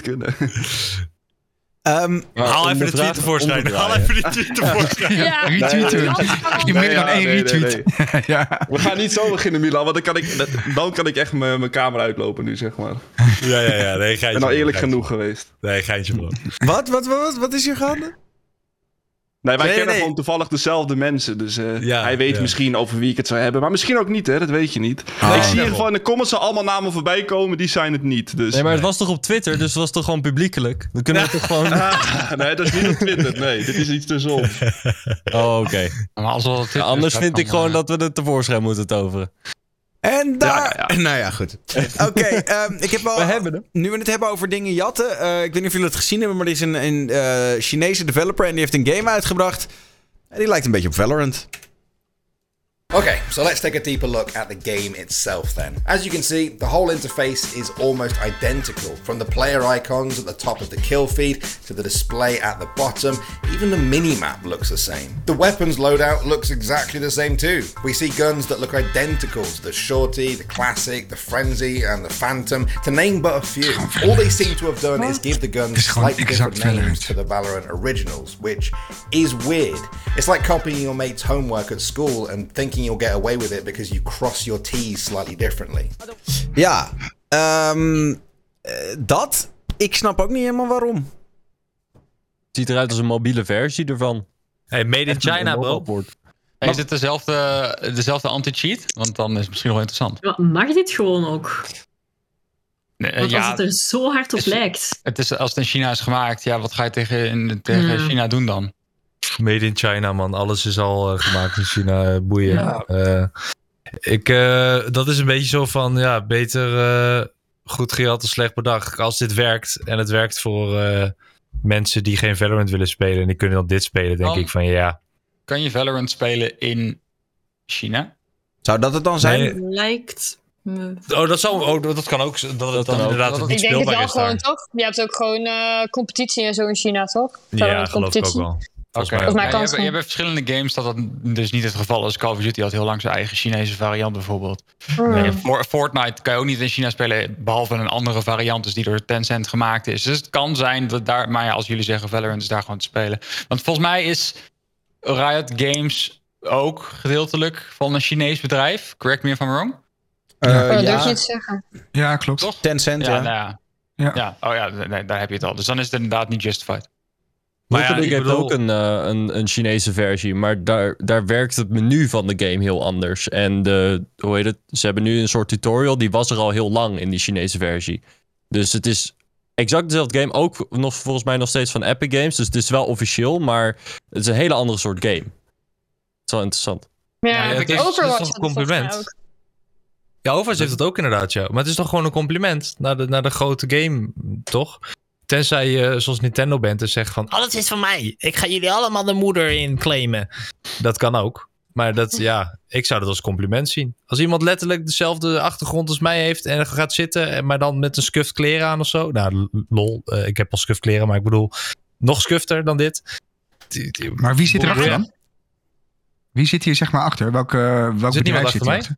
Haal even de tweet tevoorschijn. Ja, retweeten. Je meer dan 1 retweet. Nee. Ja. We gaan niet zo beginnen, Milan, want dan kan ik echt mijn kamer uitlopen nu, zeg maar. Ja. Nee, ik ben al eerlijk genoeg geweest. Nee, geintje bro. Wat is hier gaande? Nee, wij kennen gewoon toevallig dezelfde mensen. Dus hij weet misschien over wie ik het zou hebben. Maar misschien ook niet, hè? Dat weet je niet. Ik zie hier gewoon in de comments al allemaal namen voorbij komen. Die zijn het niet. Dus... Nee, maar het was toch op Twitter? Dus het was toch gewoon publiekelijk? Dan kunnen we toch gewoon... nee, dat is niet op Twitter. Nee, dit is iets tussenom. Oh, oké. Anders vind ik gewoon dat we het tevoorschijn moeten toveren. En daar... Ja. Nou ja, goed. Oké, ik heb wel... We hebben hem. Nu we het hebben over dingen jatten. Ik weet niet of jullie het gezien hebben, maar er is een Chinese developer en die heeft een game uitgebracht. En die lijkt een beetje op Valorant. Okay, so let's take a deeper look at the game itself then. As you can see, the whole interface is almost identical. From the player icons at the top of the kill feed to the display at the bottom, even the minimap looks the same. The weapons loadout looks exactly the same too. We see guns that look identical to the Shorty, the Classic, the Frenzy and the Phantom, to name but a few. All they seem to have done is give the guns slightly different names to the Valorant originals, which is weird. It's like copying your mate's homework at school and thinking you'll get away with it because you cross your T's slightly differently. Ja, ik snap ook niet helemaal waarom. Het ziet eruit als een mobiele versie ervan. Hey, made in China, bro. Is het dezelfde anti-cheat? Want dan is het misschien wel interessant. Ja, mag dit gewoon ook? Nee, want als het er zo hard op lijkt. Als het in China is gemaakt, wat ga je tegen China doen dan? Made in China, man. Alles is al gemaakt in China. Boeien. Dat is een beetje zo van... beter goed gehad dan slecht bedacht. Als dit werkt en het werkt voor mensen die geen Valorant willen spelen... en die kunnen dan dit spelen, denk ik van ja. Kan je Valorant spelen in China? Zou dat het dan zijn? Nee. Lijkt... dat kan ook. Dat dan inderdaad het niet speelbaar is. Ik denk het wel gewoon, daar. toch? Je hebt ook gewoon competitie en zo in China, toch? Ja, geloof ik ook wel. Je hebt verschillende games dat dus niet het geval is. Call of Duty had heel lang zijn eigen Chinese variant bijvoorbeeld. Fortnite kan je ook niet in China spelen, behalve een andere variant dus die door Tencent gemaakt is. Dus het kan zijn dat daar, maar als jullie zeggen Valorant is daar gewoon te spelen. Want volgens mij is Riot Games ook gedeeltelijk van een Chinees bedrijf. Correct me if I'm wrong. Dat durf je niet te zeggen. Ja, klopt. Toch? Tencent, daar heb je het al. Dus dan is het inderdaad niet justified. Maar ik heb ook een Chinese versie, maar daar werkt het menu van de game heel anders. En ze hebben nu een soort tutorial, die was er al heel lang in die Chinese versie. Dus het is exact dezelfde game, ook nog volgens mij nog steeds van Epic Games. Dus het is wel officieel, maar het is een hele andere soort game. Het is wel interessant. Ja, het is Overwatch een compliment. Ja, Overwatch heeft het ook inderdaad, ja. Maar het is toch gewoon een compliment naar de grote game, toch? Tenzij je zoals Nintendo bent en zegt van... alles is van mij. Ik ga jullie allemaal de moeder in claimen. Dat kan ook. Maar ik zou dat als compliment zien. Als iemand letterlijk dezelfde achtergrond als mij heeft... en gaat zitten, maar dan met een scuffed kleren aan of zo. Nou, lol. Ik heb al scuffed kleren, maar ik bedoel... nog scuffter dan dit. Maar wie zit erachter dan? Wie zit hier zeg maar achter? Welk bedrijf zit mij?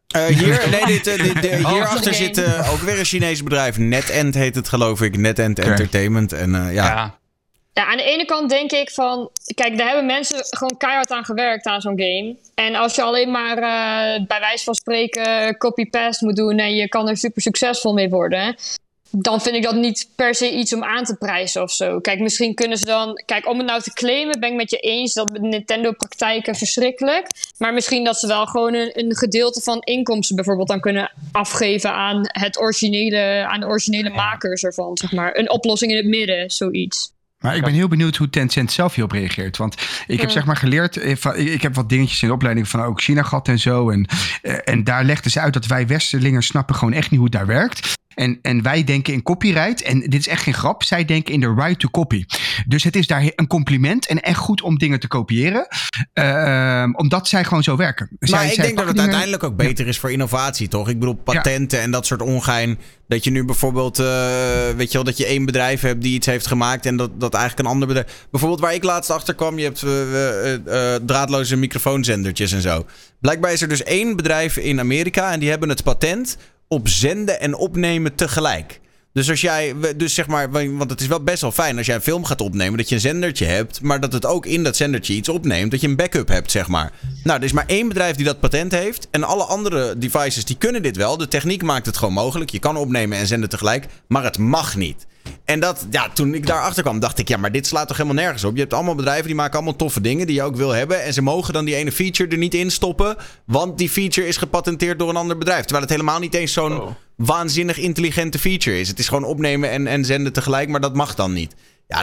Hierachter zit ook weer een Chinees bedrijf. NetEnt heet het geloof ik. NetEnt Entertainment. En, Ja, aan de ene kant denk ik van... Kijk, daar hebben mensen gewoon keihard aan gewerkt aan zo'n game. En als je alleen maar bij wijze van spreken copy-paste moet doen... en je kan er super succesvol mee worden... dan vind ik dat niet per se iets om aan te prijzen of zo. Kijk, misschien kunnen ze dan... Kijk, om het nou te claimen ben ik met je eens... dat met Nintendo-praktijken verschrikkelijk. Maar misschien dat ze wel gewoon een gedeelte van inkomsten... bijvoorbeeld dan kunnen afgeven aan de originele makers ervan, zeg maar. Een oplossing in het midden, zoiets. Maar ik ben heel benieuwd hoe Tencent zelf hierop reageert. Want ik heb zeg maar geleerd... Ik heb wat dingetjes in de opleiding van ook China gehad en zo. En daar legden ze uit dat wij Westerlingen snappen gewoon echt niet hoe het daar werkt. En wij denken in copyright. En dit is echt geen grap. Zij denken in de right to copy. Dus het is daar een compliment. En echt goed om dingen te kopiëren. Omdat zij gewoon zo werken. Maar ik denk dat het uiteindelijk ook beter is voor innovatie, toch? Ik bedoel, patenten en dat soort ongein. Dat je nu bijvoorbeeld, weet je wel, dat je één bedrijf hebt die iets heeft gemaakt. En dat eigenlijk een ander bedrijf... Bijvoorbeeld waar ik laatst achter kwam. Je hebt draadloze microfoonzendertjes en zo. Blijkbaar is er dus één bedrijf in Amerika. En die hebben het patent op zenden en opnemen tegelijk. Dus als jij, zeg maar, want het is wel best wel fijn als jij een film gaat opnemen, dat je een zendertje hebt, maar dat het ook in dat zendertje iets opneemt, dat je een backup hebt, zeg maar. Nou, er is maar één bedrijf die dat patent heeft en alle andere devices die kunnen dit wel. De techniek maakt het gewoon mogelijk. Je kan opnemen en zenden tegelijk, maar het mag niet. En toen ik daarachter kwam, dacht ik, ja, maar dit slaat toch helemaal nergens op. Je hebt allemaal bedrijven die maken allemaal toffe dingen die je ook wil hebben. En ze mogen dan die ene feature er niet in stoppen, want die feature is gepatenteerd door een ander bedrijf. Terwijl het helemaal niet eens zo'n waanzinnig intelligente feature is. Het is gewoon opnemen en zenden tegelijk, maar dat mag dan niet. Ja,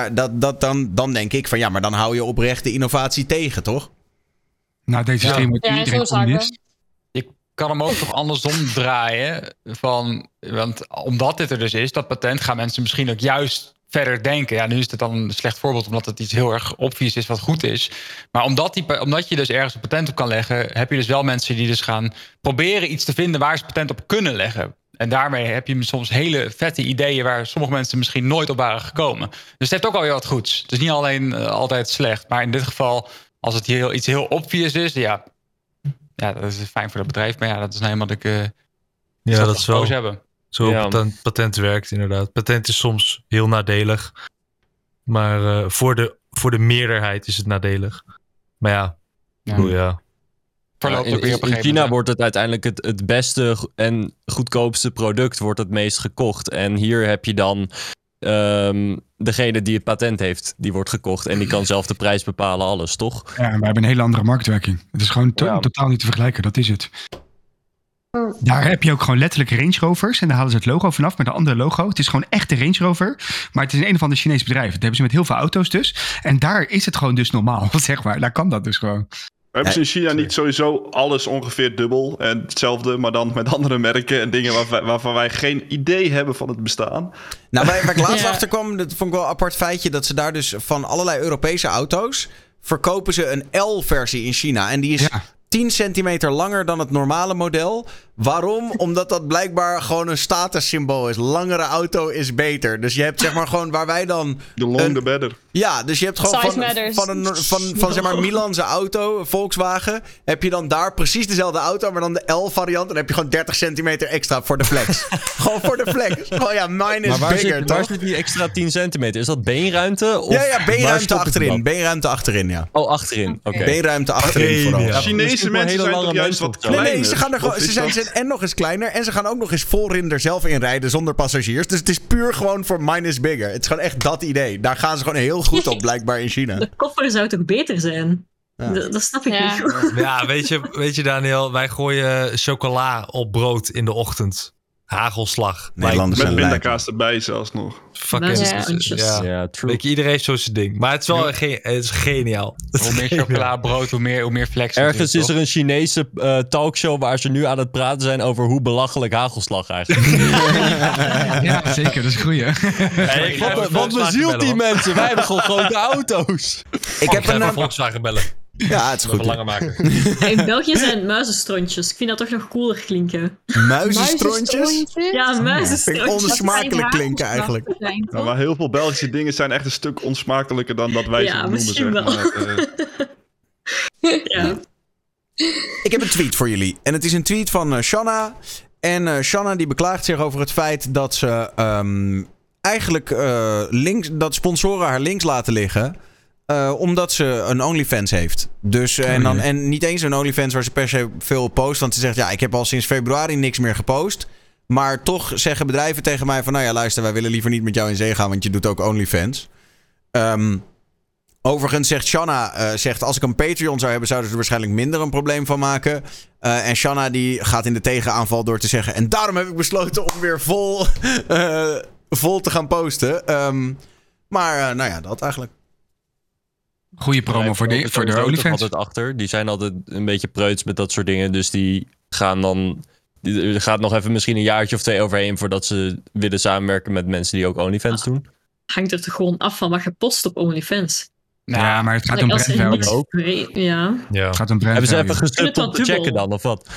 dan denk ik van ja, maar dan hou je oprecht de innovatie tegen, toch? Nou, deze stream moet iedereen communist. Kan hem ook toch andersom draaien. Want omdat dit er dus is, dat patent, gaan mensen misschien ook juist verder denken. Ja, nu is het dan een slecht voorbeeld, omdat het iets heel erg obvious is wat goed is. Maar omdat je dus ergens een patent op kan leggen, heb je dus wel mensen die dus gaan proberen iets te vinden waar ze patent op kunnen leggen. En daarmee heb je soms hele vette ideeën waar sommige mensen misschien nooit op waren gekomen. Dus het heeft ook alweer wat goeds. Het is niet alleen altijd slecht. Maar in dit geval, als het iets heel obvious is, ja, dat is fijn voor dat bedrijf. Maar ja, dat is nou helemaal dat is wel hebben. Zo patent werkt, inderdaad. Patent is soms heel nadelig. Maar voor de meerderheid is het nadelig. Maar ja. In China wordt het uiteindelijk het beste en goedkoopste product wordt het meest gekocht. En hier heb je dan degene die het patent heeft, die wordt gekocht. En die kan zelf de prijs bepalen, alles, toch? Ja, we hebben een hele andere marktwerking. Het is gewoon totaal niet te vergelijken, dat is het. Daar heb je ook gewoon letterlijk Range Rovers. En daar halen ze het logo vanaf met een ander logo. Het is gewoon echt de Range Rover. Maar het is een of ander Chinees bedrijf. Dat hebben ze met heel veel auto's dus. En daar is het gewoon dus normaal, zeg maar. Daar kan dat dus gewoon. Hebben ze in China niet sowieso alles ongeveer dubbel en hetzelfde, maar dan met andere merken en dingen waarvan wij geen idee hebben van het bestaan? Nou, waar ik laatst achter kwam, dat vond ik wel een apart feitje, dat ze daar dus van allerlei Europese auto's verkopen ze een L-versie in China. En die is 10 centimeter langer dan het normale model. Waarom? Omdat dat blijkbaar gewoon een statussymbool is. Langere auto is beter. Dus je hebt zeg maar gewoon waar wij dan... The long the better. Ja, dus je hebt gewoon van zeg maar Milanse auto, Volkswagen, heb je dan daar precies dezelfde auto, maar dan de L-variant. En dan heb je gewoon 30 centimeter extra voor de flex. Gewoon voor de flex. Oh ja, mine is bigger, waar zit die extra 10 centimeter? Is dat beenruimte? Of ja, beenruimte achterin. Beenruimte achterin, ja. Oh, achterin. Oké. Beenruimte achterin vooral. Ja. Chinese mensen zijn toch juist wat kleiner? Nee, ze gaan er gewoon... Ze zijn en nog eens kleiner. En ze gaan ook nog eens voorin er zelf in rijden zonder passagiers. Dus het is puur gewoon voor mine is bigger. Het is gewoon echt dat idee. Daar gaan ze gewoon heel goed op, blijkbaar in China. De koffer zou toch beter zijn? Ja. Dat snap ik niet. Ja, weet je Daniel, wij gooien chocola op brood in de ochtend. Hagelslag. Met pindakaas erbij zelfs nog. Weet je, iedereen heeft zo zijn ding. Maar het is wel het is geniaal. Hoe meer chocoladebrood, hoe meer flex. Ergens is er een Chinese talkshow waar ze nu aan het praten zijn over hoe belachelijk hagelslag eigenlijk is. Ja, zeker. Dat is een goeie. Wat bezielt die mensen? Wij hebben gewoon grote auto's. Ik heb een Volkswagen bellen. Ja, het is goed. Langer maken. In België zijn het muizenstrontjes. Ik vind dat toch nog cooler klinken. Muizenstrontjes? Ja, muizenstrontjes. Vind ik onsmakelijk klinken eigenlijk. Nou, maar heel veel Belgische dingen zijn echt een stuk onsmakelijker dan dat wij ze noemen. Zeg maar. Ja. Ik heb een tweet voor jullie. En het is een tweet van Shanna. En Shanna die beklaagt zich over het feit dat ze eigenlijk dat sponsoren haar links laten liggen. Omdat ze een OnlyFans heeft. Dus, en niet eens een OnlyFans waar ze per se veel op post. Want ze zegt, ja, ik heb al sinds februari niks meer gepost. Maar toch zeggen bedrijven tegen mij van... nou ja, luister, wij willen liever niet met jou in zee gaan... want je doet ook OnlyFans. Overigens zegt Shanna... als ik een Patreon zou hebben... zouden ze er waarschijnlijk minder een probleem van maken. En Shanna die gaat in de tegenaanval door te zeggen... en daarom heb ik besloten om weer vol te gaan posten. Maar nou ja, dat eigenlijk. Goeie promo voor de OnlyFans. Altijd achter. Die zijn altijd een beetje preuts met dat soort dingen. Dus die gaan dan... Er gaat nog even misschien een jaartje of 2 overheen... voordat ze willen samenwerken met mensen die ook OnlyFans doen. Hangt er toch gewoon af van wat je post op OnlyFans? Ja, maar het gaat om brandwel ook. Ja. Het gaat om brandwel. Hebben ze even gestuurd om te checken dan, of wat?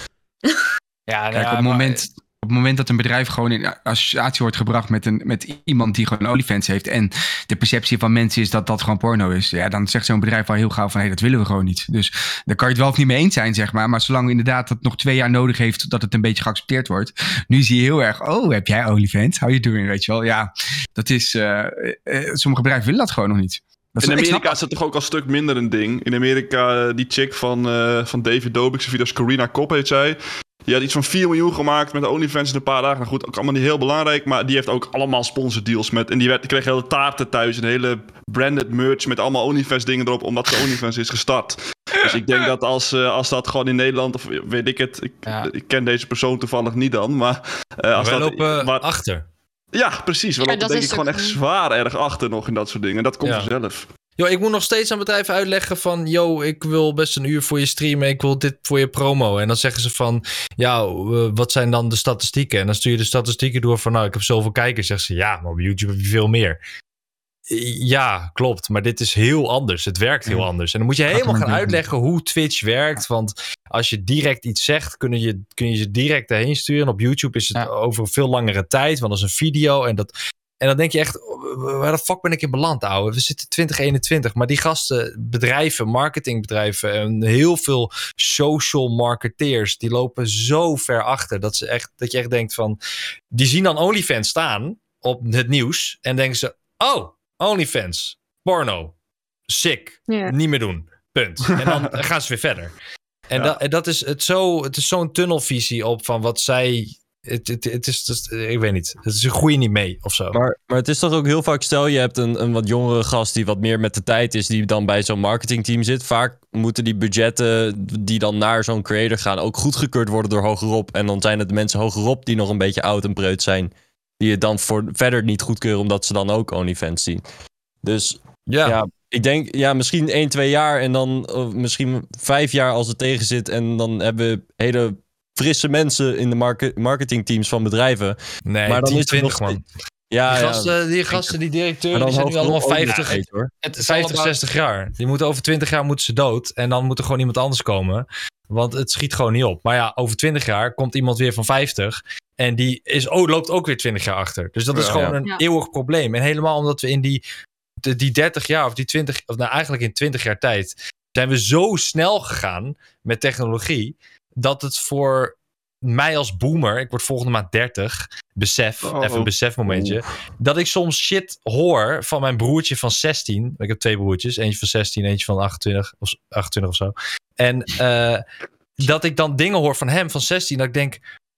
Kijk, op het moment dat een bedrijf gewoon in associatie wordt gebracht met iemand die gewoon OnlyFans heeft en de perceptie van mensen is dat dat gewoon porno is, ja, dan zegt zo'n bedrijf al heel gauw van dat willen we gewoon niet. Dus daar kan je het wel of niet mee eens zijn, zeg maar. Maar zolang inderdaad dat nog 2 jaar nodig heeft dat het een beetje geaccepteerd wordt. Nu zie je heel erg, heb jij OnlyFans? How you doing, weet je wel? Ja, dat is, sommige bedrijven willen dat gewoon nog niet. In Amerika is het toch ook al een stuk minder een ding. In Amerika, die chick van David Dobrik, zijn video's, Corina Kopp heet zij. Die had iets van 4 miljoen gemaakt met de OnlyFans in een paar dagen. Nou goed, ook allemaal niet heel belangrijk. Maar die heeft ook allemaal sponsordeals met. En die kreeg hele taarten thuis. Een hele branded merch met allemaal OnlyFans dingen erop. Omdat de OnlyFans is gestart. Dus ik denk dat als dat gewoon in Nederland, of weet ik het. Ik ken deze persoon toevallig niet dan. Maar als wij dat lopen achter. Ja, precies. We lopen denk ik gewoon echt zwaar erg achter nog in dat soort dingen. Dat komt vanzelf. Yo, ik moet nog steeds aan bedrijven uitleggen van... ik wil best een uur voor je streamen. Ik wil dit voor je promo. En dan zeggen ze van... wat zijn dan de statistieken? En dan stuur je de statistieken door van... ik heb zoveel kijkers. Zeggen ze, ja, maar op YouTube heb je veel meer. Ja, klopt. Maar dit is heel anders. Het werkt heel anders. En dan moet je helemaal gaan uitleggen hoe Twitch werkt. Want als je direct iets zegt... kun je ze direct erheen sturen. En op YouTube is het over veel langere tijd. Want dat is een video. En dan denk je echt, waar de fuck ben ik in beland, ouwe? We zitten 2021, maar die gasten, bedrijven, marketingbedrijven en heel veel social marketeers, die lopen zo ver achter dat je echt denkt van, die zien dan OnlyFans staan op het nieuws en denken ze, OnlyFans, porno, sick, niet meer doen, punt. En dan gaan ze weer verder. En dat is het is zo'n tunnelvisie op van wat zij... Het is, ik weet niet. Het is een goeie niet mee of zo. Maar het is toch ook heel vaak, stel je hebt een wat jongere gast die wat meer met de tijd is, die dan bij zo'n marketingteam zit. Vaak moeten die budgetten die dan naar zo'n creator gaan ook goedgekeurd worden door hogerop. En dan zijn het de mensen hogerop die nog een beetje oud en preut zijn, die het dan verder niet goedkeuren omdat ze dan ook OnlyFans zien. Dus ja ik denk misschien 1-2 jaar en dan misschien 5 jaar als het tegen zit. En dan hebben we hele frisse mensen in de marketingteams van bedrijven. Nee, maar dan 20 man. Die gasten, die directeuren, die zijn nu allemaal 50, 60 jaar. Die moeten over 20 jaar moeten ze dood. En dan moet er gewoon iemand anders komen. Want het schiet gewoon niet op. Maar ja, over 20 jaar komt iemand weer van 50. En die loopt ook weer 20 jaar achter. Dus dat is gewoon een eeuwig probleem. En helemaal omdat we in die 30 jaar of die 20... of nou eigenlijk in 20 jaar tijd... zijn we zo snel gegaan met technologie... dat het voor mij als boomer, ik word volgende maand 30, even een besefmomentje, dat ik soms shit hoor van mijn broertje van 16. Ik heb 2 broertjes, eentje van 16, eentje van 28 of zo. En dat ik dan dingen hoor van hem van 16, dat ik denk,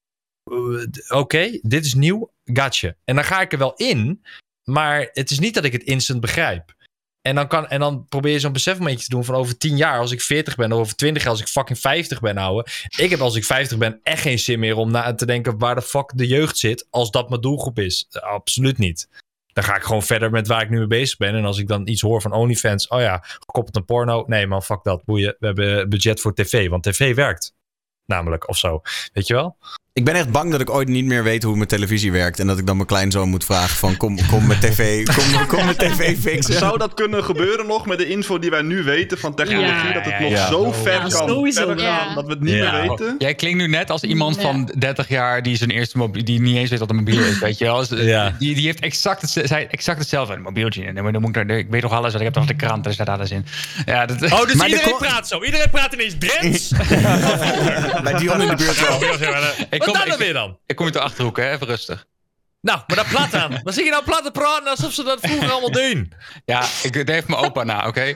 oké, dit is nieuw, gotcha. En dan ga ik er wel in, maar het is niet dat ik het instant begrijp. En dan probeer je zo'n besefmomentje te doen van over 10 jaar, als ik 40 ben, of over 20 jaar, als ik fucking 50 ben, ouwe. Ik heb als ik 50 ben echt geen zin meer om na te denken waar de fuck de jeugd zit, als dat mijn doelgroep is. Absoluut niet. Dan ga ik gewoon verder met waar ik nu mee bezig ben. En als ik dan iets hoor van OnlyFans, gekoppeld aan porno. Nee man, fuck dat, boeien. We hebben budget voor tv, want tv werkt. Namelijk, of zo. Weet je wel? Ik ben echt bang dat ik ooit niet meer weet hoe mijn televisie werkt. En dat ik dan mijn kleinzoon moet vragen van kom met tv, kom met tv fixen. Zou dat kunnen gebeuren nog met de info die wij nu weten van technologie? Dat het nog zo ver kan gaan dat we het niet meer weten? Jij klinkt nu net als iemand van 30 jaar die zijn eerste die niet eens weet wat een mobiel is. Weet je wel? Die heeft exact hetzelfde. Een mobieltje. Ik weet nog alles, ik heb toch de krant, er staat alles in. Ja, dus iedereen praat zo. Iedereen praat ineens Drents. Bij Dion in de buurt wel. Wat dan weer dan? Ik kom je te Achterhoek, hè? Even rustig. Nou, maar dat plat aan. Dan zie je nou plat te praten alsof ze dat vroeger allemaal doen. Ja, dat heeft mijn opa na, oké?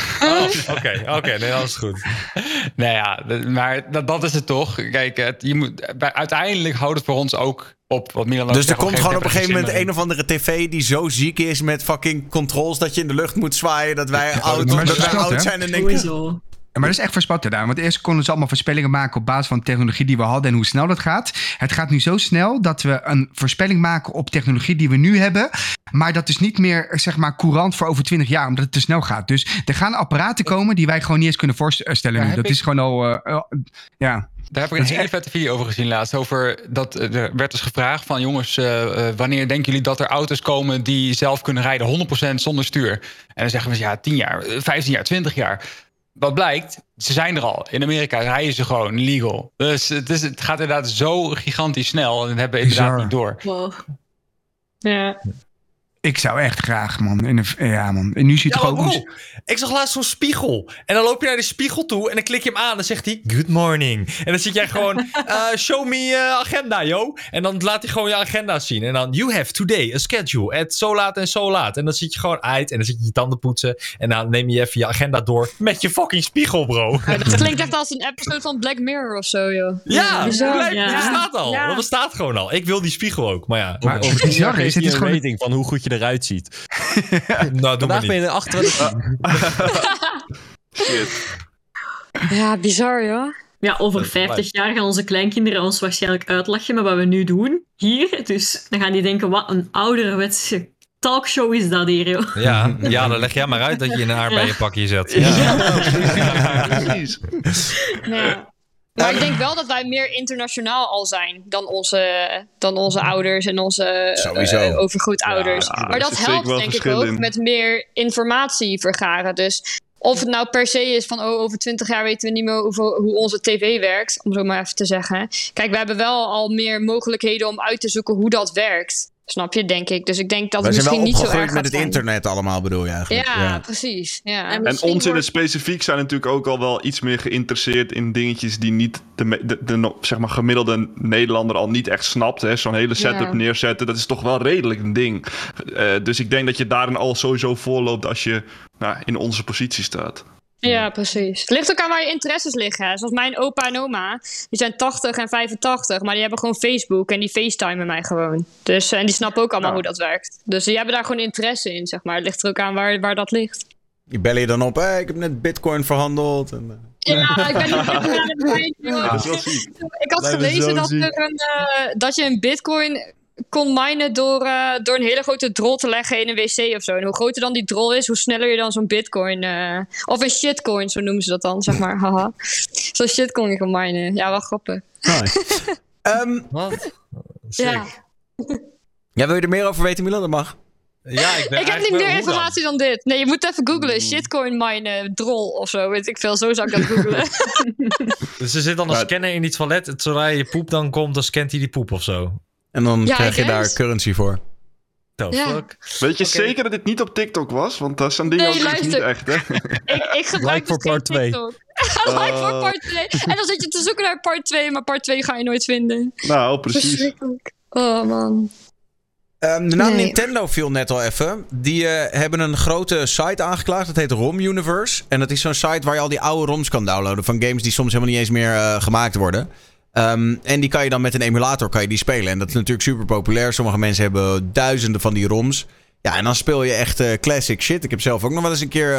Oké, nee, dat is goed. Nou ja, maar dat is het toch. Kijk, uiteindelijk houdt het voor ons ook op wat Milan ook Dus er zegt, komt gewoon op een geen gegeven zin moment meer een of andere tv die zo ziek is met fucking controls dat je in de lucht moet zwaaien, dat wij maar oud dat is oud zijn en denken... Sowieso. Maar dat is echt verspat gedaan. Want eerst konden ze allemaal voorspellingen maken op basis van de technologie die we hadden en hoe snel dat gaat. Het gaat nu zo snel dat we een voorspelling maken op technologie die we nu hebben. Maar dat is niet meer, zeg maar, courant voor over 20 jaar, omdat het te snel gaat. Dus er gaan apparaten komen die wij gewoon niet eens kunnen voorstellen nu. Dat is gewoon al, ja... Daar heb ik een hele vette video over gezien laatst. Er werd dus gevraagd van jongens, wanneer denken jullie dat er auto's komen die zelf kunnen rijden 100% zonder stuur? En dan zeggen we ja, 10 jaar, 15 jaar, 20 jaar. Wat blijkt, ze zijn er al. In Amerika rijden ze gewoon legal. Dus het gaat inderdaad zo gigantisch snel. En dat hebben we inderdaad niet door. Wow. Ja. Ik zou echt graag, man. Ja, man. En nu ziet het gewoon... Ik zag laatst zo'n spiegel. En dan loop je naar de spiegel toe en dan klik je hem aan. En dan zegt hij, good morning. En dan zit jij gewoon, show me agenda, yo. En dan laat hij gewoon je agenda zien. En dan, you have today a schedule at zo laat en zo laat. En dan zit je gewoon uit en dan zit je je tanden poetsen. En dan neem je even je agenda door met je fucking spiegel, bro. Ja, dat klinkt echt als een episode van Black Mirror of zo, joh. Ja, dat bestaat al. Ja. Dat bestaat gewoon al. Ik wil die spiegel ook, maar ja. Maar over die jaar is het een rating van hoe goed je eruit ziet. Nou, doe maar niet. Ben je 28. Shit. Ja, bizar, joh. Ja, over 50 jaar gaan onze kleinkinderen ons waarschijnlijk uitlachen met wat we nu doen. Hier. Dus dan gaan die denken, wat een ouderwetse talkshow is dat hier, joh. Ja, dan leg jij maar uit dat je in een aardbeienpakje zet. Precies. Ja. Maar ik denk wel dat wij meer internationaal al zijn dan onze ouders en onze overgrootouders. Ja, maar dat helpt denk ik ook met meer informatie vergaren. Dus of het nou per se is van over 20 jaar weten we niet meer hoe onze tv werkt, om zo maar even te zeggen. Kijk, we hebben wel al meer mogelijkheden om uit te zoeken hoe dat werkt. Snap je, denk ik. Dus ik denk dat het misschien niet zo erg gaat zijn. met het internet allemaal, bedoel je eigenlijk? Ja, precies. Ja. En ons in het specifiek zijn natuurlijk ook al wel iets meer geïnteresseerd in dingetjes die niet de zeg maar gemiddelde Nederlander al niet echt snapt. Hè? Zo'n hele setup neerzetten, dat is toch wel redelijk een ding. Dus ik denk dat je daarin al sowieso voorloopt als je in onze positie staat. Ja, precies. Het ligt ook aan waar je interesses liggen. Hè. Zoals mijn opa en oma, die zijn 80 en 85, maar die hebben gewoon Facebook en die facetimen mij gewoon. Dus, en die snappen ook allemaal hoe dat werkt. Dus die hebben daar gewoon interesse in, zeg maar. Het ligt er ook aan waar dat ligt. Die bellen je dan op, ik heb net Bitcoin verhandeld. En, Ja, ik ben niet Ik had gelezen dat je een Bitcoin kon minen door een hele grote drol te leggen in een wc of zo. En hoe groter dan die drol is, hoe sneller je dan zo'n bitcoin... of een shitcoin, zo noemen ze dat dan, zeg maar. Haha. Zo'n shitcoin kan minen. Ja, wel grappig. Nice. Wat? Ja. Ja, wil je er meer over weten, Milan? Dat mag. Ja, ik heb niet meer informatie dan dit. Nee, je moet even googlen. Shitcoin minen, drol of zo. Weet ik veel. Zo zou ik dat googlen. Dus er zit dan een scanner in die toilet. Zodra je poep dan komt, dan scant hij die poep of zo. En dan krijg je daar currency voor. Fuck? Weet je zeker dat dit niet op TikTok was? Want dat zijn dingen ook niet echt, hè? Ik gebruik voor part 2. Like voor part 2. En dan zit je te zoeken naar part 2, maar part 2 ga je nooit vinden. Nou, precies. Oh, man. De naam Nintendo viel net al even. Die hebben een grote site aangeklaagd. Dat heet ROM Universe. En dat is zo'n site waar je al die oude ROMs kan downloaden. Van games die soms helemaal niet eens meer gemaakt worden. En die kan je dan met een emulator die spelen. En dat is natuurlijk super populair. Sommige mensen hebben duizenden van die ROMs. Ja, en dan speel je echt classic shit. Ik heb zelf ook nog wel eens een keer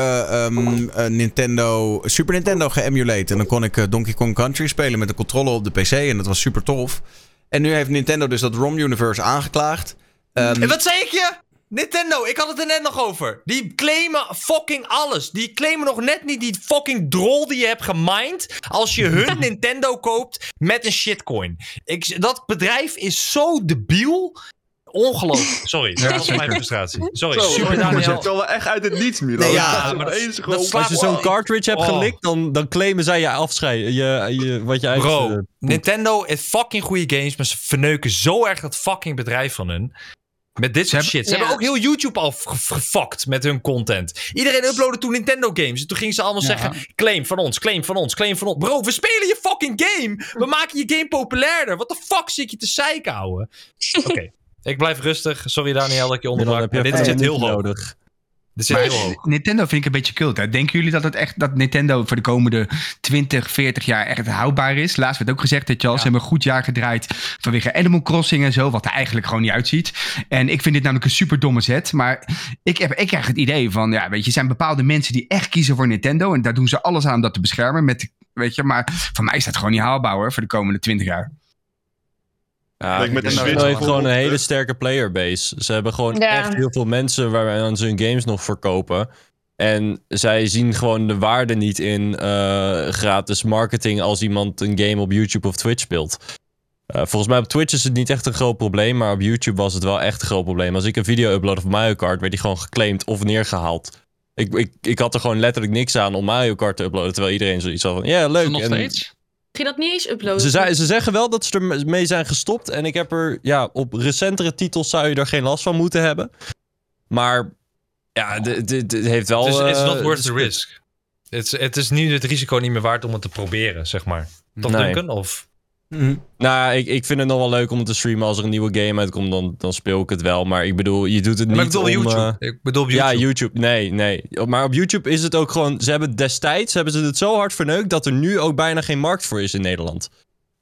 Super Nintendo geëmulate. En dan kon ik Donkey Kong Country spelen met een controller op de PC. En dat was super tof. En nu heeft Nintendo dus dat ROM Universe aangeklaagd. En wat zei ik je? Nintendo, ik had het er net nog over. Die claimen fucking alles. Die claimen nog net niet die fucking drol die je hebt gemined als je hun Nintendo koopt met een shitcoin. Dat bedrijf is zo debiel. Ongelooflijk. Sorry, dat was mijn frustratie. Sorry, super Daniel. Het wel echt uit het niets, Milo. Nee, ja, maar als je zo'n cartridge hebt gelikt, dan claimen zij je afscheid. Wat je Bro, Nintendo heeft fucking goede games, maar ze verneuken zo erg dat fucking bedrijf van hun. Met dit soort shit. Ze hebben ook heel YouTube al gefuckt met hun content. Iedereen uploadde toen Nintendo games. En toen gingen ze allemaal zeggen, claim van ons, claim van ons, claim van ons. Bro, we spelen je fucking game. We maken je game populairder. What the fuck zit je te zeiken, ouwe? Oké. Ik blijf rustig. Sorry Daniel dat ik je onderbrak. Dit zit heel hoog. Nintendo vind ik een beetje cult. Hè? Denken jullie dat Nintendo voor de komende 20, 40 jaar echt houdbaar is? Laatst werd ook gezegd dat ze hebben een goed jaar gedraaid vanwege Animal Crossing en zo, wat er eigenlijk gewoon niet uitziet. En ik vind dit namelijk een super domme zet. Maar ik krijg het idee van, weet je, er zijn bepaalde mensen die echt kiezen voor Nintendo en daar doen ze alles aan om dat te beschermen. Weet je, maar voor mij is dat gewoon niet haalbaar hoor, voor de komende 20 jaar. Ja, Nintendo heeft gewoon een hele sterke playerbase. Ze hebben gewoon echt heel veel mensen waar ze hun games nog verkopen. En zij zien gewoon de waarde niet in gratis marketing als iemand een game op YouTube of Twitch speelt. Volgens mij op Twitch is het niet echt een groot probleem, maar op YouTube was het wel echt een groot probleem. Als ik een video upload van Mario Kart, werd die gewoon geclaimd of neergehaald. Ik had er gewoon letterlijk niks aan om Mario Kart te uploaden, terwijl iedereen zoiets had van, leuk. Nog steeds? Kun je dat niet eens uploaden? Ze zeggen wel dat ze ermee zijn gestopt. En ik heb op recentere titels zou je er geen last van moeten hebben. Maar dit heeft wel... It's not worth the risk. Het is nu het risico niet meer waard om het te proberen, zeg maar. Toch, Duncan? Of... Nou, ik vind het nog wel leuk om het te streamen. Als er een nieuwe game uitkomt, dan speel ik het wel. Maar ik bedoel, je doet het niet ik bedoel YouTube. Ik bedoel op YouTube. Ja, YouTube. Nee. Maar op YouTube is het ook gewoon... Ze hebben ze het zo hard verneukt dat er nu ook bijna geen markt voor is in Nederland.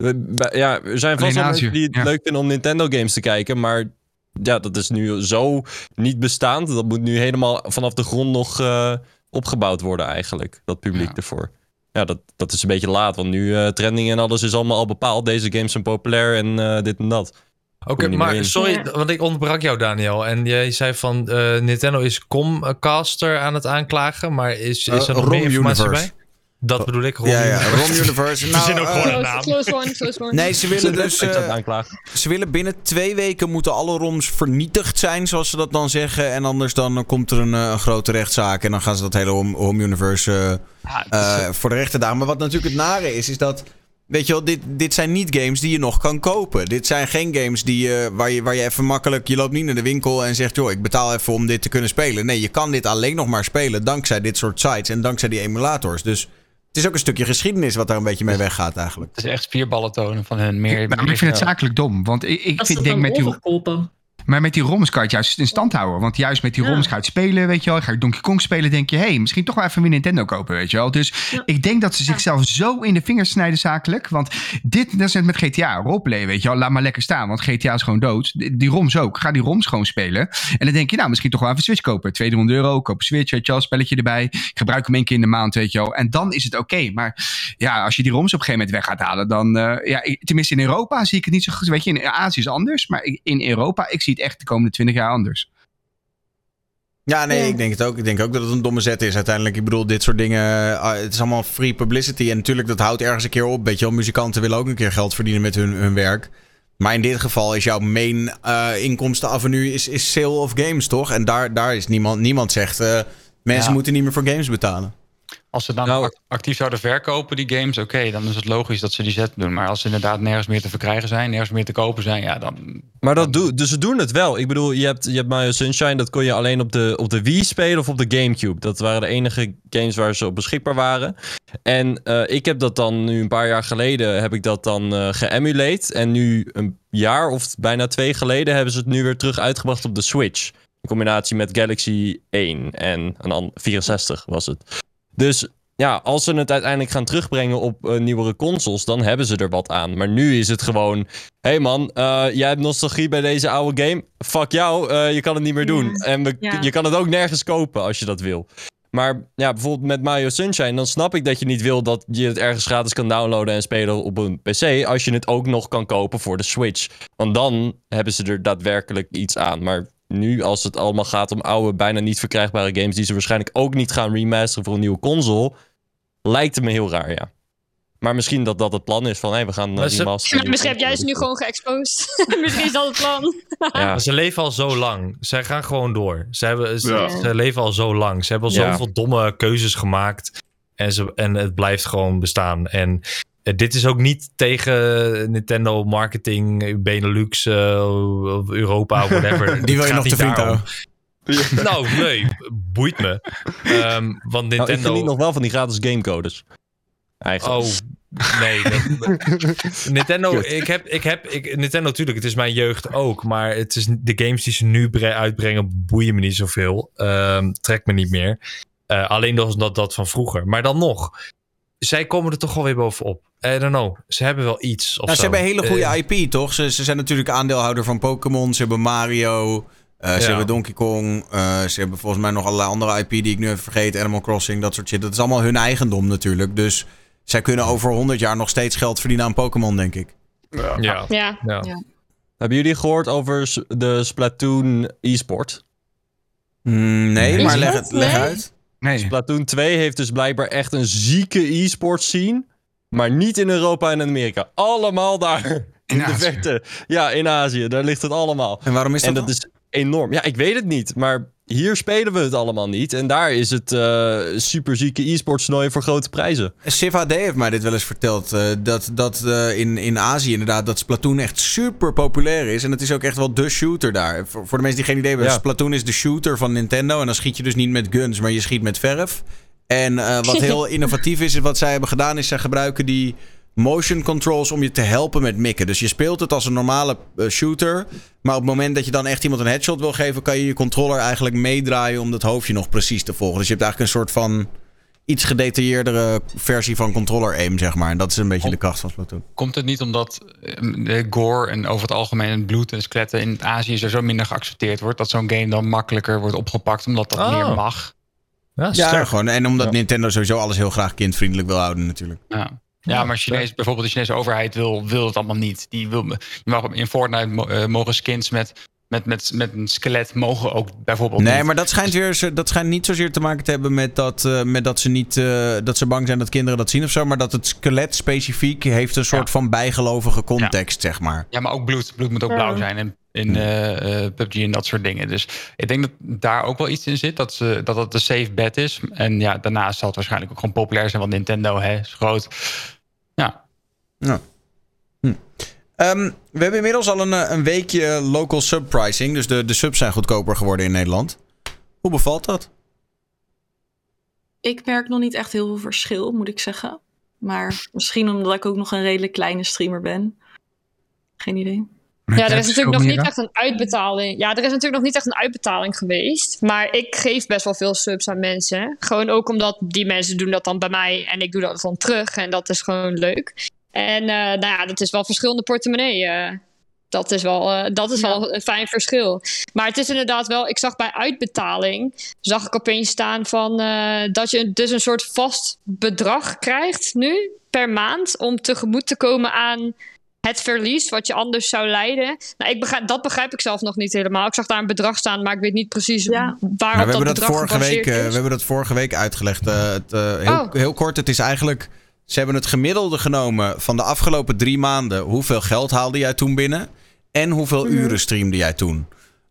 Er zijn vast wel mensen die het leuk vinden om Nintendo games te kijken. Maar dat is nu zo niet bestaand. Dat moet nu helemaal vanaf de grond nog opgebouwd worden eigenlijk. Dat publiek ervoor. Ja, dat is een beetje laat, want nu trending en alles is allemaal al bepaald. Deze games zijn populair en dit en dat. Oké, maar sorry, want ik onderbrak jou, Daniel. En jij zei van Nintendo is Comcaster aan het aanklagen, maar is er nog meer informatie bij? Dat bedoel ik, ROM Universe. Nou, verzin ook gewoon een naam. Close one. Nee, ze willen dus... ze willen binnen 2 weken moeten alle ROMs vernietigd zijn, zoals ze dat dan zeggen. En anders dan komt er een grote rechtszaak en dan gaan ze dat hele Home Universe voor de rechter dagen. Maar wat natuurlijk het nare is dat... Weet je wel, dit zijn niet games die je nog kan kopen. Dit zijn geen games waar je even makkelijk... Je loopt niet naar de winkel en zegt... joh, ik betaal even om dit te kunnen spelen. Nee, je kan dit alleen nog maar spelen dankzij dit soort sites en dankzij die emulators. Dus het is ook een stukje geschiedenis wat daar een beetje mee weggaat eigenlijk. Het is echt spierballen tonen van hun meer. Maar ik vind het zakelijk dom, want ik denk met die... Maar met die ROMs kan je het juist in stand houden. Want juist met die ROMs ga je het spelen, weet je wel. Ga je Donkey Kong spelen, denk je... misschien toch wel even een Nintendo kopen, weet je wel. Dus ik denk dat ze zichzelf zo in de vingers snijden zakelijk. Want dat is net met GTA. Roleplay, weet je wel. Laat maar lekker staan, want GTA is gewoon dood. Die ROMs ook. Ga die ROMs gewoon spelen. En dan denk je, misschien toch wel even Switch kopen. €200, koop een Switch, weet je wel. Spelletje erbij. Gebruik hem 1 keer in de maand, weet je wel. En dan is het oké. Maar als je die ROMs op een gegeven moment weg gaat halen... dan, tenminste in Europa zie ik het niet zo goed. Weet je, in Azië is anders. Maar in Europa, ik zie het echt de komende 20 jaar anders. Ja, nee, ik denk het ook. Ik denk ook dat het een domme zet is uiteindelijk. Ik bedoel, dit soort dingen... het is allemaal free publicity. En natuurlijk, dat houdt ergens een keer op. Weet je wel, muzikanten willen ook een keer geld verdienen met hun werk. Maar in dit geval is jouw main inkomstenavenue is sale of games, toch? En daar is niemand zegt... mensen moeten niet meer voor games betalen. Als ze dan actief zouden verkopen, die games, oké, dan is het logisch dat ze die zet doen. Maar als ze inderdaad nergens meer te verkrijgen zijn, nergens meer te kopen zijn, dan... Maar dus ze doen het wel. Ik bedoel, je hebt Mario Sunshine, dat kon je alleen op de Wii spelen of op de Gamecube. Dat waren de enige games waar ze op beschikbaar waren. En ik heb dat dan nu een paar jaar geleden, heb ik dat dan geëmulate. En nu een jaar of bijna 2 geleden hebben ze het nu weer terug uitgebracht op de Switch. In combinatie met Galaxy 1 en een 64 was het. Dus als ze het uiteindelijk gaan terugbrengen op nieuwere consoles, dan hebben ze er wat aan. Maar nu is het gewoon... Hey man, jij hebt nostalgie bij deze oude game. Fuck jou, je kan het niet meer doen. En je kan het ook nergens kopen als je dat wil. Maar bijvoorbeeld met Mario Sunshine, dan snap ik dat je niet wil dat je het ergens gratis kan downloaden en spelen op een PC, als je het ook nog kan kopen voor de Switch. Want dan hebben ze er daadwerkelijk iets aan. Maar nu, als het allemaal gaat om oude, bijna niet verkrijgbare games die ze waarschijnlijk ook niet gaan remasteren voor een nieuwe console, lijkt het me heel raar, ja. Maar misschien dat het plan is van, we gaan remasteren. Misschien heb jij ze nu gewoon geëxposed. Misschien is dat het plan. Ja. Ze leven al zo lang. Zij gaan gewoon door. Ze leven al zo lang. Ze hebben al zoveel domme keuzes gemaakt. En het blijft gewoon bestaan. En dit is ook niet tegen Nintendo marketing, Benelux, Europa, whatever. Die wil je nog te vriend houden. Nou, nee, boeit me. Want Nintendo... ik geniet nog wel van die gratis gamecodes. Eigenlijk. Nee, Nintendo, Nintendo natuurlijk, het is mijn jeugd ook. Maar het is de games die ze nu uitbrengen boeien me niet zoveel. Trekt me niet meer. Alleen dat van vroeger. Maar dan nog, zij komen er toch wel weer bovenop. I don't know, ze hebben wel iets. Ze hebben een hele goede IP, toch? Ze zijn natuurlijk aandeelhouder van Pokémon. Ze hebben Mario. Ze hebben Donkey Kong. Ze hebben volgens mij nog allerlei andere IP die ik nu even vergeet. Animal Crossing, dat soort shit. Dat is allemaal hun eigendom natuurlijk. Dus zij kunnen over 100 jaar nog steeds geld verdienen aan Pokémon, denk ik. Ja. Hebben jullie gehoord over de Splatoon e-sport? Nee, maar leg uit. Nee. Splatoon 2 heeft dus blijkbaar echt een zieke e-sport scene. Maar niet in Europa en in Amerika. Allemaal daar. In de verte. Ja, in Azië. Daar ligt het allemaal. En waarom is dat? En dat is enorm. Ja, ik weet het niet. Maar hier spelen we het allemaal niet. En daar is het superzieke e-sports toernooi voor grote prijzen. Civ HD heeft mij dit wel eens verteld. Dat in Azië inderdaad dat Splatoon echt super populair is. En het is ook echt wel de shooter daar. Voor de mensen die geen idee hebben. Splatoon is de shooter van Nintendo. En dan schiet je dus niet met guns, maar je schiet met verf. En wat heel innovatief is wat zij hebben gedaan, is zij gebruiken die motion controls om je te helpen met mikken. Dus je speelt het als een normale shooter. Maar op het moment dat je dan echt iemand een headshot wil geven, kan je je controller eigenlijk meedraaien om dat hoofdje nog precies te volgen. Dus je hebt eigenlijk een soort van iets gedetailleerdere versie van controller aim, zeg maar. En dat is een beetje de kracht van Splatoon. Komt het niet omdat de gore en over het algemeen bloed en skeletten in Azië zo minder geaccepteerd wordt, dat zo'n game dan makkelijker wordt opgepakt omdat dat meer mag? Ja, gewoon. En omdat Nintendo sowieso alles heel graag kindvriendelijk wil houden natuurlijk. Ja, maar bijvoorbeeld de Chinese overheid wil het allemaal niet. Je mag in Fortnite mogen skins met een skelet mogen ook bijvoorbeeld niet. Nee, maar dat schijnt niet zozeer te maken te hebben met dat ze bang zijn dat kinderen dat zien of zo. Maar dat het skelet specifiek heeft een soort van bijgelovige context, zeg maar. Ja, maar ook bloed. Bloed moet ook blauw zijn. En in PUBG en dat soort dingen. Dus ik denk dat daar ook wel iets in zit. Dat het een safe bet is. En ja, daarnaast zal het waarschijnlijk ook gewoon populair zijn. Want Nintendo is groot. Ja. We hebben inmiddels al een weekje local subpricing. Dus de subs zijn goedkoper geworden in Nederland. Hoe bevalt dat? Ik merk nog niet echt heel veel verschil, moet ik zeggen. Maar misschien omdat ik ook nog een redelijk kleine streamer ben. Geen idee. Ja, er is natuurlijk nog niet echt een uitbetaling. Ja, er is natuurlijk nog niet echt een uitbetaling geweest. Maar ik geef best wel veel subs aan mensen. Gewoon ook omdat die mensen doen dat dan bij mij en ik doe dat dan terug. En dat is gewoon leuk. En dat is wel verschillende portemonnee. Dat is wel een fijn verschil. Maar het is inderdaad wel, ik zag bij uitbetaling, zag ik opeens staan van dat je dus een soort vast bedrag krijgt nu per maand om tegemoet te komen aan het verlies wat je anders zou lijden. Nou, dat begrijp ik zelf nog niet helemaal. Ik zag daar een bedrag staan, maar ik weet niet precies waarop dat bedrag gebaseerd is. We hebben dat vorige week uitgelegd. Heel kort, het is eigenlijk, ze hebben het gemiddelde genomen van de afgelopen 3 maanden. Hoeveel geld haalde jij toen binnen? En hoeveel uren streamde jij toen?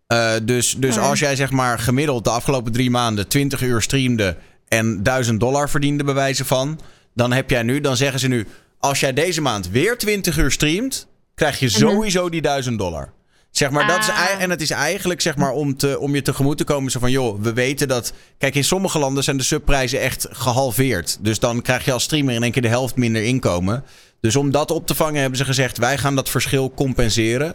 Dus als jij zeg maar gemiddeld de afgelopen 3 maanden 20 uur streamde en $1000 verdiende bij wijze van, dan heb jij nu, dan zeggen ze nu, als jij deze maand weer 20 uur streamt, krijg je sowieso die $1000. Zeg maar, dat is, en het is eigenlijk zeg maar om je tegemoet te komen zo van, joh, we weten dat, kijk, in sommige landen zijn de subprijzen echt gehalveerd. Dus dan krijg je als streamer in één keer de helft minder inkomen. Dus om dat op te vangen hebben ze gezegd, wij gaan dat verschil compenseren.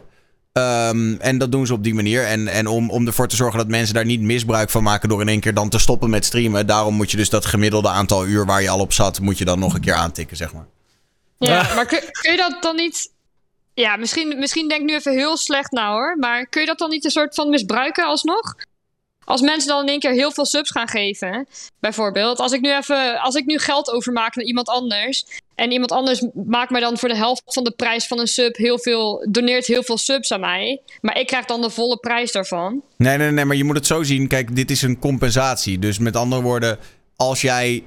En dat doen ze op die manier. En om ervoor te zorgen dat mensen daar niet misbruik van maken door in één keer dan te stoppen met streamen. Daarom moet je dus dat gemiddelde aantal uur waar je al op zat, moet je dan nog een keer aantikken, zeg maar. Ja, maar kun je dat dan niet... Ja, misschien denk ik nu even heel slecht nou hoor. Maar kun je dat dan niet een soort van misbruiken alsnog? Als mensen dan in één keer heel veel subs gaan geven, bijvoorbeeld. Als ik nu geld overmaak naar iemand anders, en iemand anders maakt mij dan voor de helft van de prijs van een sub doneert heel veel subs aan mij. Maar ik krijg dan de volle prijs daarvan. Nee, maar je moet het zo zien. Kijk, dit is een compensatie. Dus met andere woorden, als jij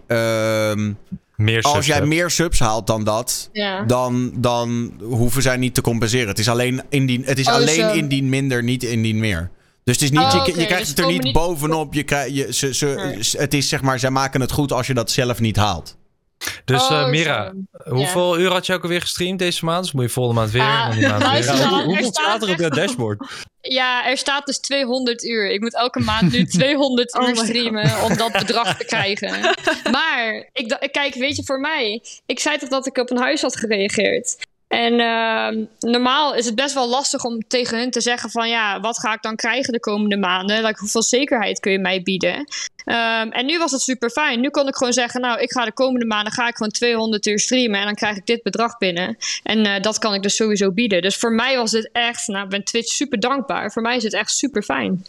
meer subs haalt dan dat, dan hoeven zij niet te compenseren. Het is alleen indien minder, niet indien meer. Dus het is niet, je krijgt het er niet bovenop. Het is zeg maar, zij maken het goed als je dat zelf niet haalt. Dus Mira, hoeveel uur had je ook alweer gestreamd deze maand? Dus moet je volgende maand weer. Hoeveel staat er op je dashboard? Ja, er staat dus 200 uur. Ik moet elke maand nu 200 uur streamen om dat bedrag te krijgen. Maar, kijk, weet je, voor mij... Ik zei toch dat ik op een huis had gereageerd. En normaal is het best wel lastig om tegen hun te zeggen van... ja, wat ga ik dan krijgen de komende maanden? Hoeveel zekerheid kun je mij bieden? En nu was het super fijn. Nu kon ik gewoon zeggen, nou, ik ga de komende maanden... ga ik gewoon 200 uur streamen en dan krijg ik dit bedrag binnen. En dat kan ik dus sowieso bieden. Dus voor mij was dit echt... Nou, ik ben Twitch super dankbaar. Voor mij is het echt super fijn.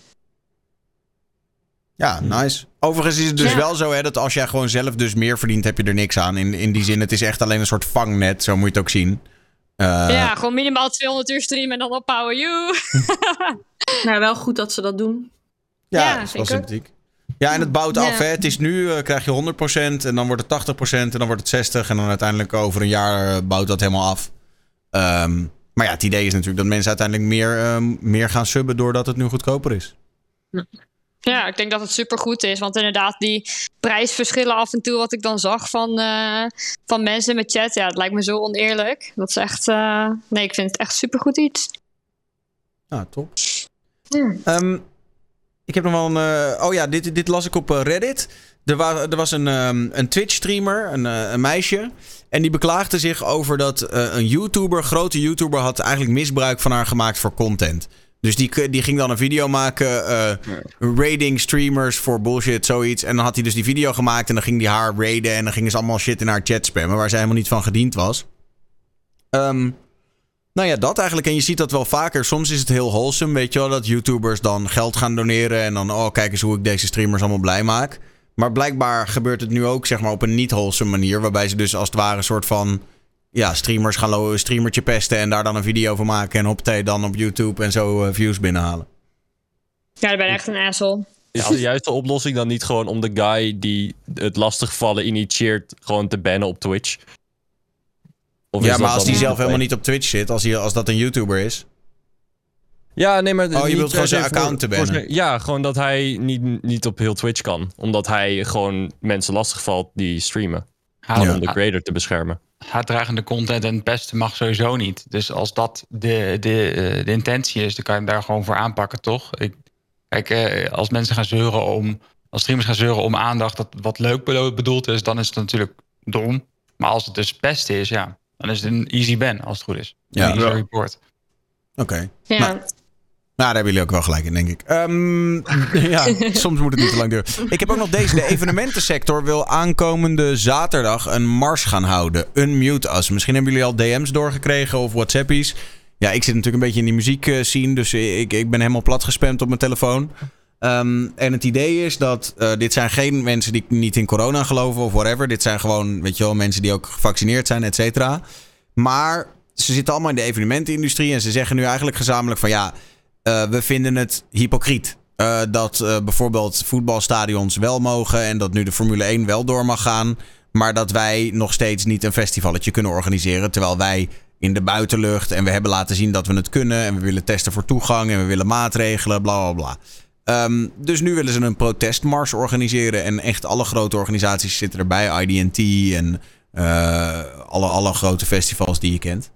Ja, nice. Overigens is het dus wel zo, hè, dat als jij gewoon zelf dus meer verdient... heb je er niks aan. In die zin, het is echt alleen een soort vangnet. Zo moet je het ook zien. Ja, gewoon minimaal 200 uur streamen en dan ophouden. Nou, wel goed dat ze dat doen. Ja, dat is wel sympathiek. Ja, en het bouwt af. Hè. Het is nu, krijg je 100% en dan wordt het 80% en dan wordt het 60%. En dan uiteindelijk over een jaar bouwt dat helemaal af. Maar ja, het idee is natuurlijk dat mensen uiteindelijk meer gaan subben doordat het nu goedkoper is. Ja, ik denk dat het supergoed is. Want inderdaad, die prijsverschillen af en toe... wat ik dan zag van mensen met chat... ja, het lijkt me zo oneerlijk. Dat is echt... nee, ik vind het echt supergoed iets. Ah, top. Ik heb nog wel een... dit las ik op Reddit. Er was een Twitch-streamer, een meisje... en die beklaagde zich over dat een grote YouTuber... had eigenlijk misbruik van haar gemaakt voor content... Dus die ging dan een video maken, raiding streamers voor bullshit, zoiets. En dan had hij dus die video gemaakt en dan ging hij haar raiden... en dan gingen ze allemaal shit in haar chat spammen... waar zij helemaal niet van gediend was. Nou ja, dat eigenlijk. En je ziet dat wel vaker. Soms is het heel wholesome, weet je wel... dat YouTubers dan geld gaan doneren... en dan, kijk eens hoe ik deze streamers allemaal blij maak. Maar blijkbaar gebeurt het nu ook, zeg maar, op een niet wholesome manier... waarbij ze dus als het ware een soort van... ja, streamers gaan een streamertje pesten en daar dan een video van maken... en hoppatee dan op YouTube en zo views binnenhalen. Ja, ik ben echt een asshole. Is de juiste oplossing dan niet gewoon om de guy die het lastigvallen initieert... gewoon te bannen op Twitch? Ja, maar als die zelf helemaal niet op Twitch zit, als dat een YouTuber is... Ja, nee, maar... je wilt gewoon zijn account te bannen? Ja, gewoon dat hij niet op heel Twitch kan. Omdat hij gewoon mensen lastigvalt die streamen. Om de creator te beschermen. Haatdragende content en het beste mag sowieso niet. Dus als dat de intentie is, dan kan je hem daar gewoon voor aanpakken, toch? Als mensen gaan zeuren als streamers gaan zeuren om aandacht dat wat leuk bedoeld is, dan is het natuurlijk dom. Maar als het dus het beste is, ja, dan is het een easy ban als het goed is. Ja. Een easy report. Oké. Ja. Nou, daar hebben jullie ook wel gelijk in, denk ik. Ja, soms moet het niet te lang duren. Ik heb ook nog deze. De evenementensector wil aankomende zaterdag een mars gaan houden. Unmute Us. Misschien hebben jullie al DM's doorgekregen of WhatsAppies. Ja, ik zit natuurlijk een beetje in die muziek scene. Dus ik ben helemaal plat gespamd op mijn telefoon. En het idee is dat dit zijn geen mensen die niet in corona geloven of whatever. Dit zijn gewoon, weet je wel, mensen die ook gevaccineerd zijn, et cetera. Maar ze zitten allemaal in de evenementenindustrie. En ze zeggen nu eigenlijk gezamenlijk van ja... we vinden het hypocriet dat bijvoorbeeld voetbalstadions wel mogen... en dat nu de Formule 1 wel door mag gaan... maar dat wij nog steeds niet een festivalletje kunnen organiseren... terwijl wij in de buitenlucht en we hebben laten zien dat we het kunnen... en we willen testen voor toegang en we willen maatregelen, bla bla bla. Dus nu willen ze een protestmars organiseren... en echt alle grote organisaties zitten erbij, IDT en alle grote festivals die je kent.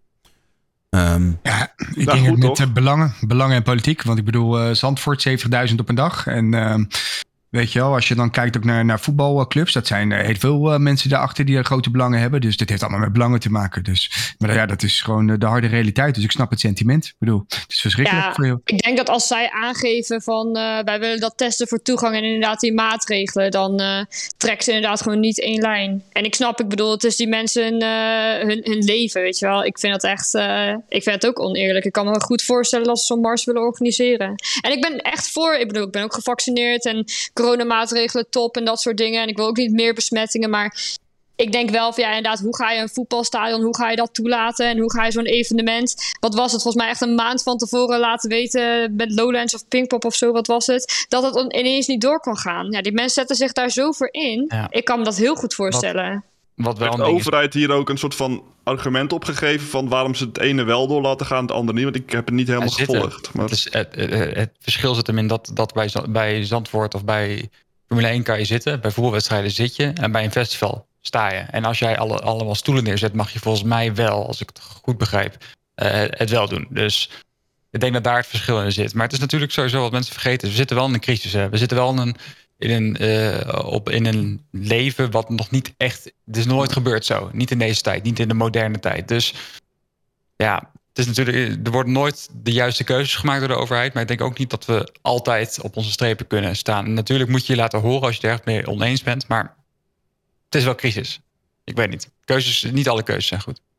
Ja, ik denk het met belangen en politiek. Want ik bedoel, Zandvoort 70.000 op een dag. En weet je wel, als je dan kijkt ook naar voetbalclubs. Dat zijn heel veel mensen daarachter die grote belangen hebben. Dus dit heeft allemaal met belangen te maken. Dus, maar ja, dat is gewoon de harde realiteit. Dus ik snap het sentiment. Ik bedoel, het is verschrikkelijk voor jou. Ik denk dat als zij aangeven van wij willen dat testen voor toegang en inderdaad die maatregelen, dan trekken ze inderdaad gewoon niet één lijn. En ik bedoel, het is die mensen hun leven, weet je wel. Ik vind dat echt, ik vind het ook oneerlijk. Ik kan me goed voorstellen dat ze zo'n mars willen organiseren. En ik ben echt voor, ik bedoel, ik ben ook gevaccineerd en coronamaatregelen top en dat soort dingen. En ik wil ook niet meer besmettingen, maar ik denk wel van ja, inderdaad, hoe ga je een voetbalstadion, hoe ga je dat toelaten en hoe ga je zo'n evenement, wat was het, volgens mij echt een maand van tevoren laten weten met Lowlands of Pinkpop of zo, wat was het, dat het ineens niet door kan gaan. Ja, die mensen zetten zich daar zo voor in. Ja. Ik kan me dat heel goed voorstellen. Wat wel heeft de overheid hier ook een soort van argument opgegeven van waarom ze het ene wel door laten gaan, het andere niet? Want ik heb het niet helemaal gevolgd. Maar het verschil zit hem in dat bij Zandvoort of bij Formule 1 kan je zitten. Bij voetbalwedstrijden zit je. En bij een festival sta je. En als jij allemaal stoelen neerzet, mag je volgens mij wel, als ik het goed begrijp, het wel doen. Dus ik denk dat daar het verschil in zit. Maar het is natuurlijk sowieso wat mensen vergeten. We zitten wel in een crisis. Hè. We zitten wel in een leven wat nog niet echt... Het is nooit gebeurd zo. Niet in deze tijd. Niet in de moderne tijd. Dus ja, het is natuurlijk, er worden nooit de juiste keuzes gemaakt door de overheid. Maar ik denk ook niet dat we altijd op onze strepen kunnen staan. En natuurlijk moet je je laten horen als je het ergens mee oneens bent. Maar het is wel crisis. Ik weet niet. Niet alle keuzes zijn goed.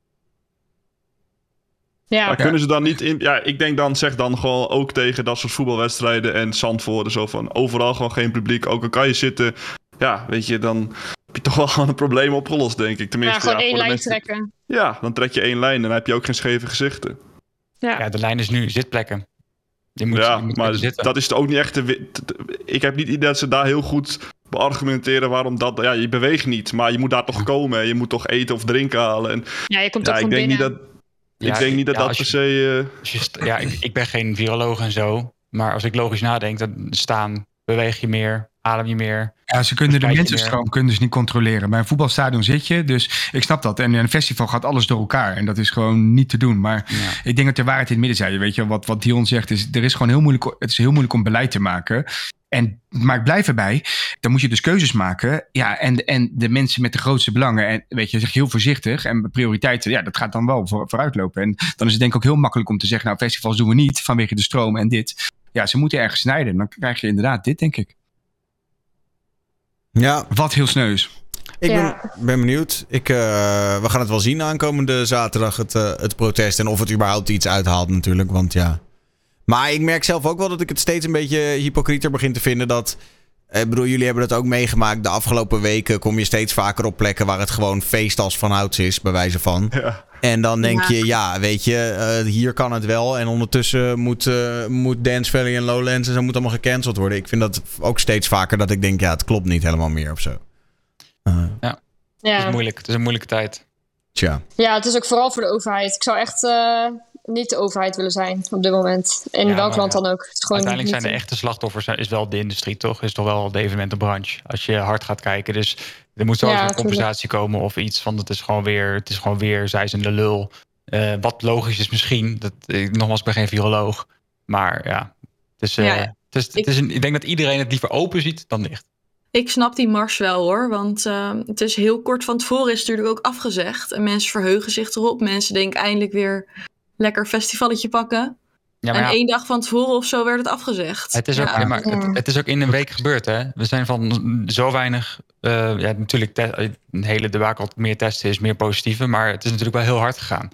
Ja. Maar kunnen ze dan niet in... Ja, ik denk dan, zeg dan gewoon ook tegen dat soort voetbalwedstrijden en Zandvoort zo van overal gewoon geen publiek. Ook al kan je zitten, ja, weet je, dan heb je toch wel gewoon een probleem opgelost, denk ik. Tenminste, gewoon één lijn trekken. Ja, dan trek je één lijn en dan heb je ook geen scheve gezichten. Ja, de lijn is nu zitplekken. Je moet maar zitten. Dat is ook niet echt... Ik heb niet idee dat ze daar heel goed beargumenteren waarom dat... Ja, je beweegt niet, maar je moet daar toch komen. Je moet toch eten of drinken halen. En, ja, je komt toch van binnen. Ik denk niet dat per se... ik ben geen viroloog en zo. Maar als ik logisch nadenk, dan staan, beweeg je meer, adem je meer. Ja, ze kunnen de mensenstroom niet controleren. Bij een voetbalstadion zit je, dus ik snap dat. En een festival gaat alles door elkaar. En dat is gewoon niet te doen. Maar ik denk dat de waarheid in het midden zei. Weet je, wat Dion zegt, het is gewoon heel moeilijk. Het is heel moeilijk om beleid te maken. Maar ik blijf erbij. Dan moet je dus keuzes maken. Ja, en de mensen met de grootste belangen. En weet je, zeg heel voorzichtig. En prioriteiten, ja, dat gaat dan wel vooruitlopen. En dan is het denk ik ook heel makkelijk om te zeggen, nou, festivals doen we niet vanwege de stroom en dit. Ja, ze moeten ergens snijden. Dan krijg je inderdaad dit, denk ik. Ja. Wat heel sneu is. Ik ben benieuwd. We gaan het wel zien aankomende zaterdag, het protest. En of het überhaupt iets uithaalt natuurlijk. Want ja. Maar ik merk zelf ook wel dat ik het steeds een beetje hypocrieter begin te vinden. Dat, ik bedoel, jullie hebben dat ook meegemaakt. De afgelopen weken kom je steeds vaker op plekken waar het gewoon feest als vanouds is, bij wijze van. Ja. En dan denk je, ja, weet je, hier kan het wel. En ondertussen moet Dance Valley en Lowlands en zo moet allemaal gecanceld worden. Ik vind dat ook steeds vaker dat ik denk, ja, het klopt niet helemaal meer of zo. Ja, het is moeilijk. Het is een moeilijke tijd. Tja. Ja, het is ook vooral voor de overheid. Ik zou echt niet de overheid willen zijn op dit moment. In welk land dan ook. Het is gewoon uiteindelijk zijn de echte slachtoffers is wel de industrie, toch? Is toch wel de eventenbranche. Als je hard gaat kijken. Dus er moet sowieso een compensatie komen of iets. Want het is gewoon weer zij zijn de lul. Wat logisch is misschien. Nogmaals, ik ben geen viroloog. Maar ja, ik denk dat iedereen het liever open ziet dan dicht. Ik snap die mars wel hoor, want het is heel kort van tevoren is het natuurlijk ook afgezegd. En mensen verheugen zich erop. Mensen denken eindelijk weer lekker festivalletje pakken. Ja, en 1 dag van tevoren of zo werd het afgezegd. Het is, het is ook in een week gebeurd, hè. We zijn van zo weinig... natuurlijk, een hele debakel meer testen is meer positieve. Maar het is natuurlijk wel heel hard gegaan.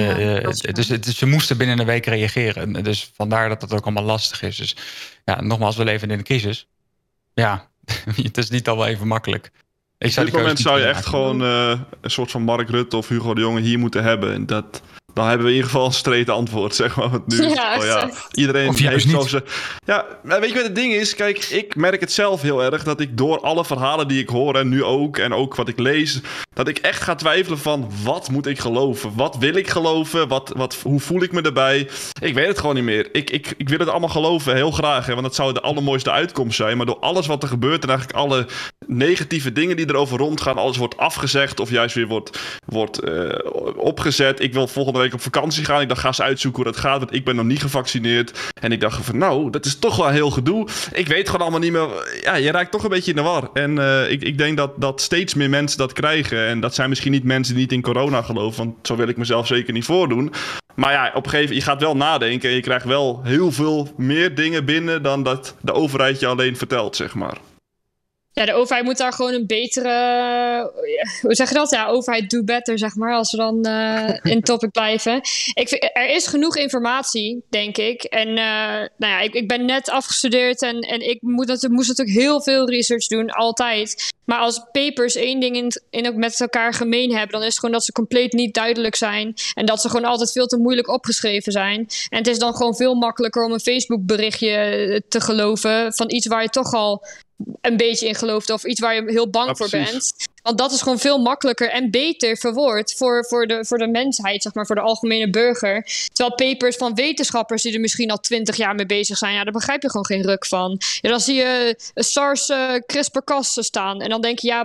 Dus ze moesten binnen een week reageren. Dus vandaar dat het ook allemaal lastig is. Dus ja, nogmaals, we leven in een crisis. Ja, het is niet al wel even makkelijk. Op dit moment zou je echt gewoon een soort van Mark Rutte of Hugo de Jonge hier moeten hebben. En dan hebben we in ieder geval een straight antwoord, zeg maar. Nu. Iedereen heeft zo zijn... Ja, weet je wat het ding is? Kijk, ik merk het zelf heel erg dat ik door alle verhalen die ik hoor en nu ook, en ook wat ik lees, dat ik echt ga twijfelen van wat moet ik geloven? Wat wil ik geloven? Hoe voel ik me erbij? Ik weet het gewoon niet meer. Ik wil het allemaal geloven, heel graag. Hè, want dat zou de allermooiste uitkomst zijn. Maar door alles wat er gebeurt en eigenlijk alle negatieve dingen die erover rondgaan, alles wordt afgezegd of juist weer wordt opgezet. Ik wil volgende week op vakantie gaan. Ik dacht, ga eens uitzoeken hoe dat gaat, want ik ben nog niet gevaccineerd. En ik dacht van, nou, dat is toch wel heel gedoe. Ik weet gewoon allemaal niet meer... Ja, je raakt toch een beetje in de war. En ik denk dat steeds meer mensen dat krijgen. En dat zijn misschien niet mensen die niet in corona geloven, want zo wil ik mezelf zeker niet voordoen. Maar ja, op een gegeven moment, je gaat wel nadenken en je krijgt wel heel veel meer dingen binnen dan dat de overheid je alleen vertelt, zeg maar. Ja, de overheid moet daar gewoon een betere... Hoe zeg je dat? Ja, overheid do better, zeg maar. Als we dan in topic blijven. Er is genoeg informatie, denk ik. En ik ben net afgestudeerd en ik moest natuurlijk heel veel research doen, altijd. Maar als papers één ding in met elkaar gemeen hebben, dan is het gewoon dat ze compleet niet duidelijk zijn. En dat ze gewoon altijd veel te moeilijk opgeschreven zijn. En het is dan gewoon veel makkelijker om een Facebook berichtje te geloven van iets waar je toch al een beetje in gelooft of iets waar je heel bang voor bent. Want dat is gewoon veel makkelijker en beter verwoord voor de mensheid, zeg maar, voor de algemene burger. Terwijl papers van wetenschappers die er misschien al 20 jaar mee bezig zijn, ja, daar begrijp je gewoon geen ruk van. Ja, dan zie je SARS CRISPR-Cas staan en dan denk je, ja,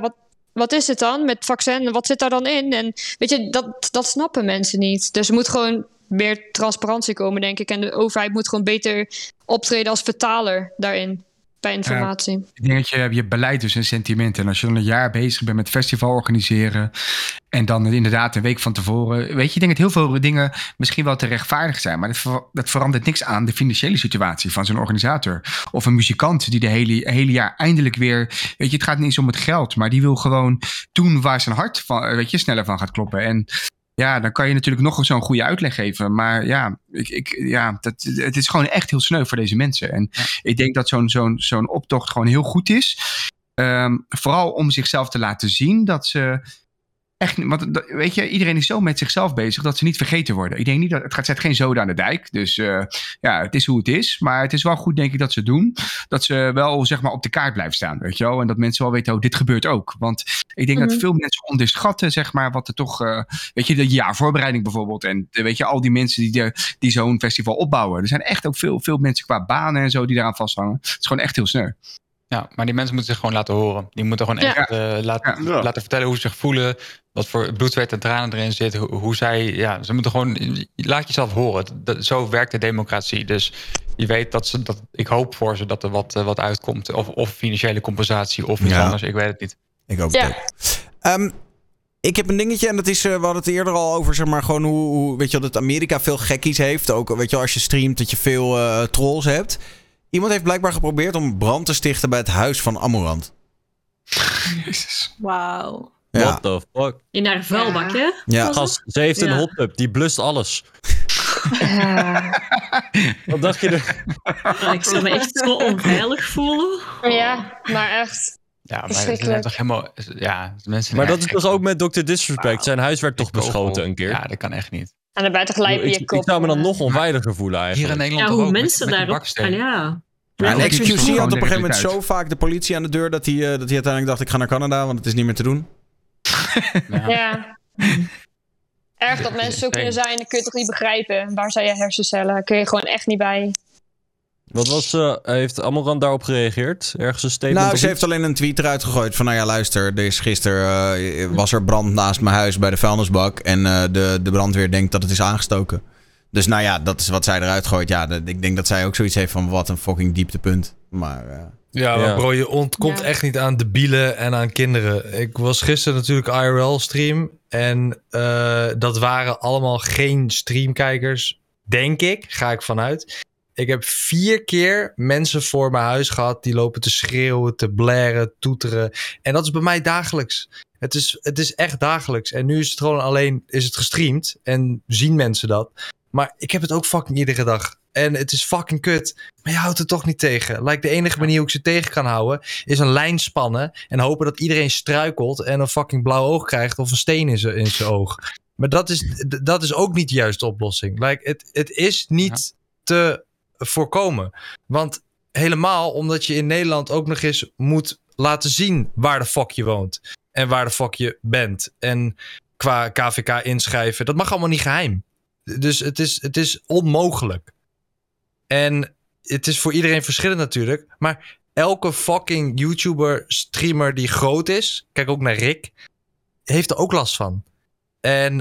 wat is het dan met het vaccin? Wat zit daar dan in? En weet je, dat snappen mensen niet. Dus er moet gewoon meer transparantie komen, denk ik. En de overheid moet gewoon beter optreden als vertaler daarin. Bij informatie. Ik denk dat je hebt beleid dus en sentimenten. En als je dan een jaar bezig bent met festival organiseren en dan inderdaad een week van tevoren. Weet je, ik denk dat heel veel dingen misschien wel te rechtvaardig zijn. Maar dat verandert niks aan de financiële situatie van zo'n organisator. Of een muzikant die de hele jaar eindelijk weer. Weet je, het gaat niet eens om het geld. Maar die wil gewoon doen waar zijn hart van, weet je, sneller van gaat kloppen. En ja, dan kan je natuurlijk nog zo'n goede uitleg geven. Maar ja, het is gewoon echt heel sneu voor deze mensen. En ik denk dat zo'n optocht gewoon heel goed is. Vooral om zichzelf te laten zien dat ze echt... Want weet je, iedereen is zo met zichzelf bezig dat ze niet vergeten worden. Ik denk niet dat... Het zet geen zoden aan de dijk. Dus het is hoe het is. Maar het is wel goed, denk ik, dat ze doen. Dat ze wel, zeg maar, op de kaart blijven staan. Weet je wel? En dat mensen wel weten, dit gebeurt ook. Want ik denk dat veel mensen onderschatten, zeg maar, wat er toch... weet je, de jaarvoorbereiding bijvoorbeeld. En weet je, al die mensen die zo'n festival opbouwen. Er zijn echt ook veel mensen qua banen en zo die daaraan vasthangen. Het is gewoon echt heel sneu. Ja, maar die mensen moeten zich gewoon laten horen. Die moeten gewoon echt laten vertellen hoe ze zich voelen. Wat voor bloed, zweet en tranen erin zit. Hoe zij... Ja, ze moeten gewoon... Laat jezelf horen. Zo werkt de democratie. Dus je weet dat ik hoop voor ze dat er wat uitkomt. Of financiële compensatie of iets anders. Ik weet het niet. Ik hoop het ook. Ik heb een dingetje en dat is... we hadden het eerder al over, zeg maar, gewoon hoe weet je wel, dat Amerika veel gekkies heeft. Ook, weet je wel, als je streamt dat je veel trolls hebt. Iemand heeft blijkbaar geprobeerd om brand te stichten bij het huis van Amorant. Jezus. Wauw. Ja. What the fuck? In haar vuilbak, hè? Ja. Gast, ze heeft een hot tub, die blust alles. Wat dacht je er? Ik zou me echt zo onveilig voelen. Ja, maar echt. Ja, maar ze zijn toch helemaal... Ja, mensen maar dat is toch ook met Dr. Disrespect? Zijn huis werd toch beschoten een keer? Ja, dat kan echt niet. En daarbij toch lijp je kop. Ik zou me dan nog onveiliger voelen eigenlijk. Hier in Nederland hoe ook, mensen daarop... En XQC had op een gegeven moment zo vaak de politie aan de deur dat hij uiteindelijk dacht, ik ga naar Canada, want het is niet meer te doen. Ja. Erg dat mensen zo kunnen zijn, dat kun je toch niet begrijpen. Waar zijn je hersencellen? Daar kun je gewoon echt niet bij. Heeft Amorant daarop gereageerd? Ergens een statement? Nou, ze heeft alleen een tweet eruit gegooid van, nou ja, luister, gisteren was er brand naast mijn huis bij de vuilnisbak en de brandweer denkt dat het is aangestoken. Dus nou ja, dat is wat zij eruit gooit. Ja, ik denk dat zij ook zoiets heeft van wat een fucking dieptepunt. Maar maar bro, je ontkomt echt niet aan debielen en aan kinderen. Ik was gisteren natuurlijk IRL-stream. En dat waren allemaal geen streamkijkers, denk ik. Ga ik vanuit. Ik heb 4 keer mensen voor mijn huis gehad die lopen te schreeuwen, te blaren, toeteren. En dat is bij mij dagelijks. Het is echt dagelijks. En nu is het gewoon alleen gestreamd en zien mensen dat. Maar ik heb het ook fucking iedere dag. En het is fucking kut. Maar je houdt het toch niet tegen. De enige manier hoe ik ze tegen kan houden is een lijn spannen en hopen dat iedereen struikelt en een fucking blauw oog krijgt of een steen in zijn oog. Maar dat is ook niet de juiste oplossing. Het is niet te voorkomen. Want helemaal omdat je in Nederland ook nog eens moet laten zien waar de fuck je woont. En waar de fuck je bent. En qua KVK inschrijven. Dat mag allemaal niet geheim. Dus het is onmogelijk. En het is voor iedereen verschillend natuurlijk. Maar elke fucking YouTuber, streamer die groot is. Kijk ook naar Rick. Heeft er ook last van. En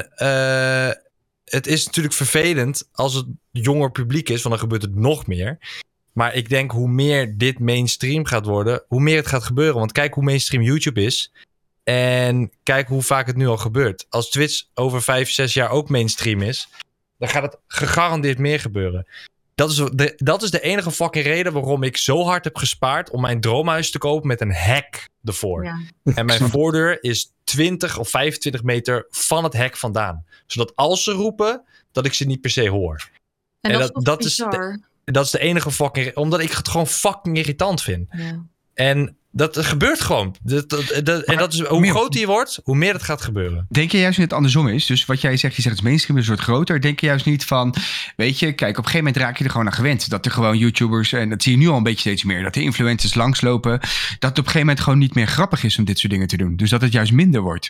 het is natuurlijk vervelend als het jonger publiek is. Want dan gebeurt het nog meer. Maar ik denk hoe meer dit mainstream gaat worden. Hoe meer het gaat gebeuren. Want kijk hoe mainstream YouTube is. En kijk hoe vaak het nu al gebeurt. Als Twitch over 5-6 jaar ook mainstream is. Dan gaat het gegarandeerd meer gebeuren. Dat is de enige fucking reden waarom ik zo hard heb gespaard om mijn droomhuis te kopen met een hek ervoor. Ja. En mijn voordeur is 20 of 25 meter van het hek vandaan. Zodat als ze roepen, dat ik ze niet per se hoor. En dat is de enige fucking... Omdat ik het gewoon fucking irritant vind. Ja. En dat gebeurt gewoon. En dat is, hoe groter je wordt, hoe meer het gaat gebeuren. Denk je juist niet dat het andersom is? Dus wat jij zegt, je zegt het mainstream is een soort groter. Denk je juist niet van, weet je, kijk, op een gegeven moment raak je er gewoon aan gewend. Dat er gewoon YouTubers, en dat zie je nu al een beetje steeds meer, dat de influencers langslopen. Dat het op een gegeven moment gewoon niet meer grappig is om dit soort dingen te doen. Dus dat het juist minder wordt.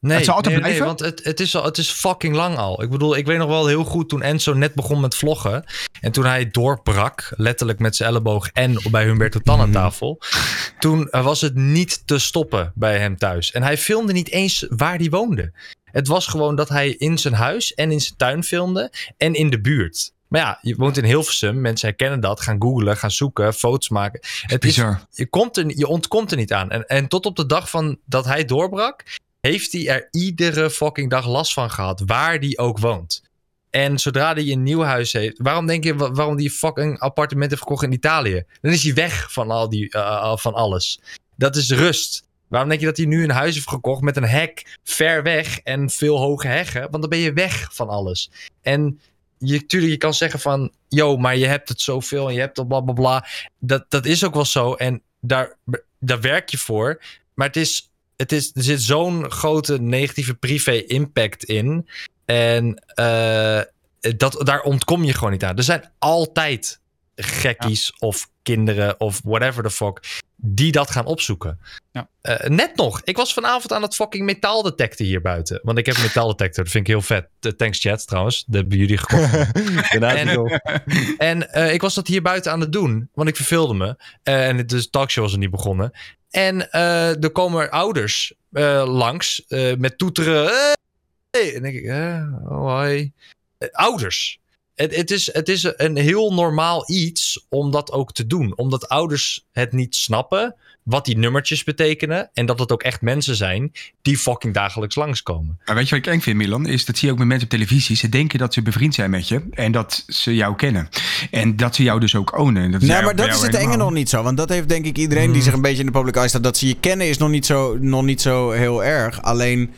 Nee, het zal altijd blijven? want het is fucking lang al. Ik bedoel, ik weet nog wel heel goed toen Enzo net begon met vloggen. En toen hij doorbrak, letterlijk met zijn elleboog en bij Humberto Tan aan tafel. Toen was het niet te stoppen bij hem thuis. En hij filmde niet eens waar hij woonde. Het was gewoon dat hij in zijn huis en in zijn tuin filmde en in de buurt. Maar ja, je woont in Hilversum. Mensen herkennen dat. Gaan googlen, gaan zoeken, foto's maken. Je ontkomt er niet aan. En tot op de dag van dat hij doorbrak, heeft hij er iedere fucking dag last van gehad. Waar die ook woont. En zodra hij een nieuw huis heeft. Waarom denk je waarom die fucking appartement heeft gekocht in Italië? Dan is hij weg van alles. Dat is rust. Waarom denk je dat hij nu een huis heeft gekocht met een hek ver weg en veel hoge heggen? Want dan ben je weg van alles. En je kan zeggen van, maar je hebt het zoveel en je hebt het blablabla. Dat is ook wel zo en daar werk je voor. Maar er zit zo'n grote negatieve privé-impact in. En daar ontkom je gewoon niet aan. Er zijn altijd gekkies of kinderen of whatever the fuck die dat gaan opzoeken. Ja. Net nog. Ik was vanavond aan het fucking metaaldetector hier buiten. Want ik heb een metaaldetector. Dat vind ik heel vet. Thanks chat trouwens. Dat hebben jullie gekocht. En ik was dat hier buiten aan het doen. Want ik verveelde me. En de talkshow was er niet begonnen. En er komen ouders langs met toeteren. En dan denk ik, hoi. Ouders. Het is een heel normaal iets om dat ook te doen. Omdat ouders het niet snappen wat die nummertjes betekenen. En dat het ook echt mensen zijn die fucking dagelijks langskomen. Maar weet je wat ik eng vind, Milan? Is dat zie je ook met mensen op televisie. Ze denken dat ze bevriend zijn met je. En dat ze jou kennen. En dat ze jou dus ook ownen. Nee, maar dat is het enge nog niet zo. Want dat heeft denk ik iedereen die zich een beetje in de public eye staat. Dat ze je kennen is nog niet zo heel erg. Alleen,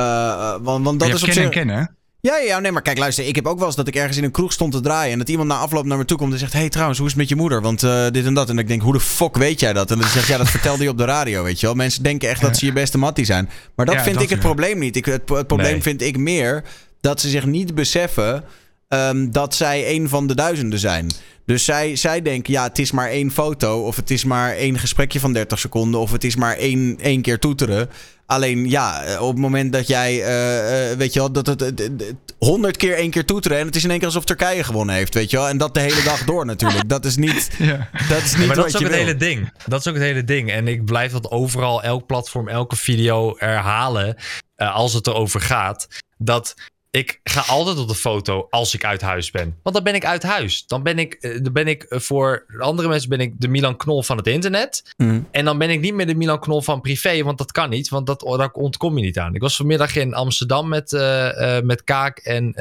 want dat is op zich... kennen, hè? Ja, nee, maar kijk, luister. Ik heb ook wel eens dat ik ergens in een kroeg stond te draaien. En dat iemand na afloop naar me toe komt en zegt: hey, trouwens, hoe is het met je moeder? Want dit en dat. En ik denk, hoe de fuck weet jij dat? En dan zeg je, dat vertelde je op de radio, weet je wel. Mensen denken echt dat ze je beste mattie zijn. Maar dat vind ik het probleem niet. Het probleem vind ik meer dat ze zich niet beseffen dat zij een van de duizenden zijn. Dus zij denken, het is maar 1 foto. Of het is maar 1 gesprekje van 30 seconden. Of het is maar één keer toeteren. Alleen op het moment dat jij, weet je wel, dat het 100 keer 1 keer toeteren. En het is in één keer alsof Turkije gewonnen heeft, weet je wel. En dat de hele dag door natuurlijk. Dat is niet, dat is niet maar wat dat is ook je het wil. hele ding. Dat is ook het hele ding. En ik blijf dat overal, elk platform, elke video herhalen. Als het erover gaat. Dat ik ga altijd op de foto als ik uit huis ben. Want dan ben ik uit huis. Dan ben ik voor andere mensen de Milan Knol van het internet. En dan ben ik niet meer de Milan Knol van privé. Want dat kan niet. Want daar ontkom je niet aan. Ik was vanmiddag in Amsterdam met Kaak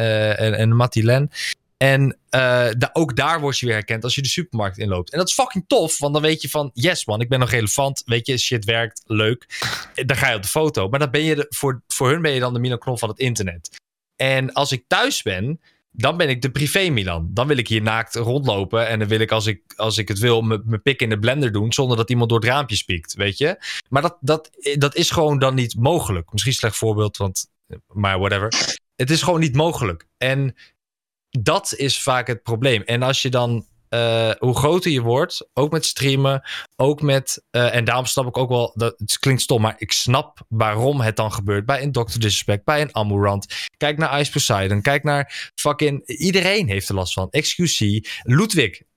en Mathilen. En ook daar word je weer herkend als je de supermarkt inloopt. En dat is fucking tof. Want dan weet je van, yes man, ik ben nog relevant. Weet je, shit werkt, leuk. Dan ga je op de foto. Maar dan ben je voor hun ben je dan de Milan Knol van het internet. En als ik thuis ben, dan ben ik de privé Milan. Dan wil ik hier naakt rondlopen. En dan wil ik, als ik het wil, mijn pik in de blender doen. Zonder dat iemand door het raampje spiekt, weet je. Maar dat is gewoon dan niet mogelijk. Misschien een slecht voorbeeld, maar whatever. Het is gewoon niet mogelijk. En dat is vaak het probleem. En als je dan, hoe groter je wordt, ook met streamen, ook met, en daarom snap ik ook wel, het klinkt stom, maar ik snap waarom het dan gebeurt bij een Dr. Disrespect, bij een Amurant. Kijk naar Ice Poseidon, kijk naar fucking, iedereen heeft er last van. XQC, Ludwig, 100.000%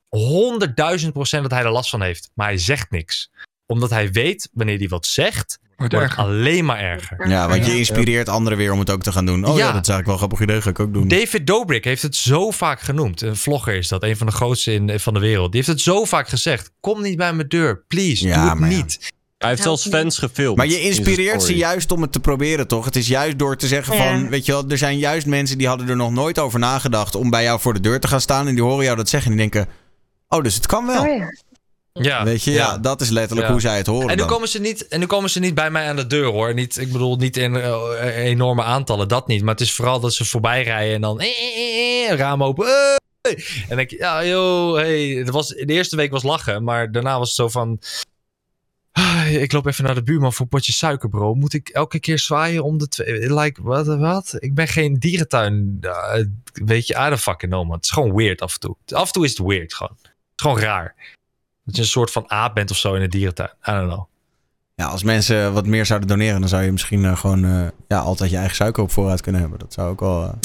dat hij er last van heeft, maar hij zegt niks. Omdat hij weet, wanneer hij wat zegt, wordt het alleen maar erger. Ja, want je inspireert anderen weer om het ook te gaan doen. Dat is eigenlijk wel een grappig idee, ga ik ook doen. David Dobrik heeft het zo vaak genoemd. Een vlogger is dat, een van de grootste van de wereld. Die heeft het zo vaak gezegd. Kom niet bij mijn deur, please, doe het niet. Hij heeft zelfs fans gefilmd. Maar je inspireert ze juist om het te proberen, toch? Het is juist door te zeggen van, weet je wel, er zijn juist mensen die hadden er nog nooit over nagedacht om bij jou voor de deur te gaan staan. En die horen jou dat zeggen en die denken, dus het kan wel. Ja, weet je, dat is letterlijk hoe zij het horen. En nu komen ze niet bij mij aan de deur, hoor. Ik bedoel, niet in enorme aantallen, dat niet. Maar het is vooral dat ze voorbij rijden en dan raam open. En dan denk ik, de eerste week was lachen, maar daarna was het zo van, ik loop even naar de buurman voor een potje suiker, bro. Moet ik elke keer zwaaien om de twee? Wat? Ik ben geen dierentuin. Weet je, I don't fucking know, man. Het is gewoon weird af en toe. Af en toe is het weird, gewoon. Het is gewoon raar. Dat je een soort van aap bent of zo in een dierentuin. I don't know. Ja, als mensen wat meer zouden doneren, dan zou je misschien gewoon altijd je eigen suiker op voorraad kunnen hebben. Dat zou ook wel...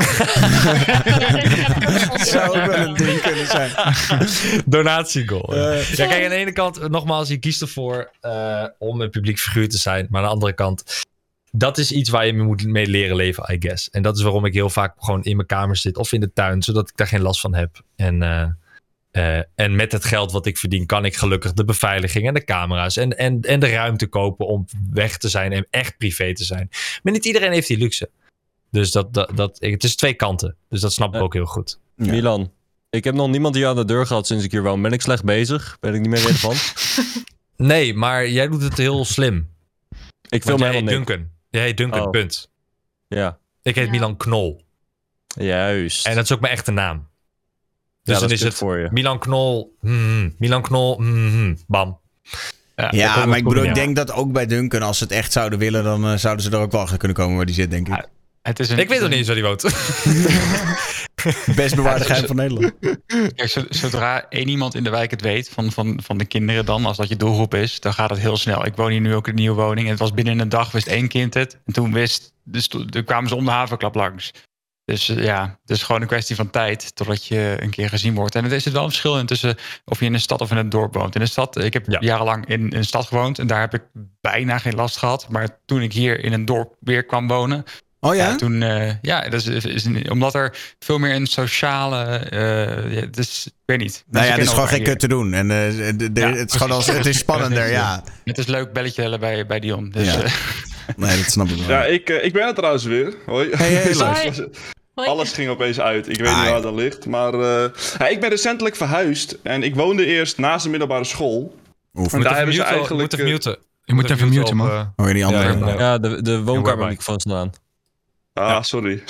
zou ook wel een ding kunnen zijn. Donatiegoal. Kijk, aan de ene kant, nogmaals, je kiest ervoor om een publiek figuur te zijn. Maar aan de andere kant, dat is iets waar je mee leren leven, I guess. En dat is waarom ik heel vaak gewoon in mijn kamer zit of in de tuin, zodat ik daar geen last van heb. En met het geld wat ik verdien, kan ik gelukkig de beveiliging en de camera's en de ruimte kopen om weg te zijn en echt privé te zijn. Maar niet iedereen heeft die luxe. Dus het is 2 kanten. Dus dat snap ik ook heel goed. Ja. Milan, ik heb nog niemand hier aan de deur gehad sinds ik hier woon. Ben ik slecht bezig? Ben ik niet meer relevant? Nee, maar jij doet het heel slim. Ik film helemaal niks. Duncan. Jij heet Duncan, punt. Ja. Ik heet Milan Knol. Juist. En dat is ook mijn echte naam. Dus dan is het voor je. Milan Knol. Milan Knol. Bam. Ja, maar ik bedoel, ik denk dat ook bij Duncan, als ze het echt zouden willen, dan zouden ze er ook wel achter kunnen komen waar die zit, denk ik. Ik weet nog niet eens waar die woont. Best bewaarde geheim van Nederland. Kijk, zodra één iemand in de wijk het weet, van de kinderen dan, als dat je doelgroep is, dan gaat het heel snel. Ik woon hier nu ook in een nieuwe woning en het was binnen een dag, wist 1 kind het. En toen kwamen ze om de haverklap langs. Dus het is gewoon een kwestie van tijd totdat je een keer gezien wordt. En er is wel een verschil tussen of je in een stad of in een dorp woont. In de stad, ik heb jarenlang in een stad gewoond en daar heb ik bijna geen last gehad. Maar toen ik hier in een dorp weer kwam wonen... Oh ja? Toen, dat is omdat er veel meer een sociale... dus, ik weet niet. Nou ja, het is gewoon gek te doen. En het is spannender, ja. Het is leuk belletje tellen bij Dion. Dus, ja. Nee, dat snap ik wel. Ja, ik ben er trouwens weer. Hoi. Hey. Alles ging opeens uit. Ik weet niet waar dat ligt. Maar ik ben recentelijk verhuisd. En ik woonde eerst naast de middelbare school. En daar hebben ze eigenlijk... Je moet even muten, man. Hoor je die andere? Ja, de woonkamermicrofoon staan aan. Sorry.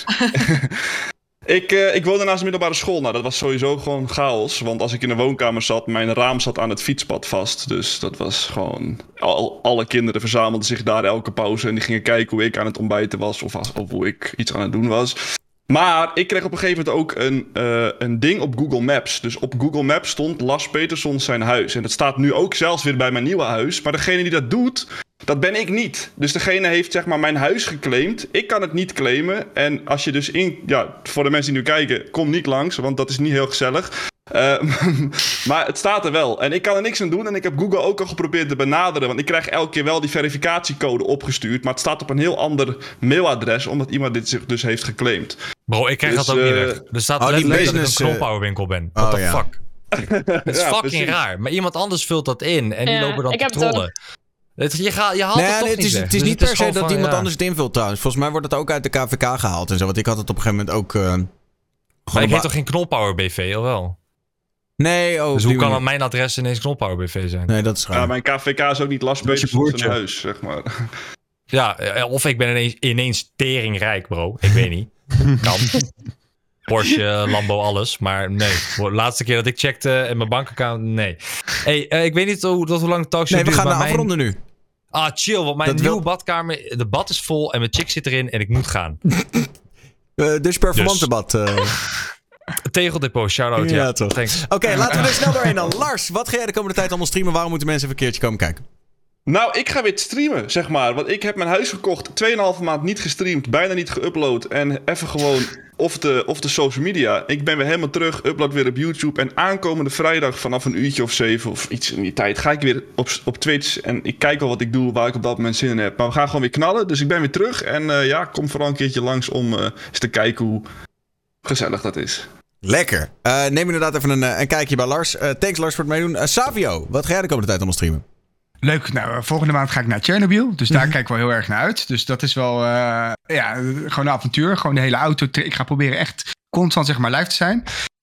Ik woonde naast de middelbare school. Nou, dat was sowieso gewoon chaos. Want als ik in de woonkamer zat, mijn raam zat aan het fietspad vast. Dus dat was gewoon... Alle kinderen verzamelden zich daar elke pauze. En die gingen kijken hoe ik aan het ontbijten was. Of hoe ik iets aan het doen was. Maar ik kreeg op een gegeven moment ook een ding op Google Maps. Dus op Google Maps stond Lars Peterson zijn huis. En dat staat nu ook zelfs weer bij mijn nieuwe huis. Maar degene die dat doet... Dat ben ik niet. Dus degene heeft zeg maar mijn huis geclaimd. Ik kan het niet claimen. En als je dus voor de mensen die nu kijken, kom niet langs, want dat is niet heel gezellig. Maar het staat er wel. En ik kan er niks aan doen. En ik heb Google ook al geprobeerd te benaderen. Want ik krijg elke keer wel die verificatiecode opgestuurd. Maar het staat op een heel ander mailadres. Omdat iemand dit zich dus heeft geclaimd. Bro, ik krijg dat ook niet weg. Er staat letterlijk dat ik een knophouwerwinkel ben. What the fuck? Het is fucking raar. Maar iemand anders vult dat in. En die lopen dan te trollen. Je haalt het toch niet weg. Het is niet per se dat iemand anders het invult trouwens. Volgens mij wordt het ook uit de KVK gehaald en zo. Want ik had het op een gegeven moment ook... maar ik heet toch geen Knolpower BV, of wel? Nee, dus hoe kan dan mijn adres ineens Knolpower BV zijn? Nee, dat is raar. Ja, mijn KVK is ook niet Lars Peterson zijn huis, zeg maar. Ja, of ik ben ineens teringrijk, bro. Ik weet niet. Kan. Porsche, Lambo, alles. Maar nee, de laatste keer dat ik checkte en mijn bankaccount, nee. Hey, ik weet niet hoe lang de talkshow duurt. Nee, we gaan naar afronden nu. Chill, want mijn nieuwe badkamer, de bad is vol en mijn chick zit erin en ik moet gaan. Dus performantebad. Tegeldepot, shout-out. Ja, toch. Oké, laten we er snel doorheen dan. Lars, wat ga jij de komende tijd allemaal streamen? Waarom moeten mensen even een keertje komen kijken? Nou, ik ga weer streamen, zeg maar. Want ik heb mijn huis gekocht, 2,5 maand niet gestreamd, bijna niet geüpload. En even gewoon of de social media. Ik ben weer helemaal terug, upload weer op YouTube. En aankomende vrijdag vanaf een uurtje of 7 of iets in die tijd ga ik weer op Twitch. En ik kijk wel wat ik doe, waar ik op dat moment zin in heb. Maar we gaan gewoon weer knallen, dus ik ben weer terug. En kom vooral een keertje langs om eens te kijken hoe gezellig dat is. Lekker. Neem inderdaad even een kijkje bij Lars. Thanks Lars voor het meedoen. Savio, wat ga jij de komende tijd allemaal streamen? Leuk. Nou, volgende maand ga ik naar Chernobyl. Dus daar kijk ik wel heel erg naar uit. Dus dat is wel gewoon een avontuur. Gewoon de hele auto. Ik ga proberen echt constant zeg maar live te zijn.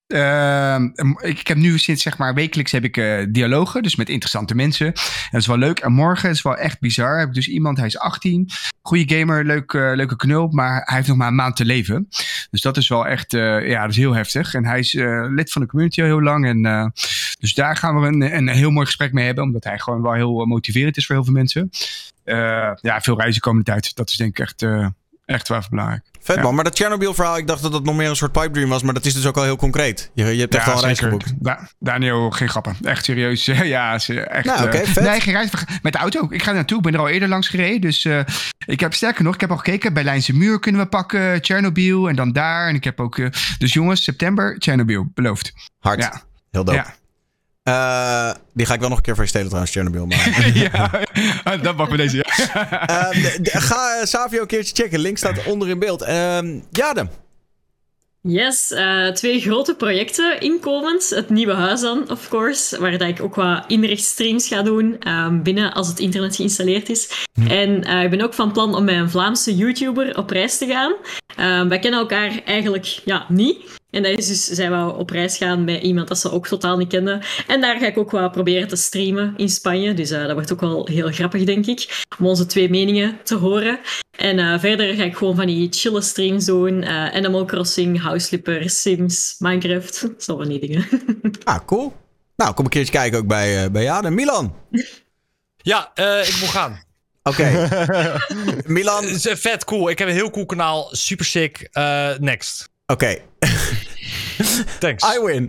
Ik heb nu sinds zeg maar wekelijks heb ik dialogen. Dus met interessante mensen. En dat is wel leuk. En morgen is wel echt bizar. Heb ik dus iemand, hij is 18. Goeie gamer, leuke knul. Maar hij heeft nog maar een maand te leven. Dus dat is wel echt, dat is heel heftig. En hij is lid van de community al heel lang. En dus daar gaan we een heel mooi gesprek mee hebben. Omdat hij gewoon wel heel motiverend is voor heel veel mensen. Veel reizen komende tijd. Dat is denk ik echt Echt wel belangrijk. Vet man, maar dat Chernobyl-verhaal, ik dacht dat dat nog meer een soort pipe dream was, maar dat is dus ook al heel concreet. Je hebt echt al een reis geboekt. Daniel, geen grappen. Echt serieus. Ja, echt. Nou, oké, vet. Nee, geen reis. Met de auto. Ik ga er naartoe. Ik ben er al eerder langs gereden. Dus ik heb al gekeken. Berlijnse muur kunnen we pakken. Chernobyl en dan daar. En ik heb ook... dus jongens, september, Chernobyl. Beloofd. Hard. Ja. Heel dope. Ja. Die ga ik wel nog een keer voor je stelen trouwens, Chernobyl. Maar... ja, dat mag bij deze. Ga Savio een keertje checken. Link staat onder in beeld. Jade. Yes, 2 grote projecten inkomend. Het nieuwe huis dan, of course. Waar dat ik ook wat inrichtstreams ga doen. Binnen als het internet geïnstalleerd is. En ik ben ook van plan om met een Vlaamse YouTuber op reis te gaan. Wij kennen elkaar eigenlijk niet. En dat is dus, zij wou op reis gaan bij iemand dat ze ook totaal niet kenden. En daar ga ik ook wel proberen te streamen in Spanje. Dus dat wordt ook wel heel grappig, denk ik. Om onze 2 meningen te horen. En verder ga ik gewoon van die chille streams doen. Animal Crossing, House Flipper, Sims, Minecraft. Zo van die dingen. Cool. Nou, kom een keertje kijken ook bij Jade. Milan. Ja, ik moet gaan. Oké. Milan. Vet cool. Ik heb een heel cool kanaal. Super sick. Next. Oké. Thanks. I win.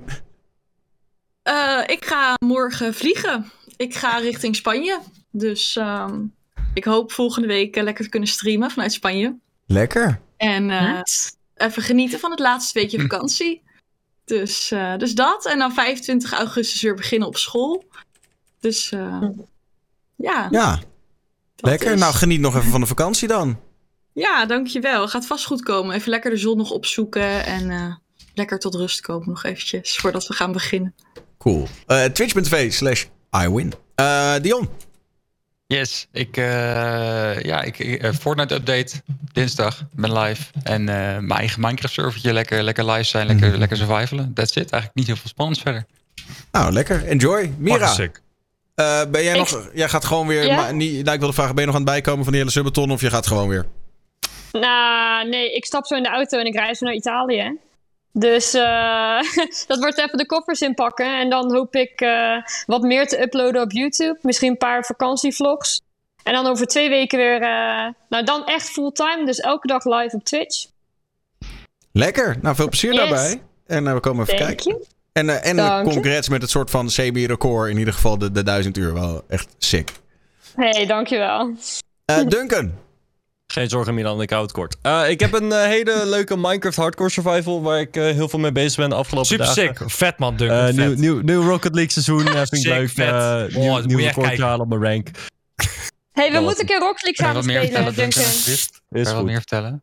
Ik ga morgen vliegen. Ik ga richting Spanje. Dus ik hoop volgende week lekker te kunnen streamen vanuit Spanje. Lekker. En even genieten van het laatste weekje vakantie. Dus dat. En dan 25 augustus weer beginnen op school. Dus ja. Ja. Lekker. Nou, geniet nog even van de vakantie dan. Ja, dankjewel. Gaat vast goed komen. Even lekker de zon nog opzoeken en lekker tot rust komen nog eventjes voordat we gaan beginnen. Cool. Twitch.tv/iwin. Dion. Yes, Fortnite update dinsdag. Ben live. En mijn eigen Minecraft servertje lekker live zijn. Lekker survivalen. That's it. Eigenlijk niet heel veel spannends verder. Nou, lekker. Enjoy. Mira. Ben jij nog... Jij gaat gewoon weer... Ja? Ik wilde vragen, ben je nog aan het bijkomen van die hele Subathon of je gaat gewoon weer? Nou, nee, ik stap zo in de auto en ik rijd zo naar Italië. Dus dat wordt even de koffers inpakken. En dan hoop ik wat meer te uploaden op YouTube. Misschien een paar vakantievlogs. En dan over 2 weken weer... dan echt fulltime. Dus elke dag live op Twitch. Lekker. Nou, veel plezier daarbij. En we komen even kijken. You. En congrats met het soort van semi-record. In ieder geval de 1000 uur. Wel echt sick. Hey, dankjewel. Duncan. Geen zorgen, Milan, ik hou het kort. Ik heb een hele leuke Minecraft Hardcore Survival waar ik heel veel mee bezig ben de afgelopen dagen. Super sick. Vet man, Duncan. Nieuw Rocket League seizoen vind ik leuk. Nieuw record halen op mijn rank. Hey, we moeten een keer Rocket League samen spelen, Duncan. Kan je wat meer vertellen?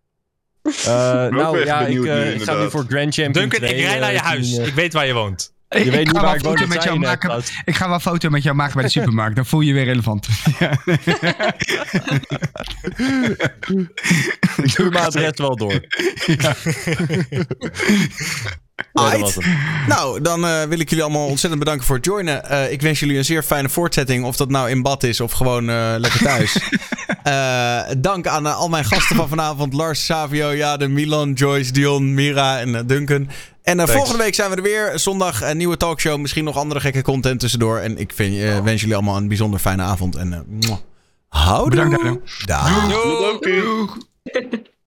Ik ga nu voor Grand Champion Duncan, 2. ik rij naar je huis. Ik weet waar je woont. Je weet niet waar ik woon. Ik ga wel een foto met jou maken bij de supermarkt. Dan voel je je weer relevant. Ik stuur mijn adres wel door. Nou, dan wil ik jullie allemaal ontzettend bedanken voor het joinen. Ik wens jullie een zeer fijne voortzetting. Of dat nou in bad is of gewoon lekker thuis. Dank aan al mijn gasten van vanavond. Lars, Savio, Jade, Milan, Joyce, Dion, Mira en Duncan. En volgende week zijn we er weer. Zondag een nieuwe talkshow. Misschien nog andere gekke content tussendoor. En ik wens jullie allemaal een bijzonder fijne avond. En houdoe. Bedankt. Doeg.